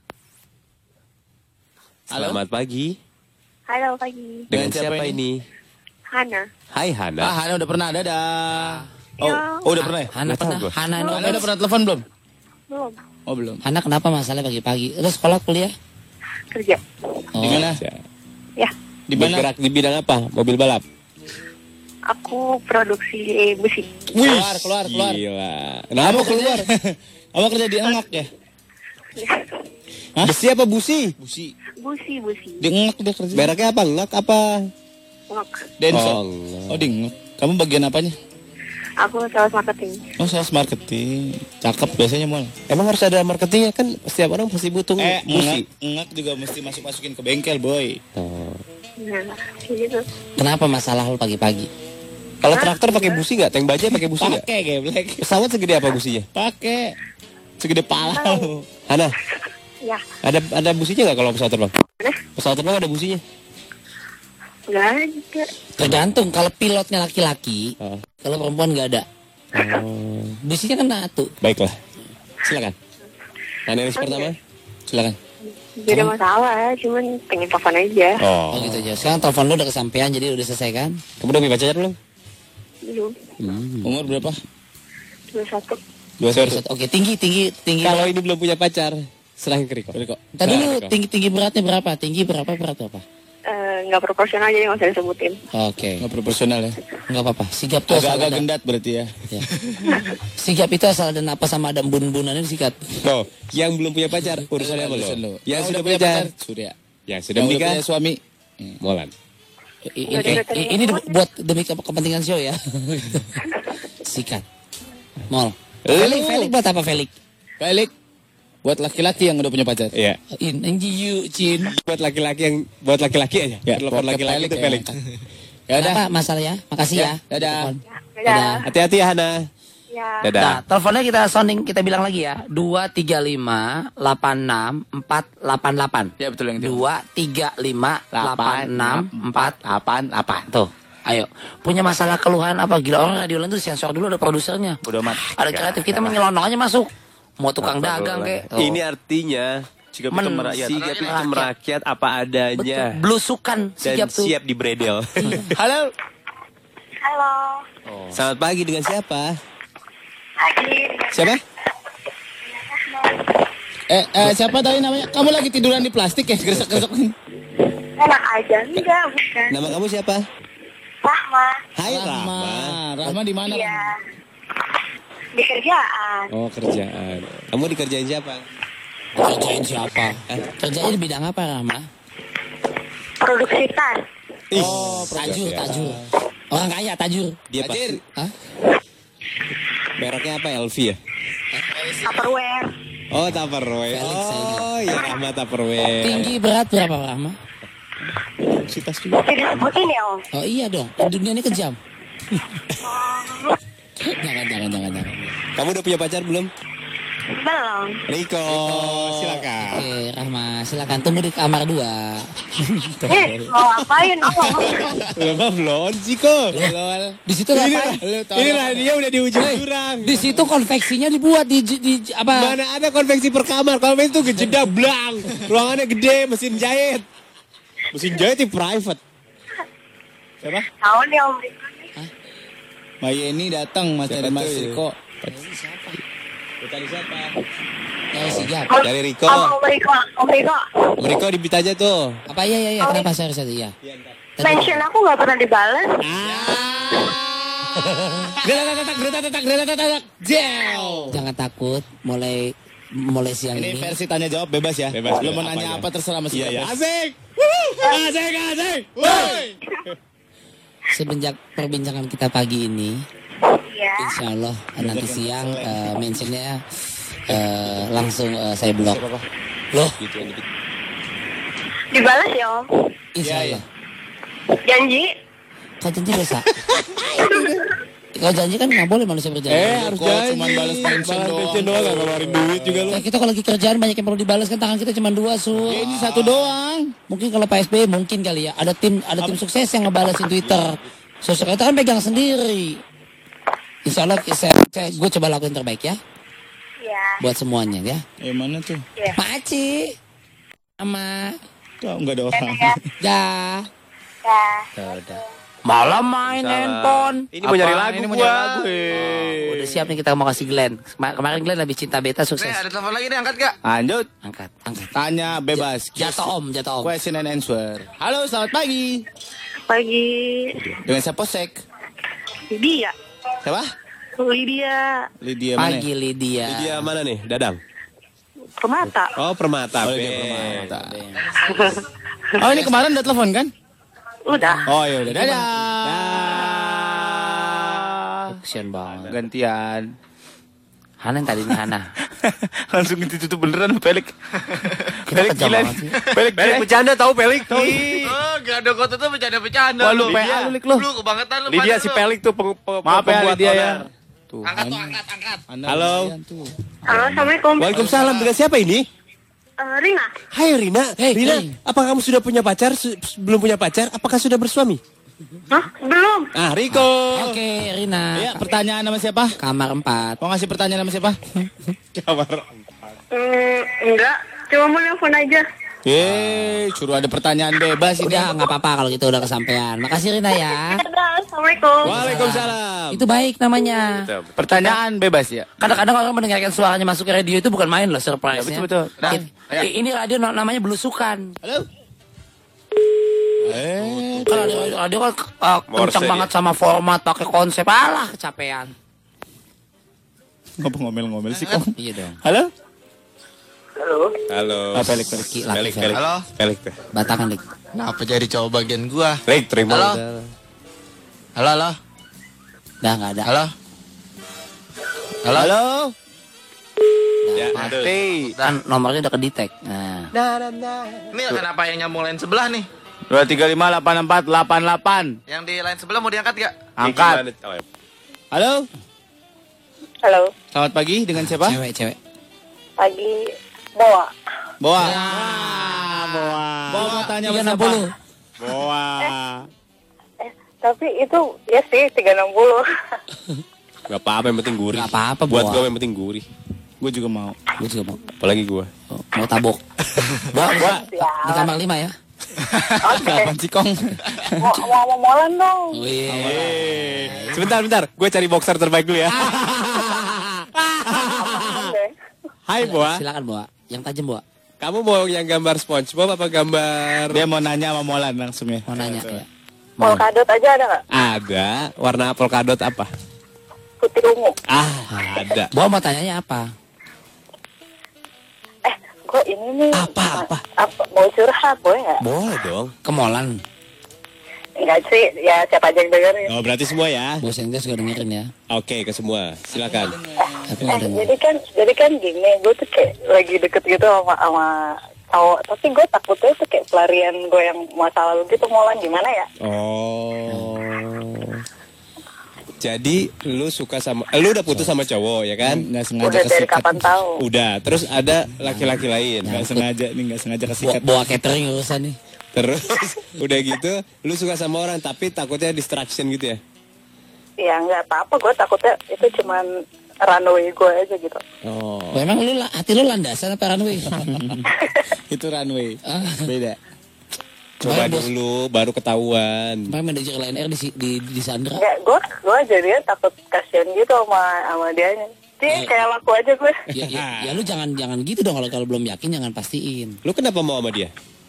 Selamat pagi. Halo pagi. Dengan siapa siapa ini? Hana. Hai Hana. Hana udah pernah ada. Ya. Udah pernah ya? Hana pernah. Hana Udah pernah telepon belum? Belum. Oh belum. Hana kenapa masalah pagi-pagi? Terus sekolah kuliah? Kerja. Di mana? Ya. Di mana? Bergerak di bidang apa? Mobil balap. Aku produksi besi. Keluar. Gila. Kamu keluar. Kamu kerja di Engak ya? Hah? Besi apa busi? Busi. Busi. Di Engak dia kerja. Mereknya apa? Ngak apa? Ngok. Denso. Oh, Oh, di Engak. Kamu bagian apanya? Aku sales marketing. Oh, sales marketing. Cakep biasanya mal. Emang harus ada marketingnya kan? Setiap orang pasti butuh busi. Engak juga mesti masukin ke bengkel, boy. Oh. Nah, kayak gitu. Kenapa masalah lu pagi-pagi? Kalau traktor pakai busi nggak? Tank baja pakai busi nggak? Pakai geblek. Pesawat segede apa businya? Pakai. Segede pala lu. Hana, Ya. ada businya nggak kalau pesawat terbang? Mana? Pesawat terbang ada businya? Enggak ada. Tergantung kalau pilotnya laki-laki, Oh. kalau perempuan nggak ada. Businya kan satu. Baiklah. Silakan. Analis pertama. Silakan. Gak ada masalah, cuman pengen telepon aja. Oh gitu aja. Sekarang telepon lu udah kesampean jadi udah selesai kan? Kamu udah punya pacar belum? Belum. Umur berapa? 21. 21. Oke, tinggi. Kalau ini belum punya pacar, serahkan ke Riko. Tadi lu tinggi beratnya berapa? Tinggi berapa, berat berapa? Nggak proporsional jadi nggak usah disebutin. Oke. Nggak proporsional ya? Nggak apa-apa. Sigap tuh asal Agak ada. gendat berarti ya. Ya. Sigap itu asal ada napas sama ada embun-embunannya sikat. Tuh, yang belum punya pacar, urusannya apa lo? Yang sudah punya pacar, Surya. yang sudah Yang udah menikah, punya suami. Molan. Ini buat demi kepentingan show ya. Sikat. Mol. Felix buat apa Felix? Felix. Buat laki-laki yang udah punya pacar. Iya. Cin. Buat laki-laki aja. Ya, Telepon laki-laki itu Felix. Ya udah. Apa masalah ya? Makasih ya. Dadah. Dadah. Hati-hati ya Hana. Ya. Dadah. Nah, teleponnya kita sounding, kita bilang lagi ya. 235 86 488. Ya betul yang itu. 235 86 488. Tuh. Ayo, punya masalah keluhan apa? Gila, orang radio lain tuh sensor dulu, ada produsernya. Bodo amat. Ada kreatif, kita menyelonong aja masuk. Mau tukang dagang kayak. Ini artinya Sigap itu merakyat. sigap itu merakyat apa adanya. Betul, belusukan Dan sigap tuh. siap dibredel. Halo. Halo. Selamat pagi, dengan siapa? Pagi. Siapa? Siapa tadi namanya? Kamu lagi tiduran di plastik ya? Gresek-gresek. Enak aja. Enggak, bukan. Nama kamu siapa? Rahma. Hai Rahma. Rahma di mana? Iya. Di kerjaan. Oh, kerjaan. Kamu dikerjain siapa? Kerjain siapa? Kerjanya di bidang apa, Rama? Produksi tas. Oh, Tajur. Orang kaya, tajur. Dia pasti. Hah? Mereknya apa? LV ya? Tupperware. Oh, Tupperware. Felix, saya ingat. Oh, ya Rahma Tupperware. Tinggi berat berapa, Rama? Tidak sebutin ya, Om. Oh iya dong, dunia ini kejam. Jangan. Kamu udah punya pacar belum? Belum. Riko, silakan. Oke, Rahma, silakan tunggu di kamar 2. Mau ngapain, Om? Belum, Ciko. Di situ ngapain? Ini dia udah di ujung jurang. Di situ konveksinya dibuat di apa? Mana ada konveksi per kamar? Konveksi itu jeda blang. Ruangannya gede, mesin jahit. Mesin jahit di private. Siapa? Tahu nih, Om. Mbak Yeni datang Mas dari Mas Riko. Tadi siapa? Ya sigap. Dari Riko. Om Riko. Riko dibit aja tuh. Apa iya kenapa saya harus ya? Mention aku nggak pernah dibales. Gerak. Jangan takut, mulai siang Ini ini. versi tanya jawab bebas ya. Bebas, Lu bebas. mau nanya apa terserah Mas. Iya. Bebas. Asik. Asik. Woi. Semenjak perbincangan kita pagi ini, Iya. insya Allah nanti siang mentionnya langsung saya blok. Loh, Dibales ya, Om. insya Iya, Allah. Janji. Kau janji dosa. Kau janji kan nggak boleh manusia berjanji. Harus Kok janji. cuman balas mention doang. doang, gak ngeluarin duit juga lu. Kita kalau lagi kerjaan banyak yang perlu dibalas kan, tangan kita cuma 2 Ya, ini satu doang. Mungkin kalau Pak SBY mungkin kali ya. Ada tim sukses yang ngebalasin Twitter. Sosok itu kan pegang sendiri. Insya Allah gue coba lakuin terbaik ya. Iya. Buat semuanya ya. Mana tuh? Iya. Pak Aci. Sama. Kok enggak ada orang. Ya. Ya. Malah main handphone. Ini mau nyari lagu Ini mau nyari lagu. Udah siap nih kita mau kasih Glenn. Kemarin Glenn habis cinta beta sukses. Ada telepon lagi nih, angkat gak? Lanjut. Angkat. Tanya bebas. Jatuh om. Question and answer. Halo, selamat pagi. Pagi. Dengan siapa sek? Lydia. Siapa? Lydia. Lydia mana? Pagi Lydia. Dia mana nih? Dadang. Permata. Oh, Permata. Oh, Be. Lydia Permata. Oh, ini kemarin udah telepon kan? Udah. Oh, ya udah. Dadah. Kesian banget. Gantian. Hana yang tadi nih Hana. Langsung ditutup beneran Pelik. Kita Pelik kejam gila. banget sih. Pelik Bercanda tahu Pelik. Oh, gak ada kota tuh bercanda-bercanda. Wah, lu PA lu Lik lu. Lu kebangetan lu. Lydia pada si lu. Pelik tuh Maaf ya pembuat Lydia ya. onar. Tuh. Angkat tuh, angkat. Halo. Halo, Assalamualaikum. Waalaikumsalam. Dengan siapa ini? Rina. Hai Rina. Hey, Rina, hey. apa kamu sudah punya pacar? Belum punya pacar? Apakah sudah bersuami? Hah? Belum. Ah, Riko. Oke Rina. Ya, pertanyaan nama siapa? Kamar 4. Mau ngasih pertanyaan nama siapa? Kamar. Enggak. Cuma mau nelfon aja. Suruh ada pertanyaan bebas ini. Udah nggak apa-apa kalau gitu udah kesampaian. Makasih Rina ya. Assalamualaikum. Waalaikumsalam. Itu baik namanya. Pertanyaan bebas ya. Kadang-kadang orang mendengarkan suaranya masuk ke radio itu bukan main loh surprise-nya. Ya, betul. Nah, Ini radio namanya belusukan. halo. Kalau radio kan kencang banget sama format, pakai konsep, alah kecapean. Ngomel-ngomel sih kok. Iya dong. Halo? Halo. Pelik. Pelik. Halo. Pelik tuh. Batangan dik. Kenapa jadi cowok bagian gua? Pelik, terima. Halo. Halo. Dah nggak ada. Halo. Halo? Ya, aduh. Kan nomornya udah kedetek. Nah. Ini kenapa yang nyambung lain sebelah nih? 2358488. Yang di lain sebelah mau diangkat gak? Angkat. Oh, ya. Halo? Halo. Selamat pagi, dengan siapa? Cewek. Pagi. Boa. Boa. Ya. Boa. Boa mau tanya sama 360. siapa? Boa. Tapi itu ya sih 360. Gak apa-apa, yang penting gurih. Gak apa-apa, Buat Boa. gue yang penting gurih. Gue juga mau. Gue juga mau. Apalagi gue. Mau tabok. Boa. Di kamar 5 ya. Oke. Apaan sih, Kong? Mau molan dong. Oh, iya. Sebentar. Gue cari boxer terbaik dulu ya. Hai Boa. Silakan Boa. Yang tajam Boa. Kamu mau yang gambar SpongeBob apa gambar? Dia mau nanya sama Molan langsung ya. Mau nanya ya. Polkadot aja ada nggak? Ada. Warna polkadot apa? Putih ungu. Ada. Boa mau tanyanya apa? Gue ini nih. Apa? Mau curhat boleh nggak? Boleh dong. Kemolan. Enggak sih. Ya siapa aja yang dengerin. Oh, berarti semua ya. Bos Inggris juga dengerin ya. Oke, ke semua. Silakan. Aku nggak denger. Jadi kan gini, gue tuh kayak lagi deket gitu sama cowok. Tapi gue takutnya tuh kayak pelarian gue yang masa lalu gitu. Molan gimana ya? Oh. Jadi lu suka sama lu udah putus sama cowok ya kan? Nggak sengaja Udah dari kesikat. kapan tahu? Udah, terus ada laki-laki lain. Nggak sengaja nih, nggak sengaja kesikat. Boa catering urusan nih. Terus udah gitu, lu suka sama orang tapi takutnya distraction gitu ya? Ya nggak apa-apa. Gue takutnya itu cuman runway gue aja gitu. Oh. Oh, emang lu hati lu landasan apa runway? Itu runway. Beda. Coba Bos. dulu baru ketahuan. Kemarin manajer Lion Air di Sandra. Nggak, gue jadinya takut kasihan gitu sama dianya. Dia kayak laku aja gue. Ya lu jangan gitu dong kalau belum yakin jangan pastiin. Lu kenapa mau sama dia?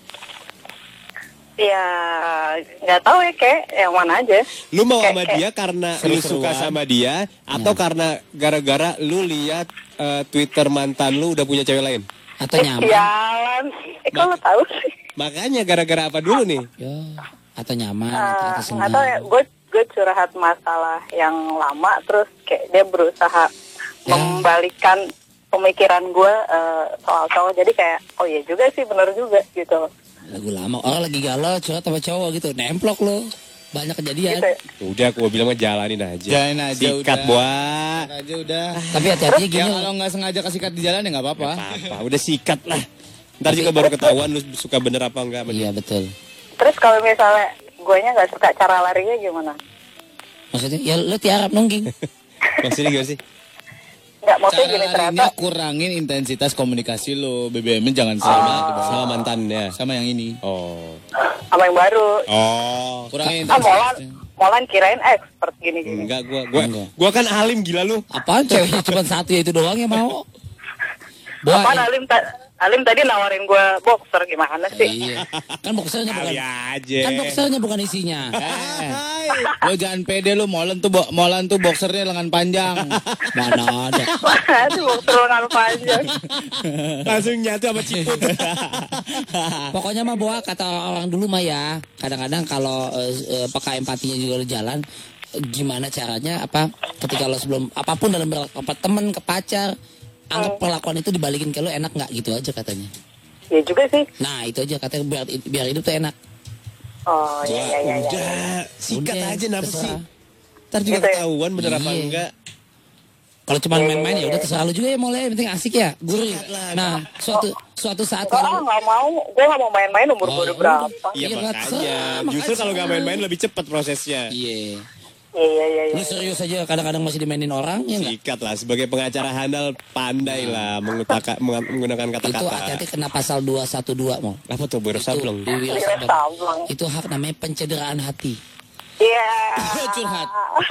Ya nggak tahu ya kayak yang mana aja. Lu mau Kayak- sama kayak- dia karena lu Seru-seruan. suka sama dia atau karena gara-gara lu lihat Twitter mantan lu udah punya cewek lain? Atau nyaman? Sialan. Kok lo tahu sih? Makanya gara-gara apa dulu nih? Ya, atau nyaman atau Nggak tahu ya. senang. Gue curhat masalah yang lama terus kayak dia berusaha membalikan pemikiran gue soal cowok. Jadi kayak oh iya juga sih bener juga gitu. Lagu lama. Orang lagi galau curhat sama cowok gitu. Nemplok lo. Banyak kejadian. Gitu. Udah, gua bilang mah jalanin aja. Jalanin aja Sikat, udah. Boa. Aja udah. Tapi hati-hati Ya gini. kalau nggak sengaja kesikat di jalan ya nggak apa-apa. Apa, udah sikat lah. Ntar juga baru ketahuan lu suka bener apa enggak. Iya betul. Terus kalau misalnya guanya nggak suka cara larinya gimana? Maksudnya ya lu tiarap nungging. Maksudnya gimana sih? Nggak maksudnya Cara gini larinya ternyata. kurangin intensitas komunikasi lo. BBM-nya jangan sama. Sama mantannya. Sama yang ini. Oh. Sama yang baru. Oh. Kurangin Ah intensitas. Molan kirain expert gini-gini. Enggak, gua kan alim gila lu. Apaan ceweknya cuma satu ya itu doang yang mau. Apaan Boa. Alim tadi nawarin gue boxer gimana sih? Iya. Kan boxernya bukan. Kali aja. Kan boxernya bukan isinya. Lo jangan pede lo, Molan tuh boxernya lengan panjang. Mana ada. Aduh boxer lengan panjang. Langsung nyatu sama ciput. Pokoknya mah Boa kata orang dulu mah ya. Kadang-kadang kalau peka empatinya juga udah jalan. Gimana caranya apa ketika lo sebelum apapun dalam temen ke pacar anggap perlakuan itu dibalikin ke lo enak nggak gitu aja katanya. Ya juga sih. Nah itu aja katanya biar hidup tuh enak. Oh iya. Udah, sikat Udah, aja napa terserah. sih? Ntar juga Gitu ya? ketahuan bener apa Iya. enggak. Kalau cuma main-main ya udah terserah lu juga ya mulai yang penting asik ya gurih. Nah suatu saat Gue kalau nggak mau, gue nggak mau main-main umur gue udah berapa? Iya Iya, makanya. terserah, Justru makanya kalau nggak terserah. main-main lebih cepat prosesnya. iya. Iya. Lu serius aja kadang-kadang masih dimainin orang ya nggak? Sikat lah, sebagai pengacara handal pandai lah menggunakan Itu kata-kata. hati-hati kena pasal 212 mau. Apa tuh Wiro Sableng? Wiro Wiro Sableng. Sableng. Itu hak namanya pencederaan hati. Iya. Curhat.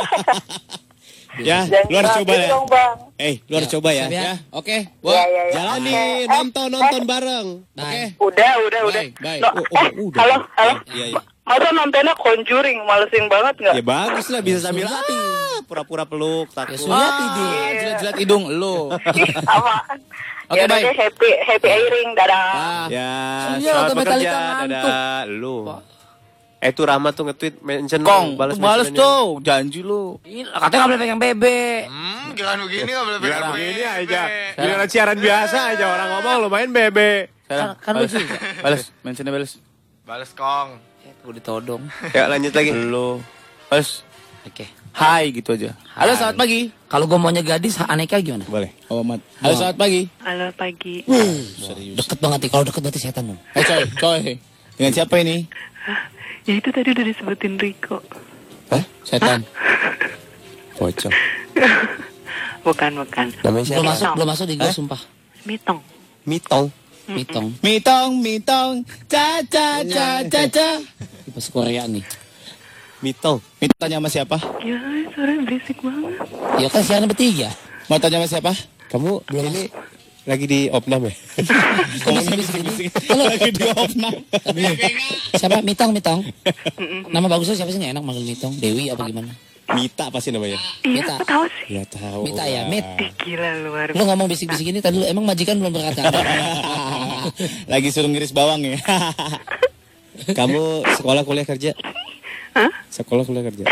Ya, Jangan lu harus coba gitu ya. dong, Bang. Lu harus coba ya. Siap ya? Oke. Iya. Jalanin, nonton bareng. Bye. Udah. Bye. No, Udah. halo. Iya. Masa nontonnya Conjuring, malesin banget nggak? Ya bagus lah, bisa sambil pura-pura peluk, takut. Suyati dia. Jilat-jilat hidung lu. Apaan? Oke, Ya udah baik. deh, happy airing, dadah. Ya, Iya, selamat atau bekerja. Metallica ngantuk. Dadah, lu. Itu Rama tuh nge-tweet mention Kong, balas balas mentionnya. tuh, janji lu. Ini katanya nggak boleh pegang bebek. Giliran begini nggak boleh Gila pegang begini bebek. aja. Giliran siaran biasa aja orang ngomong lu main bebe. Kan lu juga. Balas, mentionnya balas. Balas Kong. Gue ditodong. Ya lanjut lagi. Lu. Balas. Oke. Hai gitu aja. Halo, selamat pagi. Kalau gue maunya gadis, aneka gimana? Boleh. Oh, Mat. Halo, selamat pagi. Halo pagi. Deket banget nih. Kalau deket berarti setan dong. Coy. Dengan siapa ini? Ya itu tadi udah disebutin Riko. Hah? Setan. Pocong. Bukan. Namanya siapa? Belum masuk di gue sumpah. Mitong. Mitong. Mitong. Ca. Pas Korea nih. Mitong. Mitanya sama siapa? Ya, suaranya berisik banget. Ya kan siaran bertiga. Mau tanya sama siapa? Kamu ini lagi di opnam ya? Kok masih bisik-bisik? Halo. Lagi di opnam. Siapa? Mitong. Nama bagusnya siapa sih? Nggak enak manggil Mitong. Dewi apa gimana? Mita pasti namanya. Mita. Aku tahu sih. Ya tahu. Mita ya, Mit. Gila luar. Lu ngomong bisik-bisik ini tadi lu emang majikan belum berkata. Lagi suruh ngiris bawang ya. Kamu sekolah kuliah kerja? Hah? Sekolah kuliah kerja.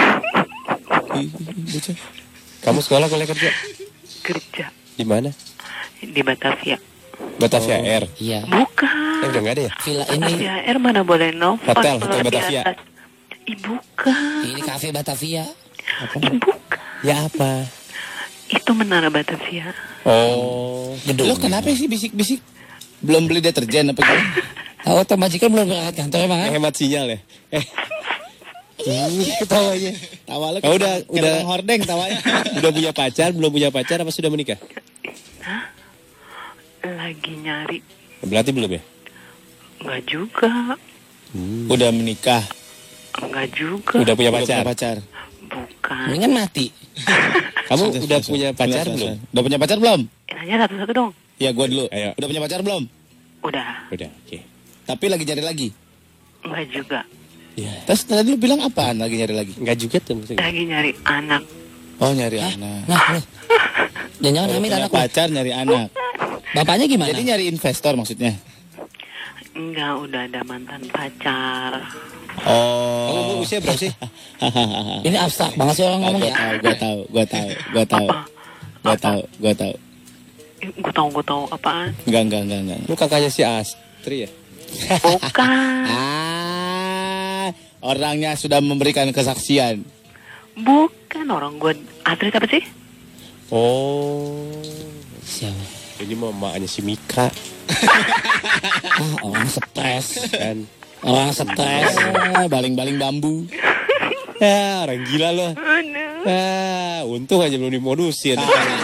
Kamu sekolah kuliah kerja? Kerja Di mana? di Batavia. Batavia Air. Iya. Bukan. Udah nggak ada ya? Villa ini, Batavia Air mana boleh nonton. Hotel kalau di Batavia. atas. Bukan. ini kafe Batavia. Bukan. Ya apa? Itu menara Batavia. Oh. Gedung. Lu kenapa sih bisik-bisik? Belum beli deterjen apa gitu? Tahu tuh majikan belum berangkat kantor emang kan? Hemat sinyal ya? Ketawanya. Tawa lu. Oh, udah hordeng tawanya. Udah punya pacar, belum punya pacar apa sudah menikah? Lagi nyari. Berarti belum ya? Enggak juga. Udah menikah. Enggak juga. Udah punya Udah pacar. punya pacar. Bukan. Mendingan mati. Kamu udah punya pacar belum? Udah punya pacar belum? Nanya satu-satu dong. Ya gua dulu. Ayo. Udah punya pacar belum? Udah. Udah, oke. Tapi lagi nyari lagi. Enggak juga. Ya. Terus tadi lu bilang apaan lagi nyari lagi? Enggak juga tuh maksudnya. Lagi nyari anak. Oh, nyari anak. Nah, lu. Jangan Kalau Hamid punya anak lu. pacar nyari anak. Bapaknya gimana? Jadi nyari investor maksudnya. Enggak, udah ada mantan pacar. Kamu Oh. usia berapa sih? Ini abstrak banget sih orang ngomong ya. Gua tahu. Apa? Gua tahu. Gue tahu apaan. Enggak. Lu kakaknya si Astri ya? Bukan. Orangnya sudah memberikan kesaksian. Bukan orang gue. Astrid apa sih? Oh. Siapa? Ini mah makanya si Mika Orang stres. kan. Orang stres. Baling-baling bambu. Ya, orang gila loh. Oh, no. Untung aja belum dimodusin.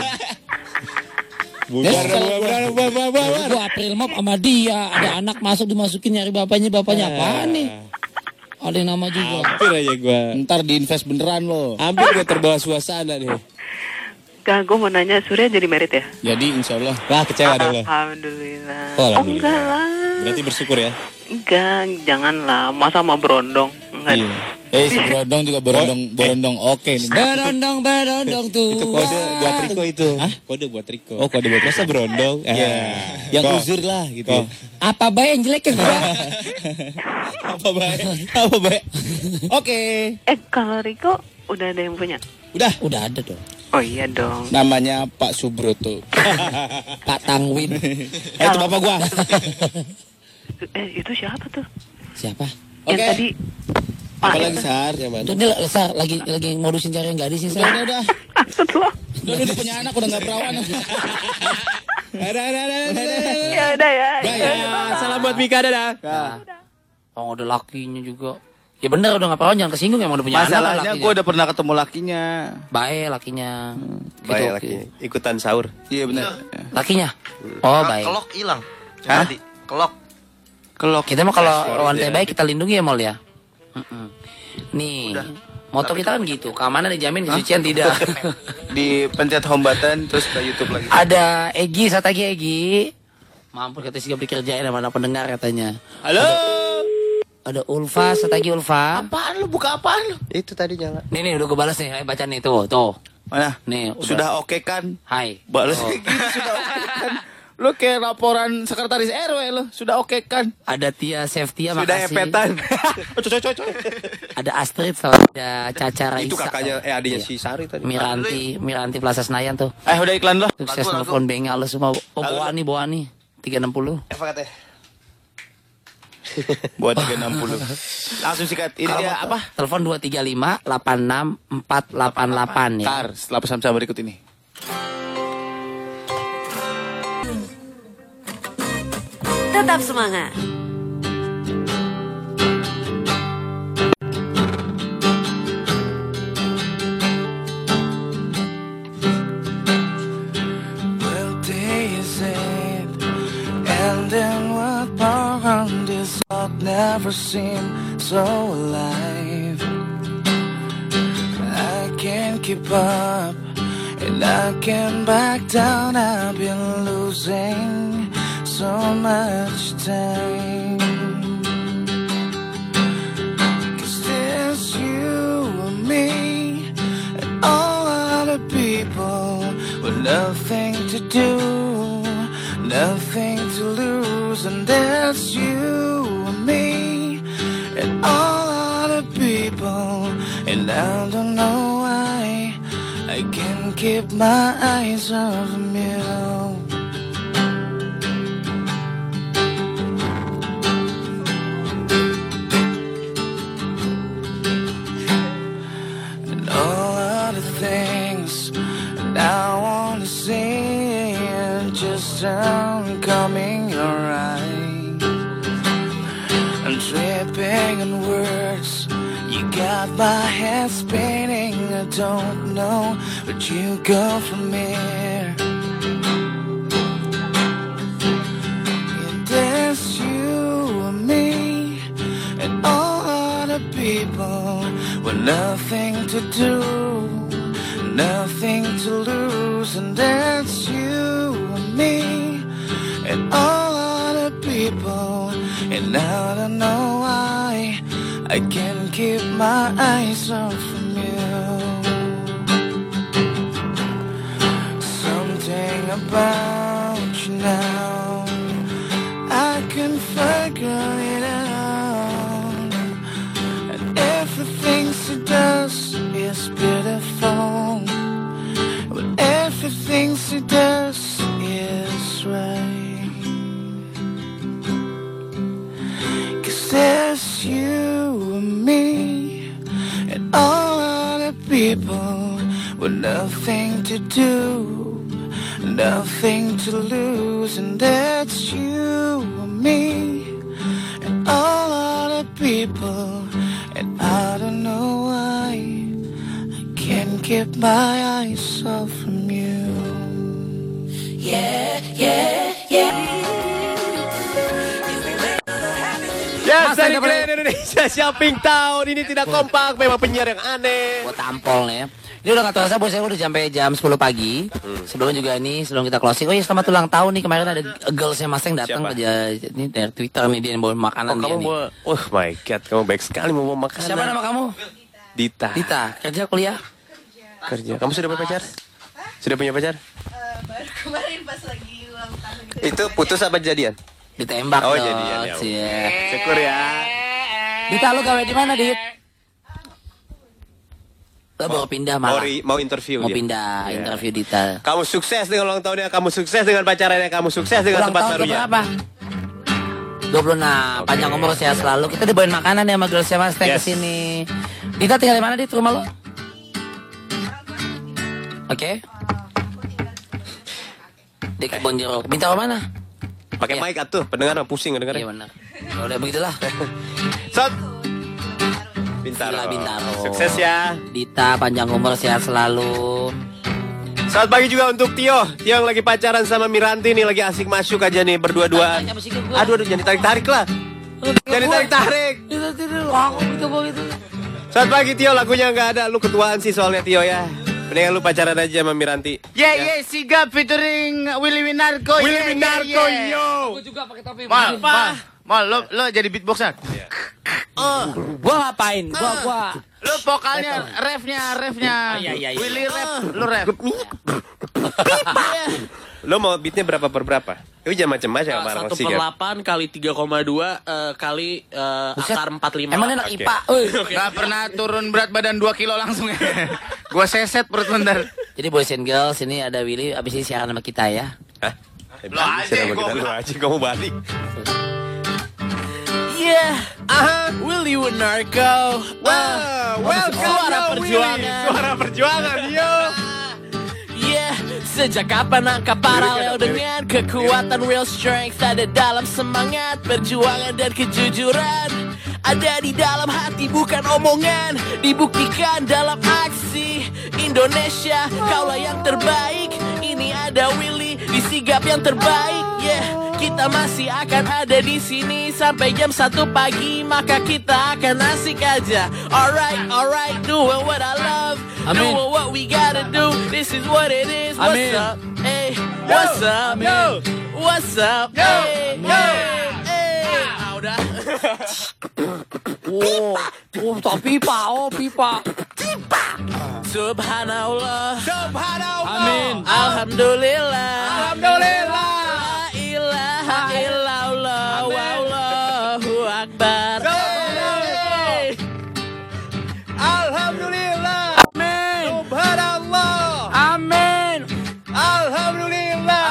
Bubar. Gue April Mop sama dia. Ada anak masuk dimasukin nyari bapaknya apaan nih? Ada nama juga. Hampir aja gua. Ntar diinvest beneran lo. Hampir gua terbawa suasana nih. Kak, gue mau nanya, Surya jadi merit ya? Jadi insya Allah. Wah, kecewa dong lo. Alhamdulillah. Oh, alhamdulillah. Enggak lah. Berarti bersyukur ya. Enggak, janganlah. Masa mau berondong? Enggak. Iya. Si berondong juga berondong oke nih. Berondong tuh. Itu kode buat Riko itu. Kode buat Riko. Oh, kode buat Masa berondong? Iya. Yang Kok? uzur lah gitu. Kok? Apa baik yang jelek kan? Apa baik? Oke. Kalau Riko udah ada yang punya? Udah ada dong. Oh iya dong. Namanya Pak Subroto. Pak Tangwin. Itu bapak gua. Itu siapa tuh? Siapa? Yang Oke. tadi Apa lagi Sar? Yang mana? Itu dia Sar, lagi modusin cari yang gadis sih Sar. Udah. Astagfirullah. Udah punya anak udah nggak perawan. Ada. Ya udah ya. Ya, salam buat Mika, dadah. Oh ada lakinya juga. Ya bener udah gak perawan jangan kesinggung emang udah punya anak. Masalahnya gue udah pernah ketemu lakinya. Baik lakinya. Baik lakinya. Ikutan sahur. Iya benar. Lakinya. Oh baik. Kelok hilang. Hah? Tadi. Kelok. Kita mah kalau wanita baik kita lindungi ya Mol ya. Nih. Moto kita kan gitu, keamanan dijamin, kesucian tidak. Dipencet home button terus ke YouTube lagi. Ada Egi, satu lagi Egi. Mampus kata Sigap dikerjain sama anak pendengar katanya. Halo. Ada Ulfa, satu lagi Ulfa. Apaan lu? Buka apaan lu? Itu tadi nyala. Nih udah gue balas nih, ayo baca nih tuh. Mana? Nih, udah. Sudah oke kan? Hai. Balas gitu sudah oke kan? Lu kayak laporan sekretaris RW lu. Sudah oke kan? Ada Tia Seftia, Sudah makasih. epetan. Coy. Ada Astrid, sama ada Caca Raisa. Itu kakaknya, adiknya si Sari tadi. Miranti Plaza Senayan tuh. Udah iklan lo. Sukses nelfon bengal lo semua. Oh, Boa nih. 360. Apa katanya? Buat 360. Langsung sikat. Ini dia apa? Telepon 235 86 488 ya. Ntar setelah pesan-pesan berikut ini. Tetap semangat. Well, day is it, and then what around this world never seemed so alive. I can't keep up, and I can't back down. I've been losing so much time. 'Cause there's you and me and all other people with nothing to do, nothing to lose. And there's you and me and all other people, and I don't know why I can't keep my eyes off you. Coming your eyes, I'm tripping on words. You got my head spinning. I don't know where you go from here. And there's you and me and all other people with nothing to do, nothing to lose. And that's you and me and all other people, and I don't know why I can't keep my eyes off from you. Something about you now, I can figure it out, and everything she does is beautiful, but everything she does is right. There's you and me and all other people with nothing to do, nothing to lose. And that's you and me and all other people, and I don't know why I can't keep my eyes off from you. Yeah. Yes, dari Grand Indonesia Shopping Town. Ini tidak kompak, memang penyiar yang aneh. Buat tampol nih ya. Ini udah gak terasa bos, saya udah sampai jam 10 pagi. Sebelumnya juga ini, sebelum kita closing. Oh iya, selamat ulang tahun nih. Kemarin ada girlsnya Mas yang datang aja. Ini dari Twitter nih, dia yang bawa makanan dia nih. Oh my god, kamu baik sekali mau bawa makanan. Siapa nama kamu? Dita. Kerja, kuliah? Kerja. Kamu sudah punya pacar? Sudah punya pacar? Baru kemarin pas lagi ulang tahun. Itu putus apa jadian? Ditembak dong. jadian ya. Syukur ya. Dita, lu gawe di mana, Dit? Lo baru pindah malah. Mau interview Mau dia. pindah interview Dita. Kamu sukses dengan ulang tahunnya, kamu sukses dengan pacarannya, kamu sukses dengan tempat barunya. Berapa? 26. Panjang umur, sehat selalu. Kita dibawain makanan ya sama girlsnya Mas Teh kesini. Dita tinggal di mana, Dit? Rumah lo? Oke. Di Kebon Jeruk. Minta ke mana? Pakai mic atuh, pendengar pusing dengarnya. Iya benar. Ya udah begitulah. Sot. Villa Bintaro. Sukses ya. Dita panjang umur, sehat selalu. Selamat pagi juga untuk Tio. Tio yang lagi pacaran sama Miranti nih, lagi asik masuk aja nih berdua-duaan. Aduh, jangan ditarik-tarik lah. Jangan ditarik-tarik. Selamat pagi Tio, lagunya nggak ada. Lu ketuaan sih soalnya Tio ya. Mendingan lu pacaran aja sama Miranti. Yeah, Sigap featuring Willy Winarko. Willy Winarko, yo. Gue juga pakai topi. Mal, lo jadi beatboxer. Gua ngapain? Gua. Lo vokalnya, refnya. Iya. Willy rap, lo rap. Lo mau beatnya berapa per berapa? Itu jangan macam-macam sama orang 1/8 kali 3,2 kali akar 45. Emang enak IPA. Gak pernah turun berat badan 2 kilo langsung ya. Gua seset perut bentar. Jadi boys and girls, ini ada Willy abis ini siaran sama kita ya. Hah? Lu aja, kamu balik. Yeah, Willy Winarko. Suara perjuangan. Suara perjuangan, yo. Yeah, sejak kapan angka paralel dengan kekuatan real strength ada dalam semangat perjuangan dan kejujuran. Ada di dalam hati bukan omongan, dibuktikan dalam aksi. Indonesia, kaulah yang terbaik. Ini ada Willy di Sigap yang terbaik. Yeah, kita masih akan ada di sini sampai jam 1 pagi, maka kita akan asik aja. Alright, doing what I love. Doing what we gotta do. This is what it is. What's up? Hey, what's up? Yo, what's up? Hey, hey. Udah. Pipa. Subhanallah. Amin. Alhamdulillah. Alhamdulillah. La ilaha illallah. Wallahu akbar. Alhamdulillah. Amin. Subhanallah. Amin. Alhamdulillah.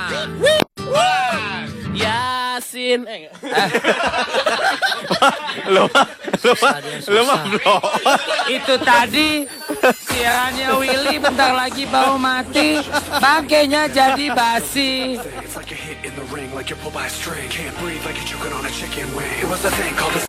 Yasin. Lu mah bro. Itu tadi siarannya Willy bentar lagi mau mati, bangkainya jadi basi. It's like a hit in the ring, like you're pulled by a string. Can't breathe like you're choking on a chicken wing. It was a thing called a